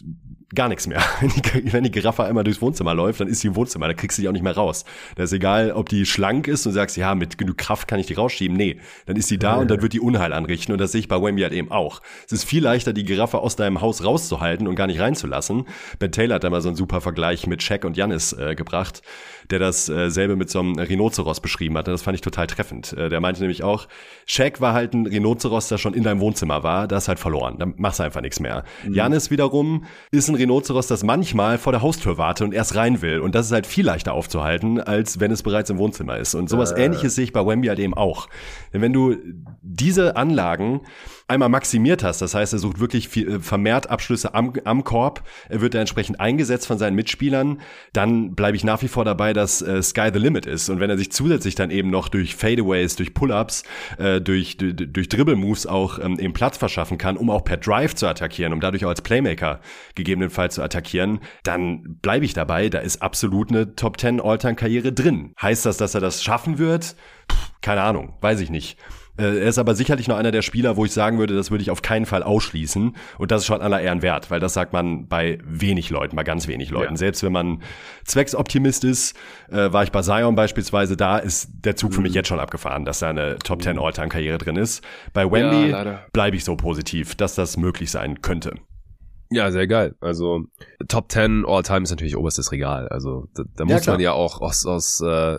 gar nichts mehr. Wenn die Giraffe einmal durchs Wohnzimmer läuft, dann ist sie im Wohnzimmer, da kriegst du die auch nicht mehr raus. Da ist egal, ob die schlank ist und sagst, ja, mit genug Kraft kann ich die rausschieben. Nee, dann ist sie da und dann wird die Unheil anrichten und das sehe ich bei Wemby halt eben auch. Es ist viel leichter, die Giraffe aus deinem Haus rauszuhalten und gar nicht reinzulassen. Ben Taylor hat da mal so einen super Vergleich mit Shaq und Giannis gebracht, der das selbe mit so einem Rhinoceros beschrieben hat. Das fand ich total treffend. Der meinte nämlich auch, Shaq war halt ein Rhinoceros, der schon in deinem Wohnzimmer war, das ist halt verloren. Da machst du einfach nichts mehr. Giannis wiederum ist ein Rhinoceros, das manchmal vor der Haustür wartet und erst rein will. Und das ist halt viel leichter aufzuhalten, als wenn es bereits im Wohnzimmer ist. Und sowas Ähnliches sehe ich bei Wemby halt eben auch. Denn wenn du diese Anlagen einmal maximiert hast, das heißt, er sucht wirklich vermehrt Abschlüsse am Korb, er wird da entsprechend eingesetzt von seinen Mitspielern, dann bleibe ich nach wie vor dabei, dass Sky the Limit ist. Und wenn er sich zusätzlich dann eben noch durch Fadeaways, durch Pull-Ups, durch Dribble-Moves auch eben Platz verschaffen kann, um auch per Drive zu attackieren, um dadurch auch als Playmaker gegebenenfalls zu attackieren, dann bleibe ich dabei, da ist absolut eine Top 10 All-Time-Karriere drin. Heißt das, dass er das schaffen wird? Keine Ahnung, weiß ich nicht. Er ist aber sicherlich noch einer der Spieler, wo ich sagen würde, das würde ich auf keinen Fall ausschließen. Und das ist schon aller Ehren wert, weil das sagt man bei wenig Leuten, bei ganz wenig Leuten. Ja. Selbst wenn man Zwecksoptimist ist, war ich bei Zion beispielsweise, da ist der Zug für mich jetzt schon abgefahren, dass da eine Top 10 All-Time-Karriere drin ist. Bei Wemby bleibe ich so positiv, dass das möglich sein könnte. Ja, sehr geil. Also Top 10 All-Time ist natürlich oberstes Regal. Also da muss man ja auch aus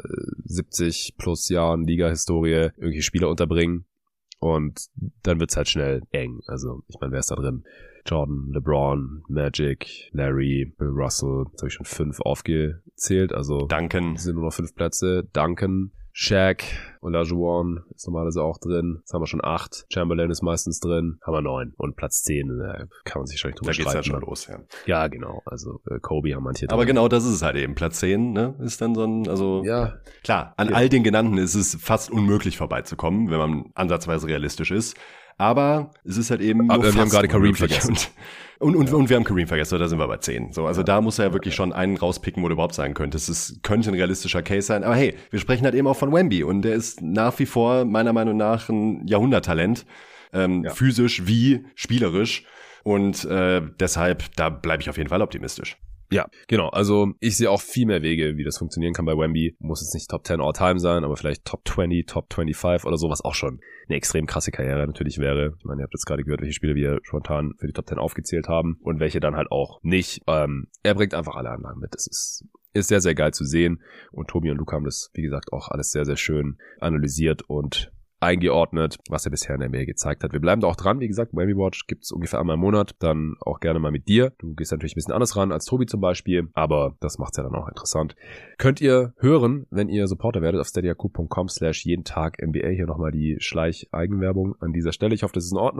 70 plus Jahren Liga-Historie irgendwie Spieler unterbringen. Und dann wird's halt schnell eng. Also ich meine, wer ist da drin? Jordan, LeBron, Magic, Larry, Bill Russell. Jetzt habe ich schon 5 aufgezählt. Also Duncan. Sind nur noch 5 Plätze. Duncan, Shaq, Olajuwon ist normalerweise auch drin. Jetzt haben wir schon 8. Chamberlain ist meistens drin. Haben wir 9. Und Platz 10, kann man sich schon drüber streiten. Da geht's ja schon los, ja. Ja, genau. Also Kobe haben manche drin. Aber genau das ist es halt eben. Platz 10, ne? Ist dann so ein, also ja. Klar, an all den genannten ist es fast unmöglich vorbeizukommen, wenn man ansatzweise realistisch ist. Aber es ist halt eben nur wir haben gerade Kareem vergessen. Und wir haben Kareem vergessen, da sind wir bei 10. So, also da muss er ja wirklich schon einen rauspicken, wo du überhaupt sagen könntest. Es könnte ein realistischer Case sein. Aber hey, wir sprechen halt eben auch von Wemby. Und der ist nach wie vor meiner Meinung nach ein Jahrhunderttalent. Physisch wie spielerisch. Und deshalb, da bleibe ich auf jeden Fall optimistisch. Ja, genau. Also ich sehe auch viel mehr Wege, wie das funktionieren kann bei Wemby. Muss jetzt nicht Top 10 All-Time sein, aber vielleicht Top 20, Top 25 oder so, was auch schon eine extrem krasse Karriere natürlich wäre. Ich meine, ihr habt jetzt gerade gehört, welche Spiele wir spontan für die Top 10 aufgezählt haben und welche dann halt auch nicht. Er bringt einfach alle Anlagen mit. Das ist sehr, sehr geil zu sehen. Und Tobi und Luca haben das, wie gesagt, auch alles sehr, sehr schön analysiert und eingeordnet, was er bisher in der NBA gezeigt hat. Wir bleiben da auch dran. Wie gesagt, Wemby Watch gibt's ungefähr einmal im Monat. Dann auch gerne mal mit dir. Du gehst natürlich ein bisschen anders ran als Tobi zum Beispiel, aber das macht's ja dann auch interessant. Könnt ihr hören, wenn ihr Supporter werdet auf steadyhq.com/jeden Tag NBA. Hier nochmal die Schleich-Eigenwerbung an dieser Stelle. Ich hoffe, das ist in Ordnung.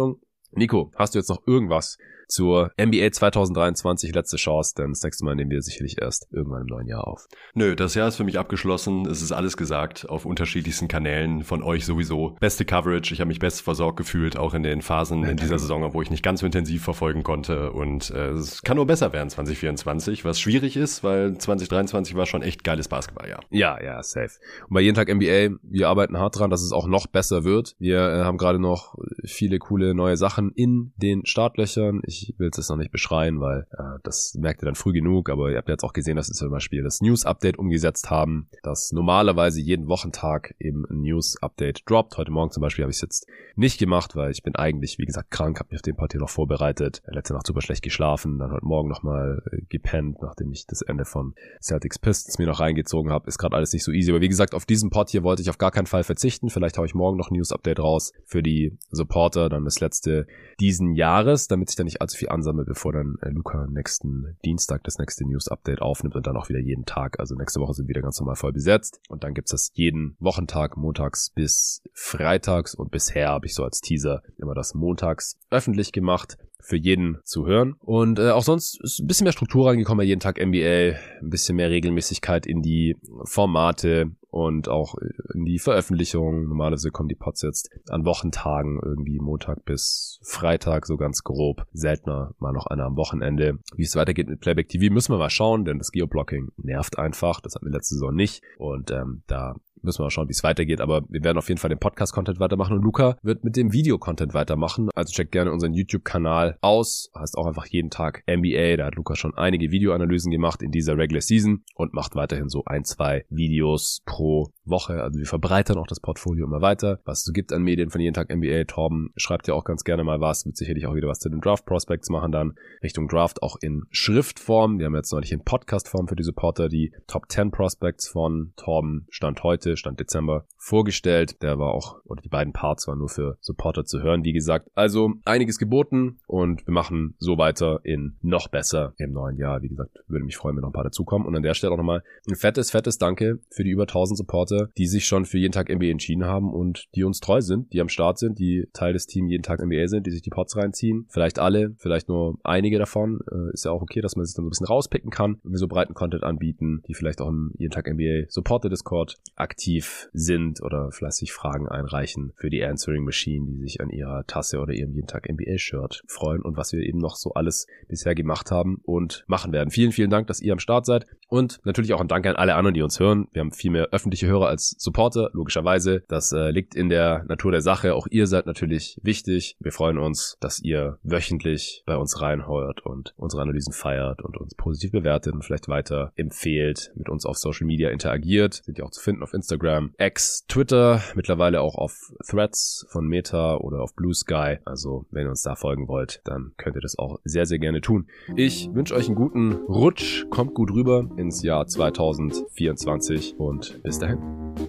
Nico, hast du jetzt noch irgendwas zur NBA 2023, letzte Chance, denn das nächste Mal nehmen wir sicherlich erst irgendwann im neuen Jahr auf. Nö, das Jahr ist für mich abgeschlossen. Es ist alles gesagt, auf unterschiedlichsten Kanälen, von euch sowieso. Beste Coverage, ich habe mich best versorgt gefühlt, auch in den Phasen in dieser Saison, wo ich nicht ganz so intensiv verfolgen konnte. Und es kann nur besser werden 2024, was schwierig ist, weil 2023 war schon echt geiles Basketballjahr. Ja, safe. Und bei jeden Tag NBA, wir arbeiten hart dran, dass es auch noch besser wird. Wir haben gerade noch viele coole neue Sachen in den Startlöchern. Ich will es jetzt noch nicht beschreien, weil das merkt ihr dann früh genug, aber ihr habt jetzt auch gesehen, dass wir zum Beispiel das News-Update umgesetzt haben, dass normalerweise jeden Wochentag eben ein News-Update droppt. Heute Morgen zum Beispiel habe ich es jetzt nicht gemacht, weil ich bin eigentlich, wie gesagt, krank, habe mich auf den Part hier noch vorbereitet. Letzte Nacht super schlecht geschlafen, dann heute Morgen nochmal gepennt, nachdem ich das Ende von Celtics Pistons mir noch reingezogen habe. Ist gerade alles nicht so easy, aber wie gesagt, auf diesen Part hier wollte ich auf gar keinen Fall verzichten. Vielleicht haue ich morgen noch ein News-Update raus für die Supporter, dann das letzte diesen Jahres, damit ich dann nicht allzu viel ansammle, bevor dann Luca nächsten Dienstag das nächste News-Update aufnimmt und dann auch wieder jeden Tag. Also nächste Woche sind wir wieder ganz normal voll besetzt und dann gibt's das jeden Wochentag, montags bis freitags und bisher habe ich so als Teaser immer das montags öffentlich gemacht für jeden zu hören. Und auch sonst ist ein bisschen mehr Struktur reingekommen bei jeden Tag NBA, ein bisschen mehr Regelmäßigkeit in die Formate und auch in die Veröffentlichung. Normalerweise kommen die Pods jetzt an Wochentagen, irgendwie Montag bis Freitag, so ganz grob. Seltener mal noch einer am Wochenende. Wie es weitergeht mit Playback TV, müssen wir mal schauen, denn das Geoblocking nervt einfach. Das hatten wir letzte Saison nicht. Und da müssen wir mal schauen, wie es weitergeht. Aber wir werden auf jeden Fall den Podcast-Content weitermachen und Luca wird mit dem Video-Content weitermachen. Also checkt gerne unseren YouTube-Kanal aus. Heißt auch einfach jeden Tag NBA. Da hat Luca schon einige Videoanalysen gemacht in dieser Regular Season und macht weiterhin so 1-2 Videos pro Woche. Also wir verbreitern auch das Portfolio immer weiter, was es so gibt an Medien von jeden Tag NBA. Torben schreibt ja auch ganz gerne mal was, wird sicherlich auch wieder was zu den Draft Prospects machen dann Richtung Draft, auch in Schriftform. Wir haben jetzt neulich in Podcastform für die Supporter die Top 10 Prospects von Torben Stand Dezember vorgestellt. Der war auch, oder die beiden Parts waren nur für Supporter zu hören, wie gesagt. Also einiges geboten und wir machen so weiter in noch besser im neuen Jahr. Wie gesagt, würde mich freuen, wenn noch ein paar dazukommen. Und an der Stelle auch nochmal ein fettes Danke für die über 1000 Supporter, die sich schon für jeden Tag NBA entschieden haben und die uns treu sind, die am Start sind, die Teil des Teams jeden Tag NBA sind, die sich die Pods reinziehen. Vielleicht alle, vielleicht nur einige davon. Ist ja auch okay, dass man sich dann so ein bisschen rauspicken kann, wenn wir so breiten Content anbieten, die vielleicht auch im jeden Tag NBA Supporter Discord aktiv sind oder fleißig Fragen einreichen für die Answering Machine, die sich an ihrer Tasse oder ihrem jeden Tag NBA Shirt freuen und was wir eben noch so alles bisher gemacht haben und machen werden. Vielen Dank, dass ihr am Start seid und natürlich auch ein Dank an alle anderen, die uns hören. Wir haben viel mehr öffentliche Hörer als Supporter, logischerweise. Das liegt in der Natur der Sache. Auch ihr seid natürlich wichtig. Wir freuen uns, dass ihr wöchentlich bei uns reinheuert und unsere Analysen feiert und uns positiv bewertet und vielleicht weiter empfehlt, mit uns auf Social Media interagiert. Sind ja auch zu finden auf Instagram, X, Twitter, mittlerweile auch auf Threads von Meta oder auf Blue Sky. Also wenn ihr uns da folgen wollt, dann könnt ihr das auch sehr gerne tun. Ich wünsche euch einen guten Rutsch. Kommt gut rüber ins Jahr 2024 und bis dahin.